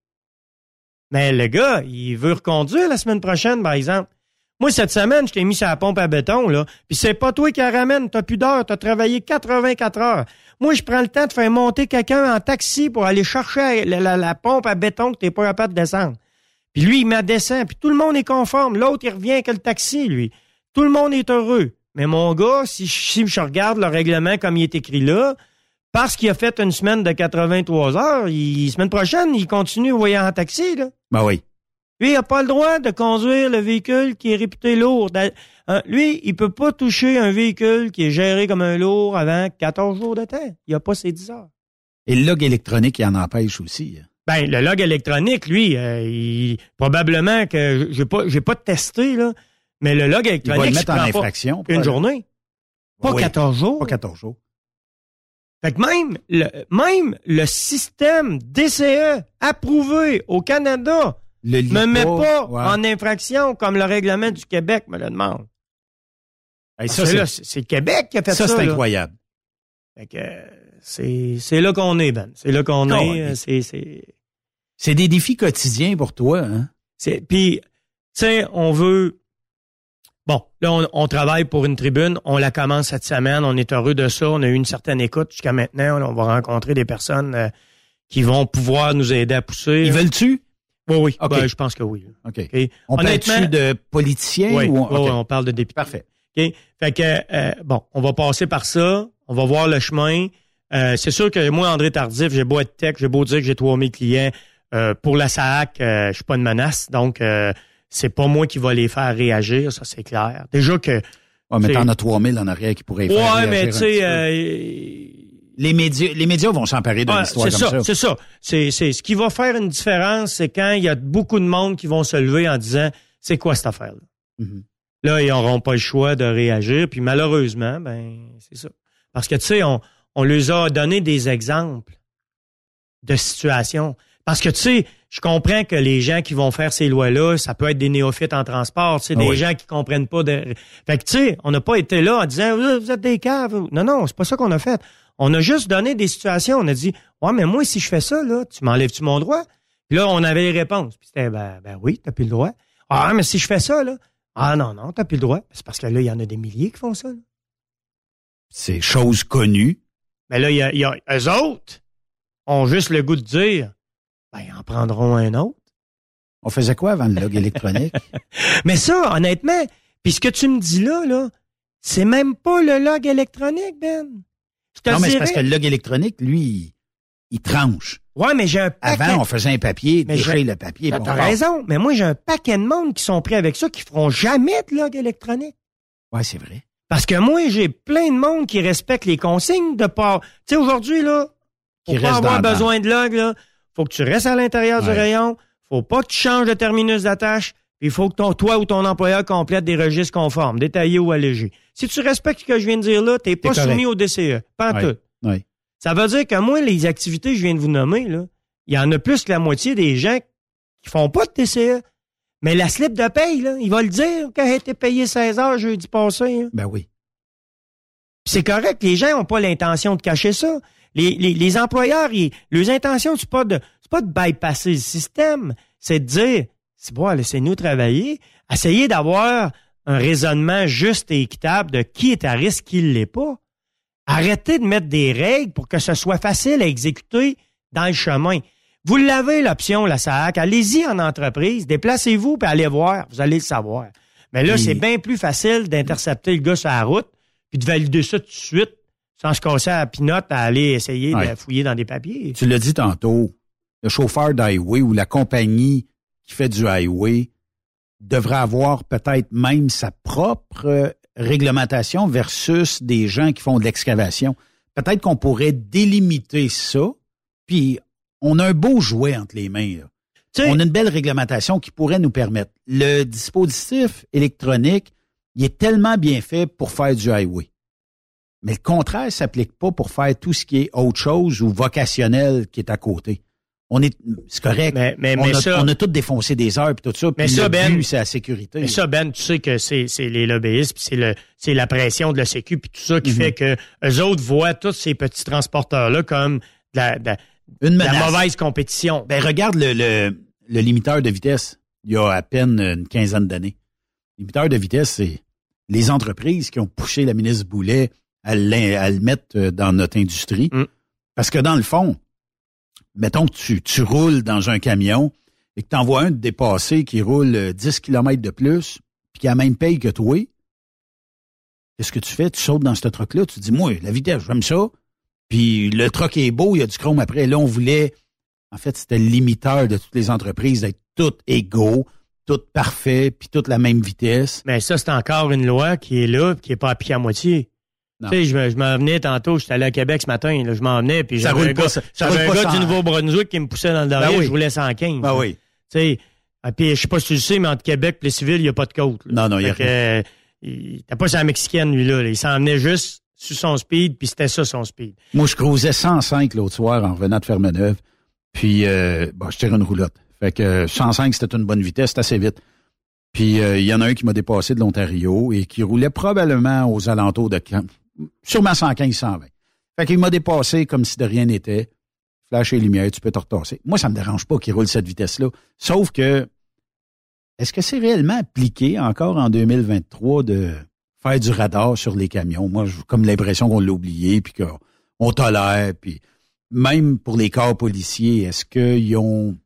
Mais le gars, il veut reconduire la semaine prochaine, par exemple. Moi, cette semaine, je t'ai mis sur la pompe à béton, là, puis c'est pas toi qui la ramène, t'as plus d'heures, t'as travaillé quatre-vingt-quatre heures. Moi, je prends le temps de faire monter quelqu'un en taxi pour aller chercher la, la, la pompe à béton que t'es pas capable de descendre. Puis lui, il me descend, puis tout le monde est conforme. L'autre, il revient avec le taxi, lui. Tout le monde est heureux. Mais mon gars, si, si je regarde le règlement comme il est écrit là, parce qu'il a fait une semaine de quatre-vingt-trois heures, il, semaine prochaine, il continue à voyer en taxi, là. Ben oui. Lui, il n'a pas le droit de conduire le véhicule qui est réputé lourd. Hein, lui, il peut pas toucher un véhicule qui est géré comme un lourd avant quatorze jours de temps. Il n'a pas ses dix heures. Et le log électronique, il en empêche aussi. Ben, le log électronique, lui, euh, il, probablement que j'ai pas, j'ai pas testé, là, mais le log électronique, il va le mettre en prend infraction. Pas une journée. Pas oui. quatorze jours. Pas quatorze jours. Fait que même le, même le système D C E approuvé au Canada le me met pas ouais. en infraction comme le règlement du Québec me le demande. Hey, Parce ça, que c'est, là, c'est, c'est le Québec qui a fait ça. Ça, c'est là. incroyable. Fait que c'est, c'est là qu'on est, Ben. C'est là qu'on oh, est. Oui. C'est, c'est... c'est des défis quotidiens pour toi, hein? C'est, puis, tu sais, on veut... Bon, là, on, on travaille pour une tribune. On la commence cette semaine. On est heureux de ça. On a eu une certaine écoute jusqu'à maintenant. Là, on va rencontrer des personnes euh, qui vont pouvoir nous aider à pousser. Ils veulent-tu? Oui, oui. Okay. Ben, je pense que oui. OK. okay. On parle-tu de politiciens? Oui, ou on... Okay. Oui, on parle de députés. Parfait. Okay. Fait que, euh, bon, on va passer par ça. On va voir le chemin. Euh, c'est sûr que moi, André Tardif, j'ai beau être tech, j'ai beau dire que j'ai trois mille clients. Euh, pour la S A A C, euh, je suis pas une menace. Donc, euh, c'est pas moi qui va les faire réagir, ça, c'est clair. Déjà que... Ouais, mais t'en as trois mille en arrière qui pourraient faire ouais, réagir. Ouais, mais tu sais... Euh, les médias, les médias vont s'emparer d'une ouais, histoire c'est comme ça. ça. C'est ça. C'est, c'est ce qui va faire une différence, c'est quand il y a beaucoup de monde qui vont se lever en disant « C'est quoi cette affaire-là? Mm-hmm. » Là, ils n'auront pas le choix de réagir. Puis malheureusement, ben c'est ça. Parce que, tu sais, on, on leur a donné des exemples de situations. Parce que, tu sais, je comprends que les gens qui vont faire ces lois-là, ça peut être des néophytes en transport, tu sais, des oui. gens qui comprennent pas de... Fait que, tu sais, on n'a pas été là en disant, vous êtes des caves. Non, non, c'est pas ça qu'on a fait. On a juste donné des situations. On a dit, ouais, mais moi, si je fais ça, là, tu m'enlèves-tu mon droit? Puis là, on avait les réponses. Puis c'était, ben, ben oui, t'as plus le droit. Ah, mais si je fais ça, là, ah non, non, t'as plus le droit. C'est parce que là, il y en a des milliers qui font ça, là. C'est chose connue. Mais là, il y a, il y a, eux autres ont juste le goût de dire, ben, ils en prendront un autre. On faisait quoi avant le log électronique? Mais ça, honnêtement, puis ce que tu me dis là, là, c'est même pas le log électronique, Ben. Je te non, mais dirais... c'est parce que le log électronique, lui, il, il tranche. Ouais, mais j'ai un paquet... Avant, on faisait un papier, mais déchirer le papier. T'as, bon, t'as bon. raison, mais moi, j'ai un paquet de monde qui sont pris avec ça, qui feront jamais de log électronique. Ouais, c'est vrai. Parce que moi, j'ai plein de monde qui respecte les consignes de pas... Tu sais, aujourd'hui, là, pour Qui pas reste avoir dans- besoin de log, là, faut que tu restes à l'intérieur Ouais. du rayon, faut pas que tu changes de terminus d'attache, puis il faut que ton, toi ou ton employeur complète des registres conformes, détaillés ou allégés. Si tu respectes ce que je viens de dire là, t'es pas T'es correct. soumis au D C E. Pas en Ouais. tout. Oui. Ça veut dire que moi, les activités que je viens de vous nommer, là, il y en a plus que la moitié des gens qui font pas de T C E. Mais la slip de paye, là, il va le dire qu'elle a été payée seize heures jeudi passé. Hein. Ben oui. Puis c'est correct, les gens n'ont pas l'intention de cacher ça. Les, les, les employeurs, ils, leurs intentions, c'est pas de c'est pas de bypasser le système, c'est de dire, c'est bon, laissez-nous travailler, essayez d'avoir un raisonnement juste et équitable de qui est à risque, qui ne l'est pas. Arrêtez de mettre des règles pour que ce soit facile à exécuter dans le chemin. Vous l'avez, l'option, la S A A C. Allez-y en entreprise, déplacez-vous puis allez voir, vous allez le savoir. Mais là, Et... c'est bien plus facile d'intercepter le gars sur la route puis de valider ça tout de suite sans se casser à la pinotte à aller essayer ouais. de fouiller dans des papiers. Tu l'as dit tantôt, le chauffeur d'highway ou la compagnie qui fait du highway devrait avoir peut-être même sa propre euh, réglementation versus des gens qui font de l'excavation. Peut-être qu'on pourrait délimiter ça, puis on a un beau jouet entre les mains. Là. T'sais, on a une belle réglementation qui pourrait nous permettre. Le dispositif électronique, il est tellement bien fait pour faire du highway. Mais le contraire ne s'applique pas pour faire tout ce qui est autre chose ou vocationnel qui est à côté. On est, c'est correct. Mais, mais, on, mais a, ça, on a tout défoncé des heures puis tout ça. Mais puis ça, le Ben, but, c'est la sécurité. Mais ça, Ben, tu sais que c'est, c'est les lobbyistes, puis c'est le, c'est la pression de la Sécu, puis tout ça qui mm-hmm. fait que eux autres voient tous ces petits transporteurs-là comme de la, de, une de la mauvaise compétition. Ben regarde le, le, le limiteur de vitesse. Il y a à peine une quinzaine d'années. Le limiteur de vitesse, c'est les entreprises qui ont poussé la ministre Boulet à le, à le mettre dans notre industrie. Mm. Parce que dans le fond, mettons que tu, tu roules dans un camion et que tu en vois un de dépassé qui roule dix kilomètres de plus puis qui a la même paye que toi, qu'est-ce que tu fais? Tu sautes dans ce truck-là, tu te dis, moi, la vitesse, j'aime ça. Puis le truck est beau, il y a du chrome après. Là, on voulait... En fait, c'était le limiteur de toutes les entreprises d'être toutes égaux, toutes parfaits, puis toutes la même vitesse. Mais ça, c'est encore une loi qui est là, qui n'est pas appliquée à moitié. Non. Tu sais, je, je m'en venais tantôt, j'étais allé à Québec ce matin, là, je m'en venais, puis ça j'avais un gars, ça, j'avais un gars sans... du Nouveau-Brunswick qui me poussait dans le derrière, ben oui. Je roulais cent quinze. Ben oui. Tu sais, puis je sais pas si tu le sais, mais entre Québec et les civils, il n'y a pas de côte. Là. Non, non, il y a rien. Euh, il n'était pas sur la mexicaine, lui, là. Il s'en venait juste sur son speed, puis c'était ça, son speed. Moi, je cruisais cent cinq l'autre soir en revenant de Fermeneuve, puis euh, bon, je tire une roulotte. Fait que cent cinq, c'était une bonne vitesse, c'était assez vite. Puis il euh, y en a un qui m'a dépassé de l'Ontario et qui roulait probablement aux alentours de... Sûrement cent quinze, cent vingt. Fait qu'il m'a dépassé comme si de rien n'était. Flash et lumière, tu peux te retasser. Moi, ça me dérange pas qu'il roule cette vitesse-là. Sauf que, est-ce que c'est réellement appliqué encore en deux mille vingt-trois de faire du radar sur les camions? Moi, j'ai comme l'impression qu'on l'a oublié, puis qu'on tolère. Puis même pour les corps policiers, est-ce qu'ils ont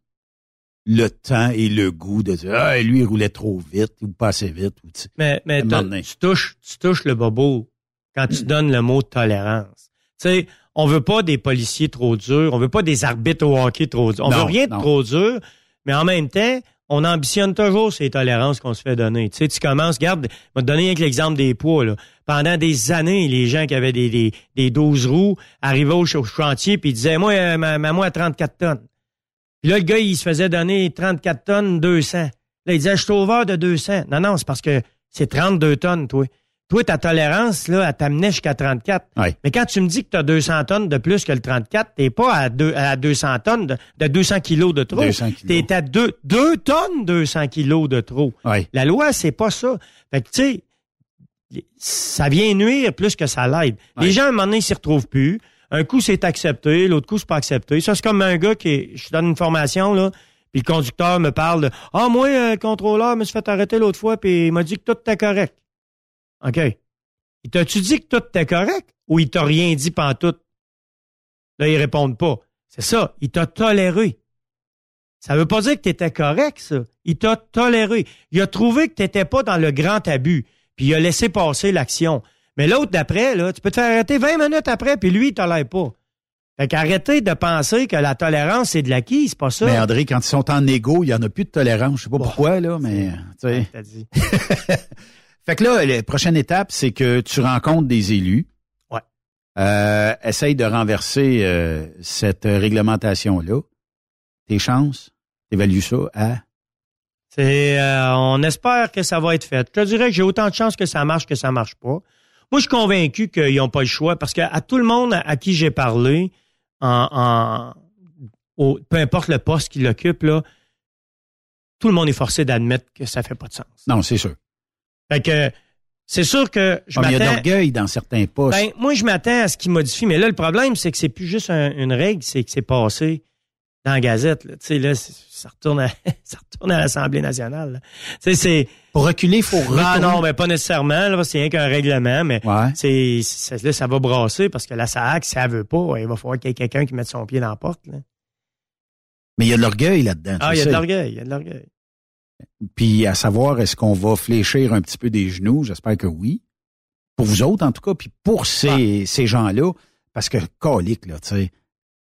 le temps et le goût de dire « Ah, lui, il roulait trop vite ou pas assez vite. » Mais, mais tu touches, tu touches le bobo quand tu donnes le mot tolérance. Tu sais, on veut pas des policiers trop durs, on veut pas des arbitres au hockey trop durs. On non, veut rien de non. trop dur, mais en même temps, on ambitionne toujours ces tolérances qu'on se fait donner. Tu sais, tu commences, regarde, je vais te donner l'exemple des poids, là. Pendant des années, les gens qui avaient des, des, des douze roues arrivaient au chantier puis ils disaient, moi, euh, ma, ma, moi, à trente-quatre tonnes. Puis là, le gars, il se faisait donner trente-quatre tonnes, deux cents. Là, il disait, je suis over de deux cents. Non, non, c'est parce que c'est trente-deux tonnes, toi. toi, ta tolérance, là, elle t'amenait jusqu'à trente-quatre. Ouais. Mais quand tu me dis que tu as deux cents tonnes de plus que le trente-quatre, t'es pas à, deux, à deux cents tonnes, de, de deux cents kilos de trop. deux cents kilos. T'es à deux, deux tonnes deux cents kilos de trop. Ouais. La loi, c'est pas ça. Fait que, tu sais, ça vient nuire plus que ça l'aide. Ouais. Les gens, à un moment donné, ils s'y retrouvent plus. Un coup, c'est accepté, l'autre coup, c'est pas accepté. Ça, c'est comme un gars qui, je donne une formation, là, puis le conducteur me parle de « Ah, moi, euh, le contrôleur me suis fait arrêter l'autre fois, puis il m'a dit que tout était correct. » OK. Il t'a-tu dit que tout était correct ou il t'a rien dit pantoute? Là, ils répondent pas. C'est ça, il t'a toléré. Ça veut pas dire que t'étais correct, ça. Il t'a toléré. Il a trouvé que t'étais pas dans le grand abus, puis il a laissé passer l'action. Mais l'autre d'après, là, tu peux te faire arrêter vingt minutes après, puis lui, il tolère pas. Fait qu'arrêtez de penser que la tolérance, c'est de l'acquis, c'est pas ça. Mais André, quand ils sont en égo, il n'y en a plus de tolérance. Je sais pas bon, pourquoi, là, mais... Tu sais. T'as dit. Fait que là, la prochaine étape, c'est que tu rencontres des élus. Ouais. Euh, essaye de renverser euh, cette réglementation-là. Tes chances, t'évalues ça à... C'est, euh, on espère que ça va être fait. Je te dirais que j'ai autant de chances que ça marche que ça marche pas. Moi, je suis convaincu qu'ils n'ont pas le choix parce que à tout le monde à qui j'ai parlé, en, en au, peu importe le poste qu'il occupe, là, tout le monde est forcé d'admettre que ça fait pas de sens. Non, c'est sûr. Fait que c'est sûr que je oh, m'attends... Il y a d'orgueil dans certains postes. Ben, moi, je m'attends à ce qu'ils modifient. Mais là, le problème, c'est que c'est plus juste un, une règle, c'est que c'est passé dans la Gazette. Tu sais, là, ça retourne à, ça retourne à l'Assemblée nationale. Tu sais, c'est... Pour reculer, il faut retourner. Ah non, mais pas nécessairement. Là, c'est rien qu'un règlement, mais ouais. c'est, c'est là, ça va brasser parce que la S A A C, si elle veut pas, il va falloir qu'il y ait quelqu'un qui mette son pied dans la porte. Là. Mais il y a de l'orgueil là-dedans. Ah, il y a de l'orgueil, il y a de l'orgueil. Puis à savoir, est-ce qu'on va fléchir un petit peu des genoux? J'espère que oui. Pour vous autres, en tout cas, puis pour ces, ah. ces gens-là, parce que colique, là, tu sais,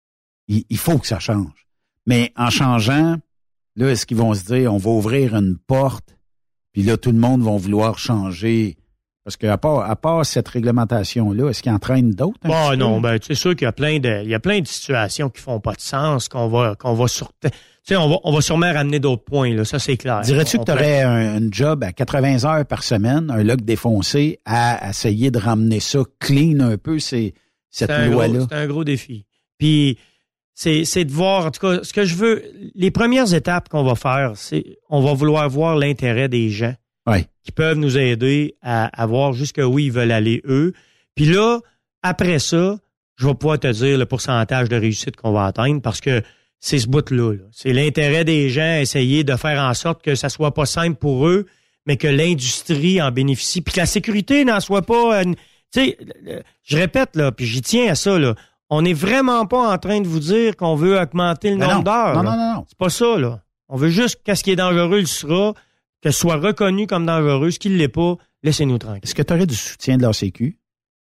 il, il faut que ça change. Mais en changeant, là, est-ce qu'ils vont se dire, on va ouvrir une porte, puis là, tout le monde va vouloir changer? Parce qu'à part, à part cette réglementation-là, est-ce qu'il entraîne d'autres? Bon, non, ben, c'est sûr qu'il y a plein de, il y a plein de situations qui font pas de sens, qu'on va, qu'on va sur, tu sais, on va, on va sûrement ramener d'autres points, là. Ça, c'est clair. Dirais-tu on, que tu aurais un, un job à quatre-vingts heures par semaine, un log défoncé, à essayer de ramener ça clean un peu, c'est, cette c'est loi-là? Gros, c'est un gros défi. Puis, c'est, c'est de voir, en tout cas, ce que je veux, les premières étapes qu'on va faire, c'est, on va vouloir voir l'intérêt des gens. Oui. Qui peuvent nous aider à, à voir jusqu'où ils veulent aller, eux. Puis là, après ça, je vais pouvoir te dire le pourcentage de réussite qu'on va atteindre parce que c'est ce bout-là. Là. C'est l'intérêt des gens, essayer de faire en sorte que ça soit pas simple pour eux, mais que l'industrie en bénéficie, puis que la sécurité n'en soit pas... Tu sais, je répète, là, puis j'y tiens à ça, là. On n'est vraiment pas en train de vous dire qu'on veut augmenter le mais nombre non. d'heures. Non, là. non, non, non. C'est pas ça, là. On veut juste qu'est-ce qui est dangereux le sera... que ce soit reconnu comme dangereux, ce qui ne l'est pas, laissez-nous tranquilles. Est-ce que tu aurais du soutien de la C Q?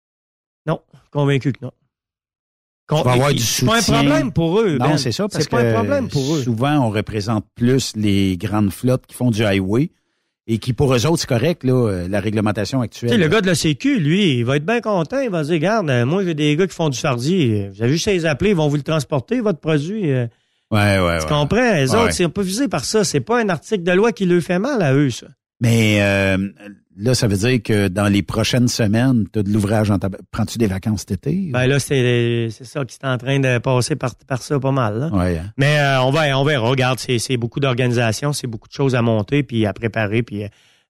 Non, convaincu que non. Con- tu vas avoir du soutien. C'est pas un problème pour eux. Non, Ben. c'est ça, parce c'est pas que un problème pour eux. souvent, on représente plus les grandes flottes qui font du highway et qui, pour eux autres, c'est correct, là, la réglementation actuelle. Tu sais, le gars de la C Q, lui, il va être bien content. Il va se dire, regarde, moi, j'ai des gars qui font du fardier. Vous avez juste à les appeler, ils vont vous le transporter, votre produit. Ouais, ouais, tu ouais. comprends? Les ouais, autres, ouais. c'est pas visé par ça. C'est pas un article de loi qui leur fait mal à eux, ça. Mais euh, là, ça veut dire que dans les prochaines semaines, tu as de l'ouvrage en ta... Prends-tu des vacances cet été? Ben là, c'est, c'est ça qui est en train de passer par, par ça pas mal. Là. Ouais, hein. Mais euh, on va on verra. Regarde, c'est, c'est beaucoup d'organisations, c'est beaucoup de choses à monter, puis à préparer, puis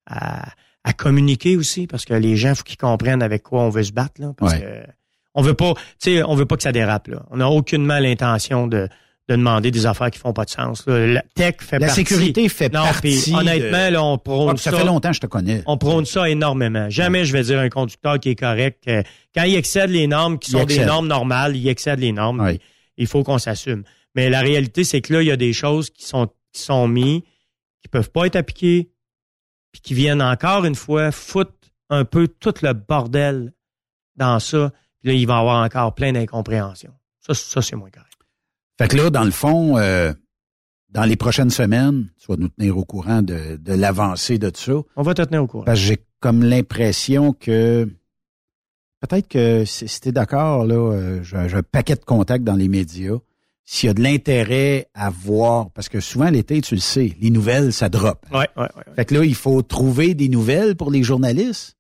à, à communiquer aussi, parce que les gens, il faut qu'ils comprennent avec quoi on veut se battre. Là, parce ouais. que on veut pas, tu sais, on veut pas que ça dérape. Là. On n'a aucunement l'intention de de demander des affaires qui font pas de sens. Là. La tech fait la partie. La sécurité fait non, partie. Puis, honnêtement, de... là, on prône ah, ça. Ça fait longtemps que je te connais. On prône ça énormément. Jamais ouais. je vais dire un conducteur qui est correct. Euh, quand il excède les normes qui sont des normes normales, il excède les normes. Ouais. Il faut qu'on s'assume. Mais la réalité, c'est que là, il y a des choses qui sont qui sont mises, qui peuvent pas être appliquées, puis qui viennent encore une fois foutre un peu tout le bordel dans ça. Puis là, il va y avoir encore plein d'incompréhensions. Ça, ça c'est moins correct. Fait que là, dans le fond, euh, dans les prochaines semaines, tu vas nous tenir au courant de, de l'avancée de tout ça. On va te tenir au courant. Parce que j'ai comme l'impression que peut-être que si, si tu es d'accord, là, euh, j'ai, j'ai un paquet de contacts dans les médias. S'il y a de l'intérêt à voir, parce que souvent l'été, tu le sais, les nouvelles, ça drop. Ouais, ouais, ouais, ouais. Fait que là, il faut trouver des nouvelles pour les journalistes.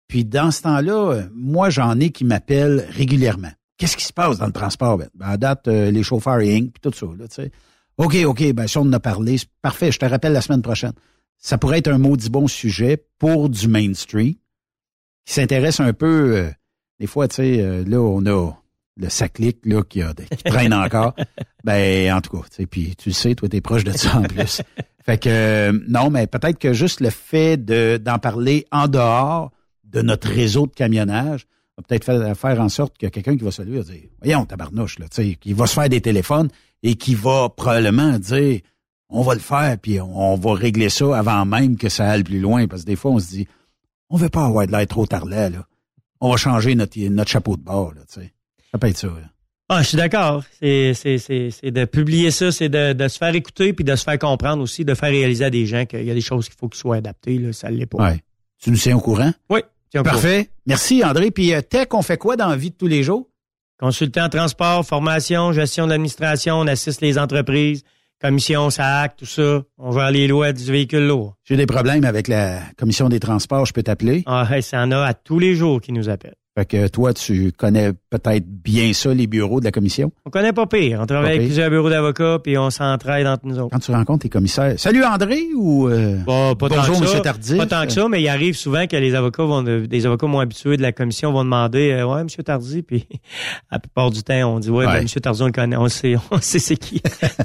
Puis dans ce temps-là, moi, j'en ai qui m'appellent régulièrement. Qu'est-ce qui se passe dans le transport? Ben, à date, euh, les chauffeurs et Inc, puis tout ça, là, tu sais. OK, OK, ben si on en a parlé, c'est parfait, je te rappelle la semaine prochaine. Ça pourrait être un maudit bon sujet pour du Main Street qui s'intéresse un peu, euh, des fois, tu sais, euh, là, on a le Saclic, là, qui, a, qui traîne encore. Ben, en tout cas, tu sais, puis tu le sais, toi, t'es proche de ça en plus. Fait que, euh, non, mais peut-être que juste le fait de d'en parler en dehors de notre réseau de camionnage va peut-être faire, faire en sorte que quelqu'un qui va se lever va dire, voyons, tabarnouche, là, tu sais, qui va se faire des téléphones et qui va probablement dire, on va le faire, puis on, on va régler ça avant même que ça aille plus loin, parce que des fois, on se dit, on veut pas avoir de l'air trop tarlet, là. On va changer notre, notre chapeau de bord, là, tu sais. Ça peut être ça, là. Ah, je suis d'accord. C'est, c'est, c'est, c'est de publier ça, c'est de, de se faire écouter puis de se faire comprendre aussi, de faire réaliser à des gens qu'il y a des choses qu'il faut qu'ils soient adaptées, là, ça l'est pas. Ouais. Tu nous tiens au courant? Oui. Parfait. Merci, André. Puis, euh, Tech, on fait quoi dans la vie de tous les jours? Consultant en transport, formation, gestion de l'administration, on assiste les entreprises, commission, S A C, tout ça. On gère les lois du véhicule lourd. J'ai des problèmes avec la commission des transports, je peux t'appeler? Ah, ça en a à tous les jours qui nous appellent. Fait que toi, tu connais peut-être bien ça, les bureaux de la commission? On connaît pas pire. On travaille Pas avec pire. plusieurs bureaux d'avocats puis on s'entraide entre nous autres. Quand tu rencontres tes commissaires, salut André ou euh, Bon, pas bonjour tant que ça, M. Tardif? Pas tant que ça, mais il arrive souvent que les avocats vont, des avocats moins habitués de la commission vont demander, euh, ouais, M. Tardif, puis la plupart du temps, on dit, ouais, Ouais. ben, M. Tardif, on le connaît, on sait, on sait c'est qui.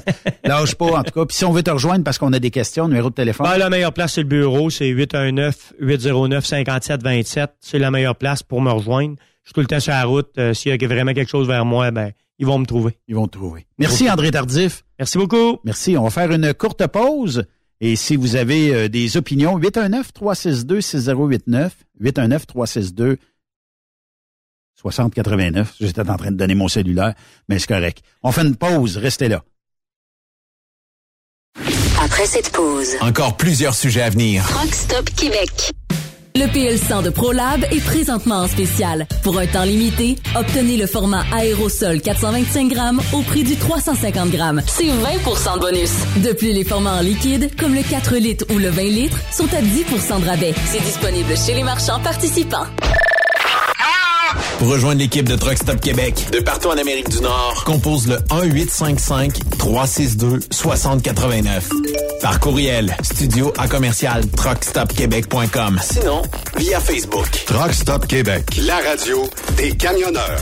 Lâche pas, en tout cas. Puis si on veut te rejoindre parce qu'on a des questions, numéro de téléphone? Ben, la meilleure place, c'est le bureau, c'est huit un neuf, huit zéro neuf, cinq sept deux sept. C'est la meilleure place pour me rejoindre. Je suis tout le temps sur la route. Euh, s'il y a vraiment quelque chose vers moi, ben, ils vont me trouver. Ils vont te trouver. Merci André Tardif. Merci beaucoup. Merci. On va faire une courte pause. Et si vous avez euh, des opinions, huit un neuf, trois six deux, six zéro huit neuf, huit un neuf, trois six deux, six zéro huit neuf. J'étais en train de donner mon cellulaire, mais c'est correct. On fait une pause. Restez là. Après cette pause, Encore plusieurs sujets à venir. Truck Stop Québec. Le P L cent de ProLab est présentement en spécial. Pour un temps limité, obtenez le format aérosol quatre cent vingt-cinq grammes au prix du trois cent cinquante grammes. C'est vingt pour cent de bonus. De plus, les formats en liquide, comme le quatre litres ou le vingt litres, sont à dix pour cent de rabais. C'est disponible chez les marchands participants. Pour rejoindre l'équipe de Truck Stop Québec, de partout en Amérique du Nord, compose le un huit cinq cinq, trois six deux, six zéro huit neuf. Par courriel, studio à commercial truck stop québec point com. Sinon, via Facebook. Truck Stop Québec, la radio des camionneurs.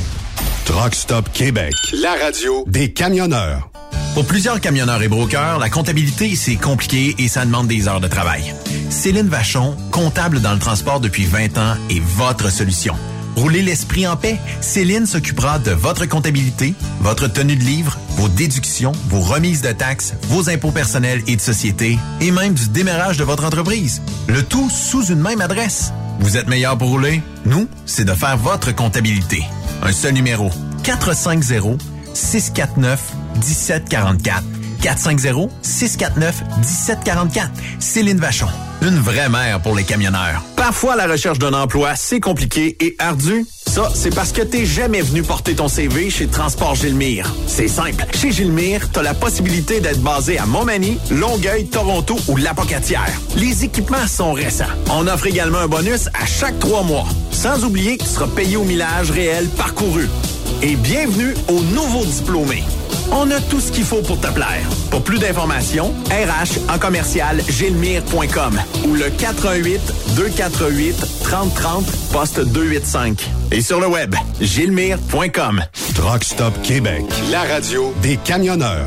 Truck Stop Québec, la radio des camionneurs. Pour plusieurs camionneurs et brokers, la comptabilité, c'est compliqué et ça demande des heures de travail. Céline Vachon, comptable dans le transport depuis vingt ans, est votre solution. Roulez l'esprit en paix. Céline s'occupera de votre comptabilité, votre tenue de livre, vos déductions, vos remises de taxes, vos impôts personnels et de société, et même du démarrage de votre entreprise. Le tout sous une même adresse. Vous êtes meilleur pour rouler? Nous, c'est de faire votre comptabilité. Un seul numéro. quatre cinq zéro, six quatre neuf, un sept quatre quatre. quatre cinq zéro, six quatre neuf, un sept quatre quatre. Céline Vachon. Une vraie mère pour les camionneurs. Parfois, la recherche d'un emploi, c'est compliqué et ardu. Ça, c'est parce que t'es jamais venu porter ton C V chez Transport Gilmire. C'est simple. Chez Gilmire, t'as la possibilité d'être basé à Montmagny, Longueuil, Toronto ou Lapocatière. Les équipements sont récents. On offre également un bonus à chaque trois mois. Sans oublier que tu seras payé au millage réel parcouru. Et bienvenue aux nouveaux diplômés. On a tout ce qu'il faut pour te plaire. Pour plus d'informations, R H en commercial gilmire point com ou le quatre un huit, deux quatre huit, trente trente, poste deux huit cinq. Et sur le web, gilmire point com. Truck Stop Québec, la radio des camionneurs.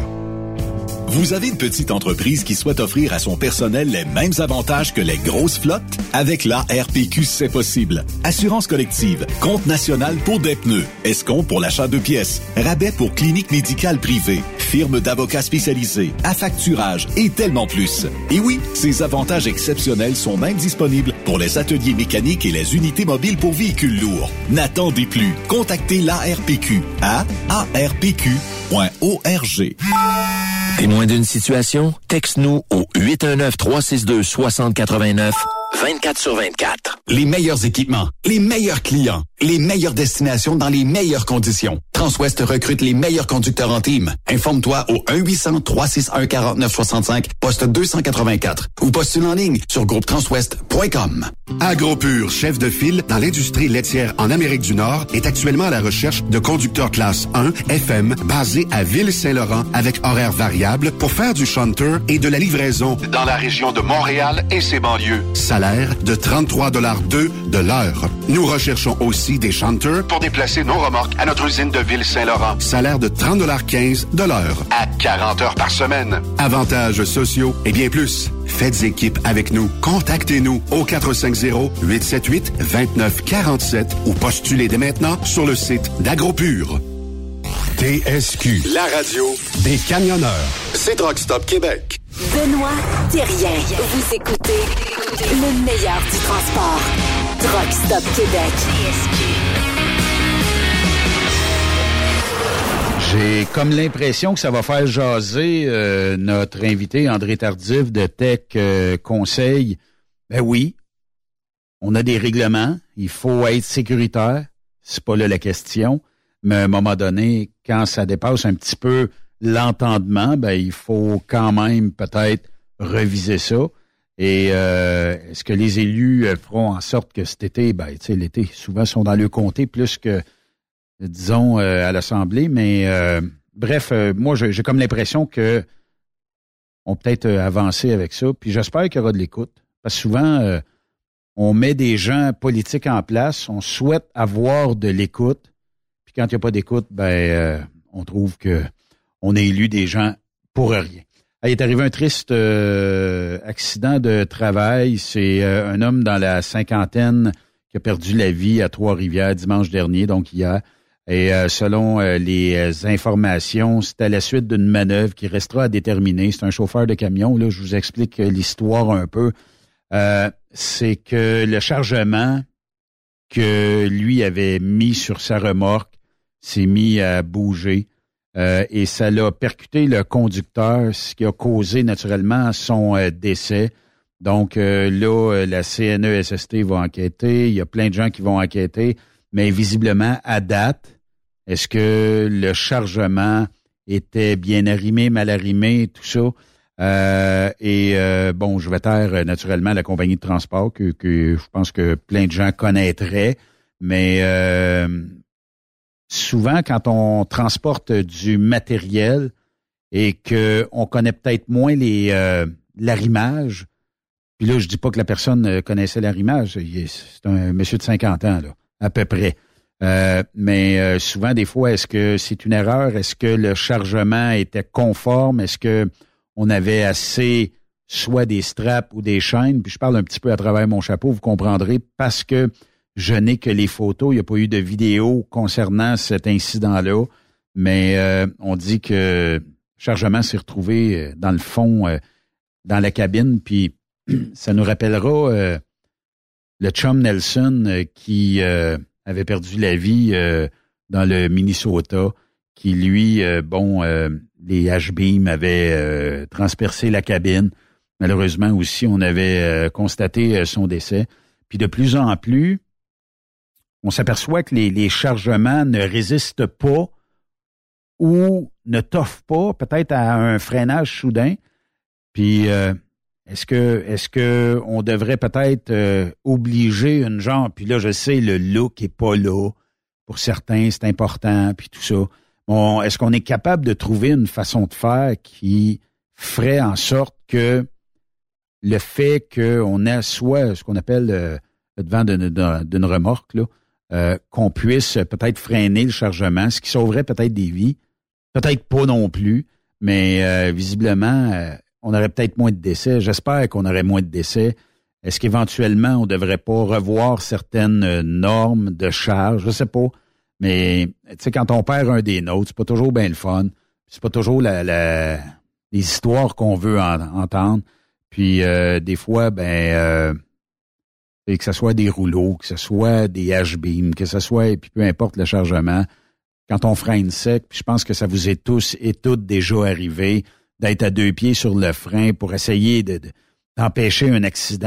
Vous avez une petite entreprise qui souhaite offrir à son personnel les mêmes avantages que les grosses flottes? Avec l'A R P Q, c'est possible. Assurance collective, compte national pour des pneus, escompte pour l'achat de pièces, rabais pour clinique médicale privée, firme d'avocats spécialisés, affacturage et tellement plus. Et oui, ces avantages exceptionnels sont même disponibles pour les ateliers mécaniques et les unités mobiles pour véhicules lourds. N'attendez plus. Contactez l'A R P Q à a r p q point org. Témoin d'une situation? Texte-nous au huit un neuf, trois six deux, six zéro huit neuf, vingt-quatre sur vingt-quatre. Les meilleurs équipements, les meilleurs clients, les meilleures destinations dans les meilleures conditions. Transwest recrute les meilleurs conducteurs en team. Informe-toi au un huit cents, trois six un, quatre neuf six cinq, poste deux cent quatre-vingt-quatre ou postule en ligne sur groupe transwest point com. AgroPure, chef de file dans l'industrie laitière en Amérique du Nord, est actuellement à la recherche de conducteurs classe un F M basés à Ville-Saint-Laurent avec horaires variables pour faire du shunter et de la livraison dans la région de Montréal et ses banlieues. Salaire de trente-trois dollars deux de l'heure. Nous recherchons aussi des shunters pour déplacer nos remorques à notre usine de Ville-Saint-Laurent. Salaire de trente dollars quinze de l'heure à quarante heures par semaine. Avantages sociaux et bien plus. Faites équipe avec nous. Contactez-nous au quatre cinq zéro, huit sept huit, deux neuf quatre sept ou postulez dès maintenant sur le site d'AgroPure. T S Q, la radio des camionneurs. C'est Truck Stop Québec. Benoît Thérien. Vous écoutez le meilleur du transport. Truck Stop Québec. T S Q. J'ai comme l'impression que ça va faire jaser euh, notre invité André Tardif de Tech euh, Conseil. Ben oui, on a des règlements, il faut être sécuritaire, c'est pas là la question, mais à un moment donné, quand ça dépasse un petit peu l'entendement, ben il faut quand même peut-être reviser ça. Et euh, est-ce que les élus feront en sorte que cet été, ben tu sais, l'été, souvent sont dans le comté plus que disons, euh, à l'Assemblée, mais euh, bref, euh, moi, j'ai, j'ai comme l'impression que on peut peut-être avancer avec ça, puis j'espère qu'il y aura de l'écoute, parce que souvent, euh, on met des gens politiques en place, on souhaite avoir de l'écoute, puis quand il n'y a pas d'écoute, ben, euh, on trouve que on a élu des gens pour rien. Il est arrivé un triste euh, accident de travail, c'est euh, un homme dans la cinquantaine qui a perdu la vie à Trois-Rivières dimanche dernier, donc hier. Et euh, selon euh, les euh, informations, c'est à la suite d'une manœuvre qui restera à déterminer. C'est un chauffeur de camion. Là, je vous explique l'histoire un peu. Euh, c'est que le chargement que lui avait mis sur sa remorque s'est mis à bouger euh, et ça l'a percuté le conducteur, ce qui a causé naturellement son euh, décès. Donc euh, là, la C N E S S T va enquêter. Il y a plein de gens qui vont enquêter, mais visiblement, à date, est-ce que le chargement était bien arrimé, mal arrimé, tout ça? Euh, et euh, bon, je vais taire naturellement la compagnie de transport que, que je pense que plein de gens connaîtraient, mais euh, souvent quand on transporte du matériel et qu'on connaît peut-être moins les euh, l'arrimage, puis là je dis pas que la personne connaissait l'arrimage, c'est un monsieur de cinquante ans là, à peu près. Euh, mais euh, souvent, des fois, est-ce que c'est une erreur? Est-ce que le chargement était conforme? Est-ce que on avait assez soit des straps ou des chaînes? Puis je parle un petit peu à travers mon chapeau, vous comprendrez, parce que je n'ai que les photos. Il n'y a pas eu de vidéo concernant cet incident-là. Mais euh, on dit que le chargement s'est retrouvé dans le fond, euh, dans la cabine. Puis ça nous rappellera euh, le chum Nelson euh, qui... Euh, avait perdu la vie euh, dans le Minnesota, qui lui, euh, bon, euh, les H-beams avaient euh, transpercé la cabine. Malheureusement aussi, on avait euh, constaté euh, son décès. Puis de plus en plus, on s'aperçoit que les, les chargements ne résistent pas ou ne toffent pas, peut-être à un freinage soudain. Puis euh, Est-ce que est-ce que on devrait peut-être euh, obliger une genre, puis là je sais le look est pas là pour certains, c'est important, puis tout ça. Bon, est-ce qu'on est capable de trouver une façon de faire qui ferait en sorte que le fait qu'on assoit ce qu'on appelle euh, le devant d'une, d'une remorque là, euh, qu'on puisse peut-être freiner le chargement, ce qui sauverait peut-être des vies, peut-être pas non plus, mais euh, visiblement euh, on aurait peut-être moins de décès. J'espère qu'on aurait moins de décès. Est-ce qu'éventuellement, on ne devrait pas revoir certaines normes de charge? Je sais pas. Mais, tu sais, quand on perd un des nôtres, c'est pas toujours bien le fun. C'est pas toujours la, la, les histoires qu'on veut en, entendre. Puis, euh, des fois, ben, euh, que ce soit des rouleaux, que ce soit des H-beams, que ce soit, et puis peu importe le chargement, quand on freine sec, puis je pense que ça vous est tous et toutes déjà arrivé, d'être à deux pieds sur le frein pour essayer de, de, d'empêcher un accident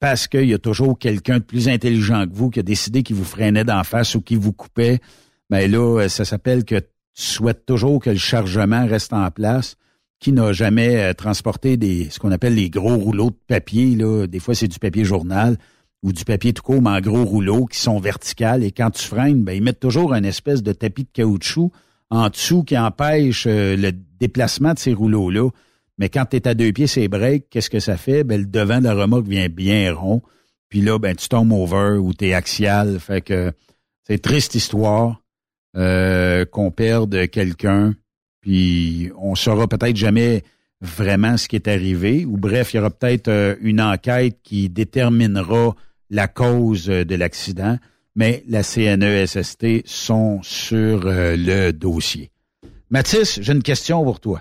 parce qu'il y a toujours quelqu'un de plus intelligent que vous qui a décidé qu'il vous freinait d'en face ou qui vous coupait, ben là, ça s'appelle que tu souhaites toujours que le chargement reste en place. Qui n'a jamais euh, transporté des ce qu'on appelle les gros rouleaux de papier, là, des fois c'est du papier journal ou du papier tout court, mais en gros rouleaux qui sont verticales, et quand tu freines, ben ils mettent toujours une espèce de tapis de caoutchouc en dessous qui empêche euh, le déplacement de ces rouleaux-là. Mais quand tu es à deux pieds, c'est break, qu'est-ce que ça fait? Ben le devant de la remorque vient bien rond, puis là, ben tu tombes over ou t'es axial. Fait que c'est une triste histoire euh, qu'on perde quelqu'un. Puis on saura peut-être jamais vraiment ce qui est arrivé. Ou bref, il y aura peut-être euh, une enquête qui déterminera la cause euh, de l'accident. Mais la C N E S S T sont sur euh, le dossier. Mathis, j'ai une question pour toi.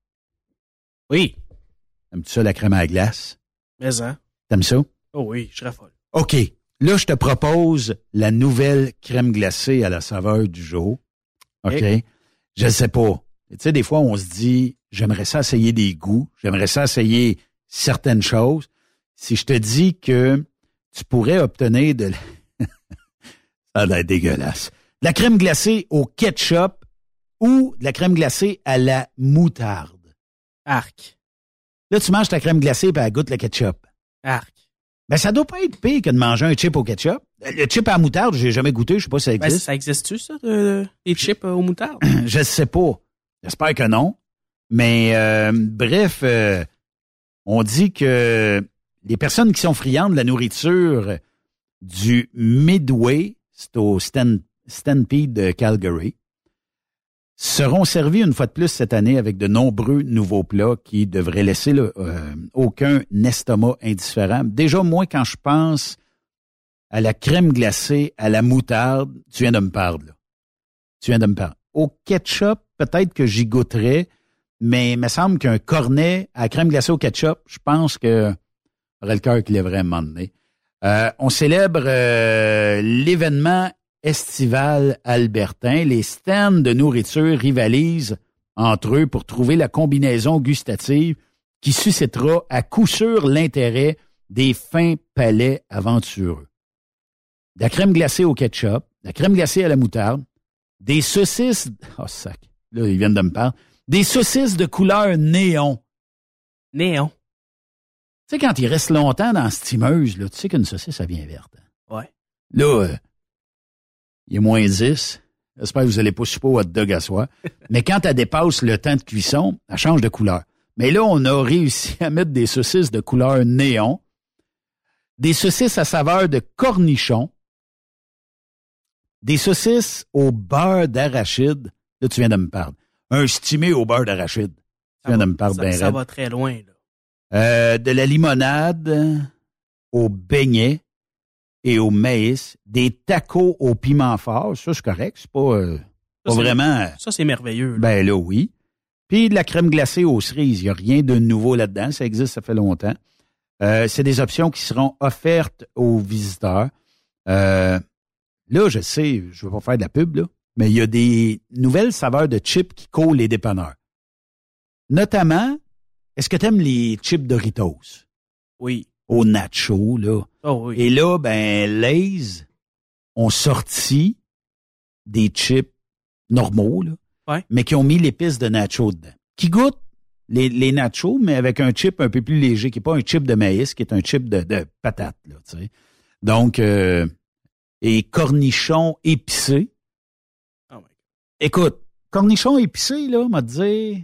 Oui. Aimes-tu ça, la crème à la glace? Mais hein? T'aimes ça? Oh oui, je raffole. OK. Là, je te propose la nouvelle crème glacée à la saveur du jour. OK? Hey. Je ne sais pas. Tu sais, des fois, on se dit, j'aimerais ça essayer des goûts, j'aimerais ça essayer certaines choses. Si je te dis que tu pourrais obtenir de... ça va être dégueulasse. De la crème glacée au ketchup ou de la crème glacée à la moutarde. Arc. Là, tu manges ta crème glacée et elle goûte le ketchup. Arc. Ben, ça doit pas être pire que de manger un chip au ketchup. Le chip à la moutarde, j'ai jamais goûté, je sais pas si ça existe. Ben, ça existe-tu, ça, de, de, des chips aux moutardes? Je sais pas. J'espère que non. Mais euh, bref, euh, on dit que les personnes qui sont friandes de la nourriture du Midway, c'est au Stan, Stampede de Calgary, seront servis une fois de plus cette année avec de nombreux nouveaux plats qui devraient laisser là, euh, aucun estomac indifférent. Déjà, moi, quand je pense à la crème glacée, à la moutarde, tu viens de me parler, là. Tu viens de me parler. Au ketchup, peut-être que j'y goûterais, mais il me semble qu'un cornet à crème glacée au ketchup, je pense que j'aurais le cœur qui lèverait à un moment donné. Euh, on célèbre euh, l'événement estival albertain. Les stands de nourriture rivalisent entre eux pour trouver la combinaison gustative qui suscitera à coup sûr l'intérêt des fins palais aventureux. De la crème glacée au ketchup, de la crème glacée à la moutarde, des saucisses... Oh, sac. Là, ils viennent de me parler. Des saucisses de couleur néon. Néon. Tu sais, quand il reste longtemps dans la steameuse, là, tu sais qu'une saucisse, ça vient verte. Hein? Ouais. Là, euh, il est moins dix. J'espère que vous n'allez pas souper au hot dog à soir. Mais quand elle dépasse le temps de cuisson, elle change de couleur. Mais là, on a réussi à mettre des saucisses de couleur néon, des saucisses à saveur de cornichon, des saucisses au beurre d'arachide. Là, tu viens de me parler. Un stimé au beurre d'arachide. Tu ça viens va, de me parler ça, bien ça raide. va très loin, là. Euh, de la limonade au beignet et au maïs. Des tacos au piment fort. Ça, c'est correct. C'est pas, euh, pas c'est, vraiment... Ça, c'est merveilleux. Là. Ben là, oui. Puis de la crème glacée aux cerises. Il n'y a rien de nouveau là-dedans. Ça existe, ça fait longtemps. Euh, c'est des options qui seront offertes aux visiteurs. Euh, là, je sais, je ne veux pas faire de la pub, là, mais il y a des nouvelles saveurs de chips qui collent les dépanneurs. Notamment, est-ce que tu aimes les chips Doritos? Oui. Au nacho, là. Oh oui. Et là, ben, Lay's ont sorti des chips normaux, là, ouais. mais qui ont mis l'épice de nacho dedans. Qui goûtent les, les nachos, mais avec un chip un peu plus léger, qui n'est pas un chip de maïs, qui est un chip de, de patate, là, tu sais. Donc, euh, et cornichons épicés. Oh my God. Écoute, cornichons épicés, là, on m'a dit,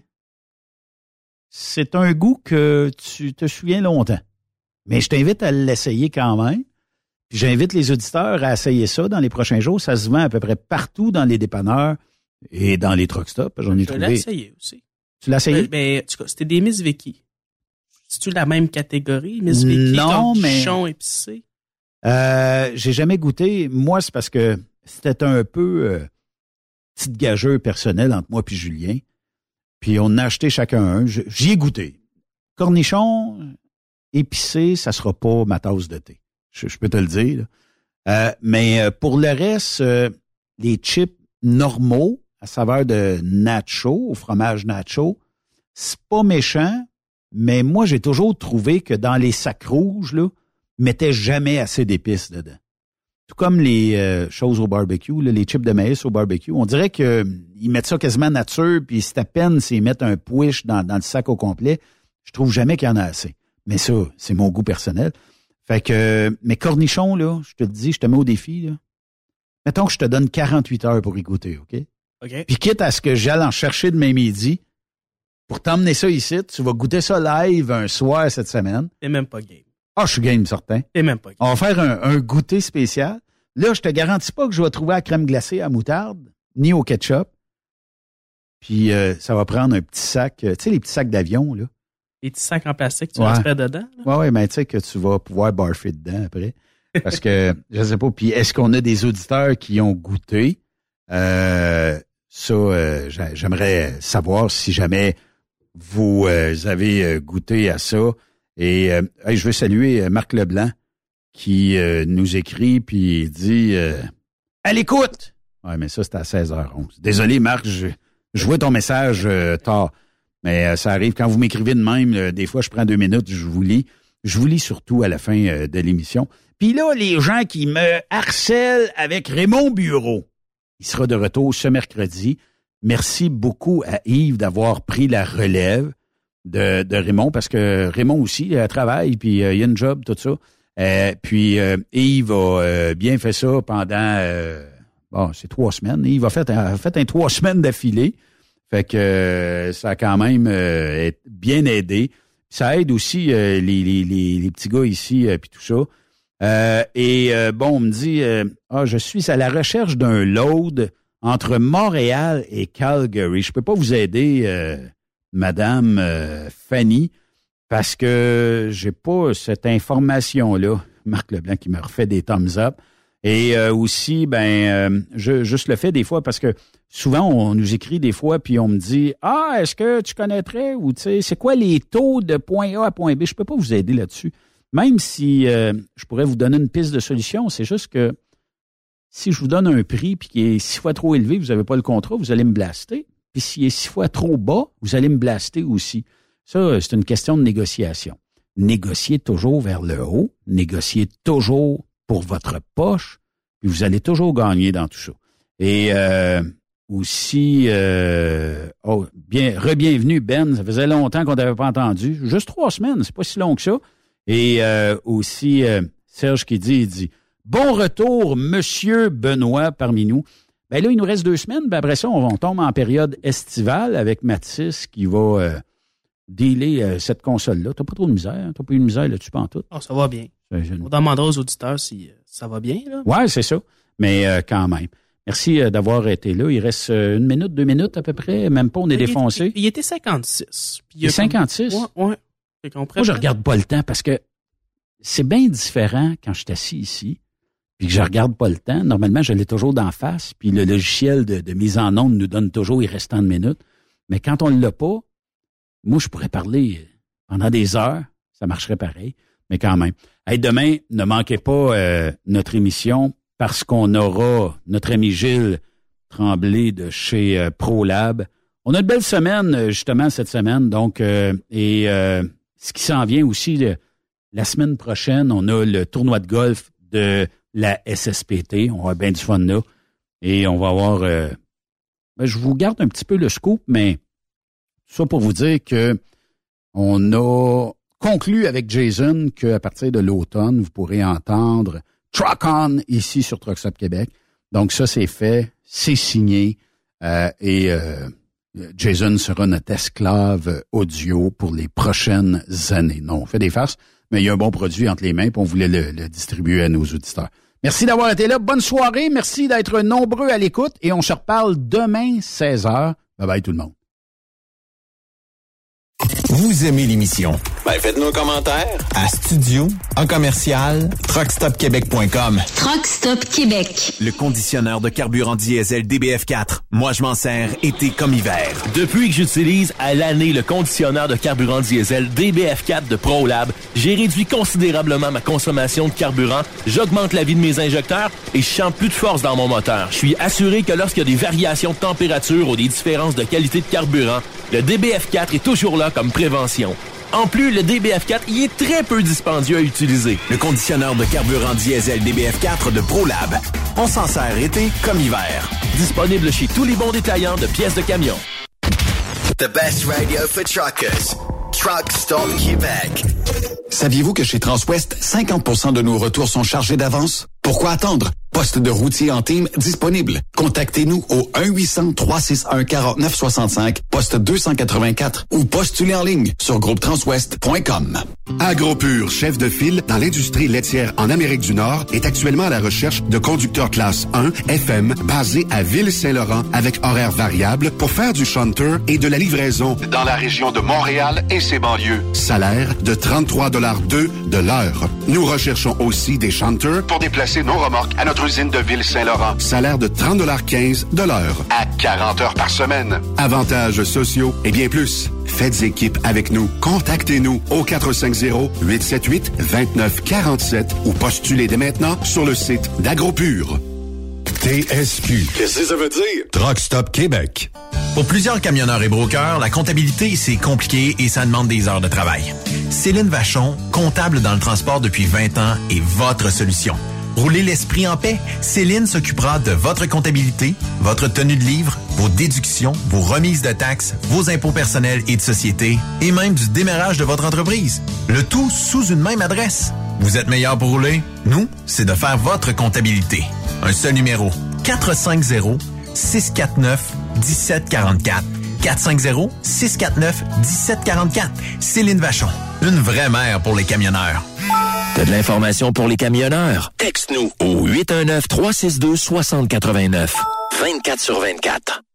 c'est un goût que tu te souviens longtemps. Mais je t'invite à l'essayer quand même. Puis j'invite les auditeurs à essayer ça dans les prochains jours. Ça se vend à peu près partout dans les dépanneurs et dans les truck stops. J'en ai je trouvé. l'ai essayé aussi. Tu l'as essayé? Ben, ben, en tout cas, c'était des Miss Vicky. C'est-tu la même catégorie, Miss Vicky? Non, mais... Cornichons épicés? Euh, j'ai jamais goûté. Moi, c'est parce que c'était un peu euh, petite gageure personnelle entre moi et Julien. Puis on en a acheté chacun un. J'y ai goûté. Cornichons épicés, ça sera pas ma tasse de thé. Je, je peux te le dire. Euh, mais pour le reste, euh, les chips normaux à saveur de nacho, au fromage nacho, c'est pas méchant, mais moi, j'ai toujours trouvé que dans les sacs rouges, là, mettaient jamais assez d'épices dedans. Tout comme les euh, choses au barbecue, là, les chips de maïs au barbecue. On dirait qu'ils euh, mettent ça quasiment nature, puis c'est à peine s'ils mettent un push dans, dans le sac au complet. Je trouve jamais qu'il y en a assez. Mais ça, c'est mon goût personnel. Fait que mes cornichons, là, je te le dis, je te mets au défi, là. Mettons que je te donne quarante-huit heures pour y goûter, OK? OK. Puis quitte à ce que j'aille en chercher demain midi, pour t'emmener ça ici, tu vas goûter ça live un soir cette semaine. T'es même pas game. Ah, je suis game, certain. T'es même pas game. On va faire un, un goûter spécial. Là, je te garantis pas que je vais trouver la crème glacée à moutarde, ni au ketchup. Puis euh, ça va prendre un petit sac, euh, tu sais, les petits sacs d'avion, là. Les petits sacs en plastique, tu ouais. vas se faire dedans? Là? Ouais, ouais, mais tu sais que tu vas pouvoir barfer dedans après. Parce que, je sais pas, puis est-ce qu'on a des auditeurs qui ont goûté? Euh, ça, euh, j'aimerais savoir si jamais vous euh, avez goûté à ça. Et euh, hey, je veux saluer Marc Leblanc qui euh, nous écrit puis dit euh, à l'écoute! Ouais, mais ça, c'était à seize heures onze. Désolé, Marc, je, je vois ton message euh, tard. Mais euh, ça arrive, quand vous m'écrivez de même, euh, des fois, je prends deux minutes, je vous lis. Je vous lis surtout à la fin euh, de l'émission. Puis là, les gens qui me harcèlent avec Raymond Bureau, il sera de retour ce mercredi. Merci beaucoup à Yves d'avoir pris la relève de, de Raymond, parce que Raymond aussi, il travaille, puis euh, il a une job, tout ça. Euh, puis euh, Yves a euh, bien fait ça pendant, euh, bon, c'est trois semaines. Yves a fait, a fait un trois semaines d'affilée. Fait que euh, ça a quand même euh, bien aidé. Ça aide aussi euh, les, les, les, les petits gars ici, euh, puis tout ça. Euh, et euh, bon, on me dit, euh, ah, je suis à la recherche d'un load entre Montréal et Calgary. Je peux pas vous aider, euh, Madame euh, Fanny, parce que j'ai pas cette information-là. Marc Leblanc qui me refait des thumbs up. Et euh, aussi, ben, euh, je, juste le fait des fois, parce que souvent, on nous écrit des fois, puis on me dit, ah, est-ce que tu connaîtrais, ou tu sais, c'est quoi les taux de point A à point B? Je peux pas vous aider là-dessus. Même si euh, je pourrais vous donner une piste de solution, c'est juste que si je vous donne un prix puis qui est six fois trop élevé, vous n'avez pas le contrat, vous allez me blaster. Puis s'il est six fois trop bas, vous allez me blaster aussi. Ça, c'est une question de négociation. Négociez toujours vers le haut, négociez toujours pour votre poche, puis vous allez toujours gagner dans tout ça. Et euh, aussi, euh, oh, bien, re-bienvenue Ben, ça faisait longtemps qu'on t'avait pas entendu. Juste trois semaines, c'est pas si long que ça. Et euh, aussi, euh, Serge qui dit, il dit, bon retour, Monsieur Benoît, parmi nous. Ben là, il nous reste deux semaines, ben après ça, on, on tombe en période estivale avec Mathis qui va euh, dealer euh, cette console-là. T'as pas trop de misère, t'as pas eu de misère là-dessus, pas en tout. Oh, ça va bien. On demandera aux auditeurs si euh, ça va bien, là. Ouais, c'est ça, mais euh, quand même. Merci euh, d'avoir été là. Il reste euh, une minute, deux minutes à peu près, même pas, on est il défoncé. Il, il était cinquante-six. Puis il et cinquante-six? Ouais, ouais. Moi, je regarde pas le temps parce que c'est bien différent quand je suis assis ici puis que je regarde pas le temps. Normalement, je l'ai toujours d'en face, puis le logiciel de, de mise en onde nous donne toujours il reste tant de minutes. Mais quand on l'a pas, moi, je pourrais parler pendant des heures. Ça marcherait pareil, mais quand même. Hey, demain, ne manquez pas euh, notre émission parce qu'on aura notre ami Gilles Tremblay de chez euh, ProLab. On a une belle semaine, justement, cette semaine. Donc, euh, et... Euh, ce qui s'en vient aussi, le, la semaine prochaine, on a le tournoi de golf de la S S P T. On va avoir bien du fun là. Et on va avoir... Euh, ben, je vous garde un petit peu le scoop, mais ça pour vous dire que on a conclu avec Jason qu'à partir de l'automne, vous pourrez entendre Truck On ici sur Truck Stop Québec. Donc ça, c'est fait, c'est signé. Euh, et... Euh, Jason sera notre esclave audio pour les prochaines années. Non, on fait des farces, mais il y a un bon produit entre les mains et on voulait le, le distribuer à nos auditeurs. Merci d'avoir été là. Bonne soirée. Merci d'être nombreux à l'écoute et on se reparle demain, seize heures. Bye bye tout le monde. Vous aimez l'émission? Ben, faites-nous un commentaire. À studio, en commercial, truck stop québec point com. Truck Stop Québec. Le conditionneur de carburant diesel D B F quatre. Moi, je m'en sers été comme hiver. Depuis que j'utilise à l'année le conditionneur de carburant diesel D B F quatre de ProLab, j'ai réduit considérablement ma consommation de carburant, j'augmente la vie de mes injecteurs et je sens plus de force dans mon moteur. Je suis assuré que lorsqu'il y a des variations de température ou des différences de qualité de carburant, le D B F quatre est toujours là comme prévention. En plus, le D B F quatre y est très peu dispendieux à utiliser. Le conditionneur de carburant diesel D B F quatre de ProLab. On s'en sert été comme hiver. Disponible chez tous les bons détaillants de pièces de camion. The best radio for truckers. Truck Stop Québec. Saviez-vous que chez Transwest, cinquante pour cent de nos retours sont chargés d'avance? Pourquoi attendre? Poste de routier en team disponible. Contactez-nous au un huit cents, trois six un, quatre neuf six cinq, poste deux cent quatre-vingt-quatre ou postulez en ligne sur groupe transwest point com. AgroPure, chef de file dans l'industrie laitière en Amérique du Nord, est actuellement à la recherche de conducteurs classe un F M basés à Ville-Saint-Laurent avec horaires variables pour faire du shunter et de la livraison dans la région de Montréal et ses banlieues. Salaire de trente-trois dollars deux de l'heure. Nous recherchons aussi des shunters pour déplacer nos remorques à notre usine de Ville-Saint-Laurent. Salaire de trente dollars quinze de l'heure à quarante heures par semaine. Avantages sociaux et bien plus. Faites équipe avec nous. Contactez-nous au quatre cinq zéro, huit sept huit, deux neuf quatre sept ou postulez dès maintenant sur le site d'AgroPure. T S Q. Qu'est-ce que ça veut dire? Truck Stop Québec. Pour plusieurs camionneurs et brokers, la comptabilité, c'est compliqué et ça demande des heures de travail. Céline Vachon, comptable dans le transport depuis vingt ans, est votre solution. Roulez l'esprit en paix. Céline s'occupera de votre comptabilité, votre tenue de livre, vos déductions, vos remises de taxes, vos impôts personnels et de société, et même du démarrage de votre entreprise. Le tout sous une même adresse. Vous êtes meilleur pour rouler? Nous, c'est de faire votre comptabilité. Un seul numéro. quatre cinq zéro, six quatre neuf, un sept quatre quatre. quatre cinq zéro, six quatre neuf, un sept quatre quatre. Céline Vachon. Une vraie mère pour les camionneurs. T'as de l'information pour les camionneurs? Texte-nous au huit un neuf, trois six deux, six zéro huit neuf. vingt-quatre sur vingt-quatre.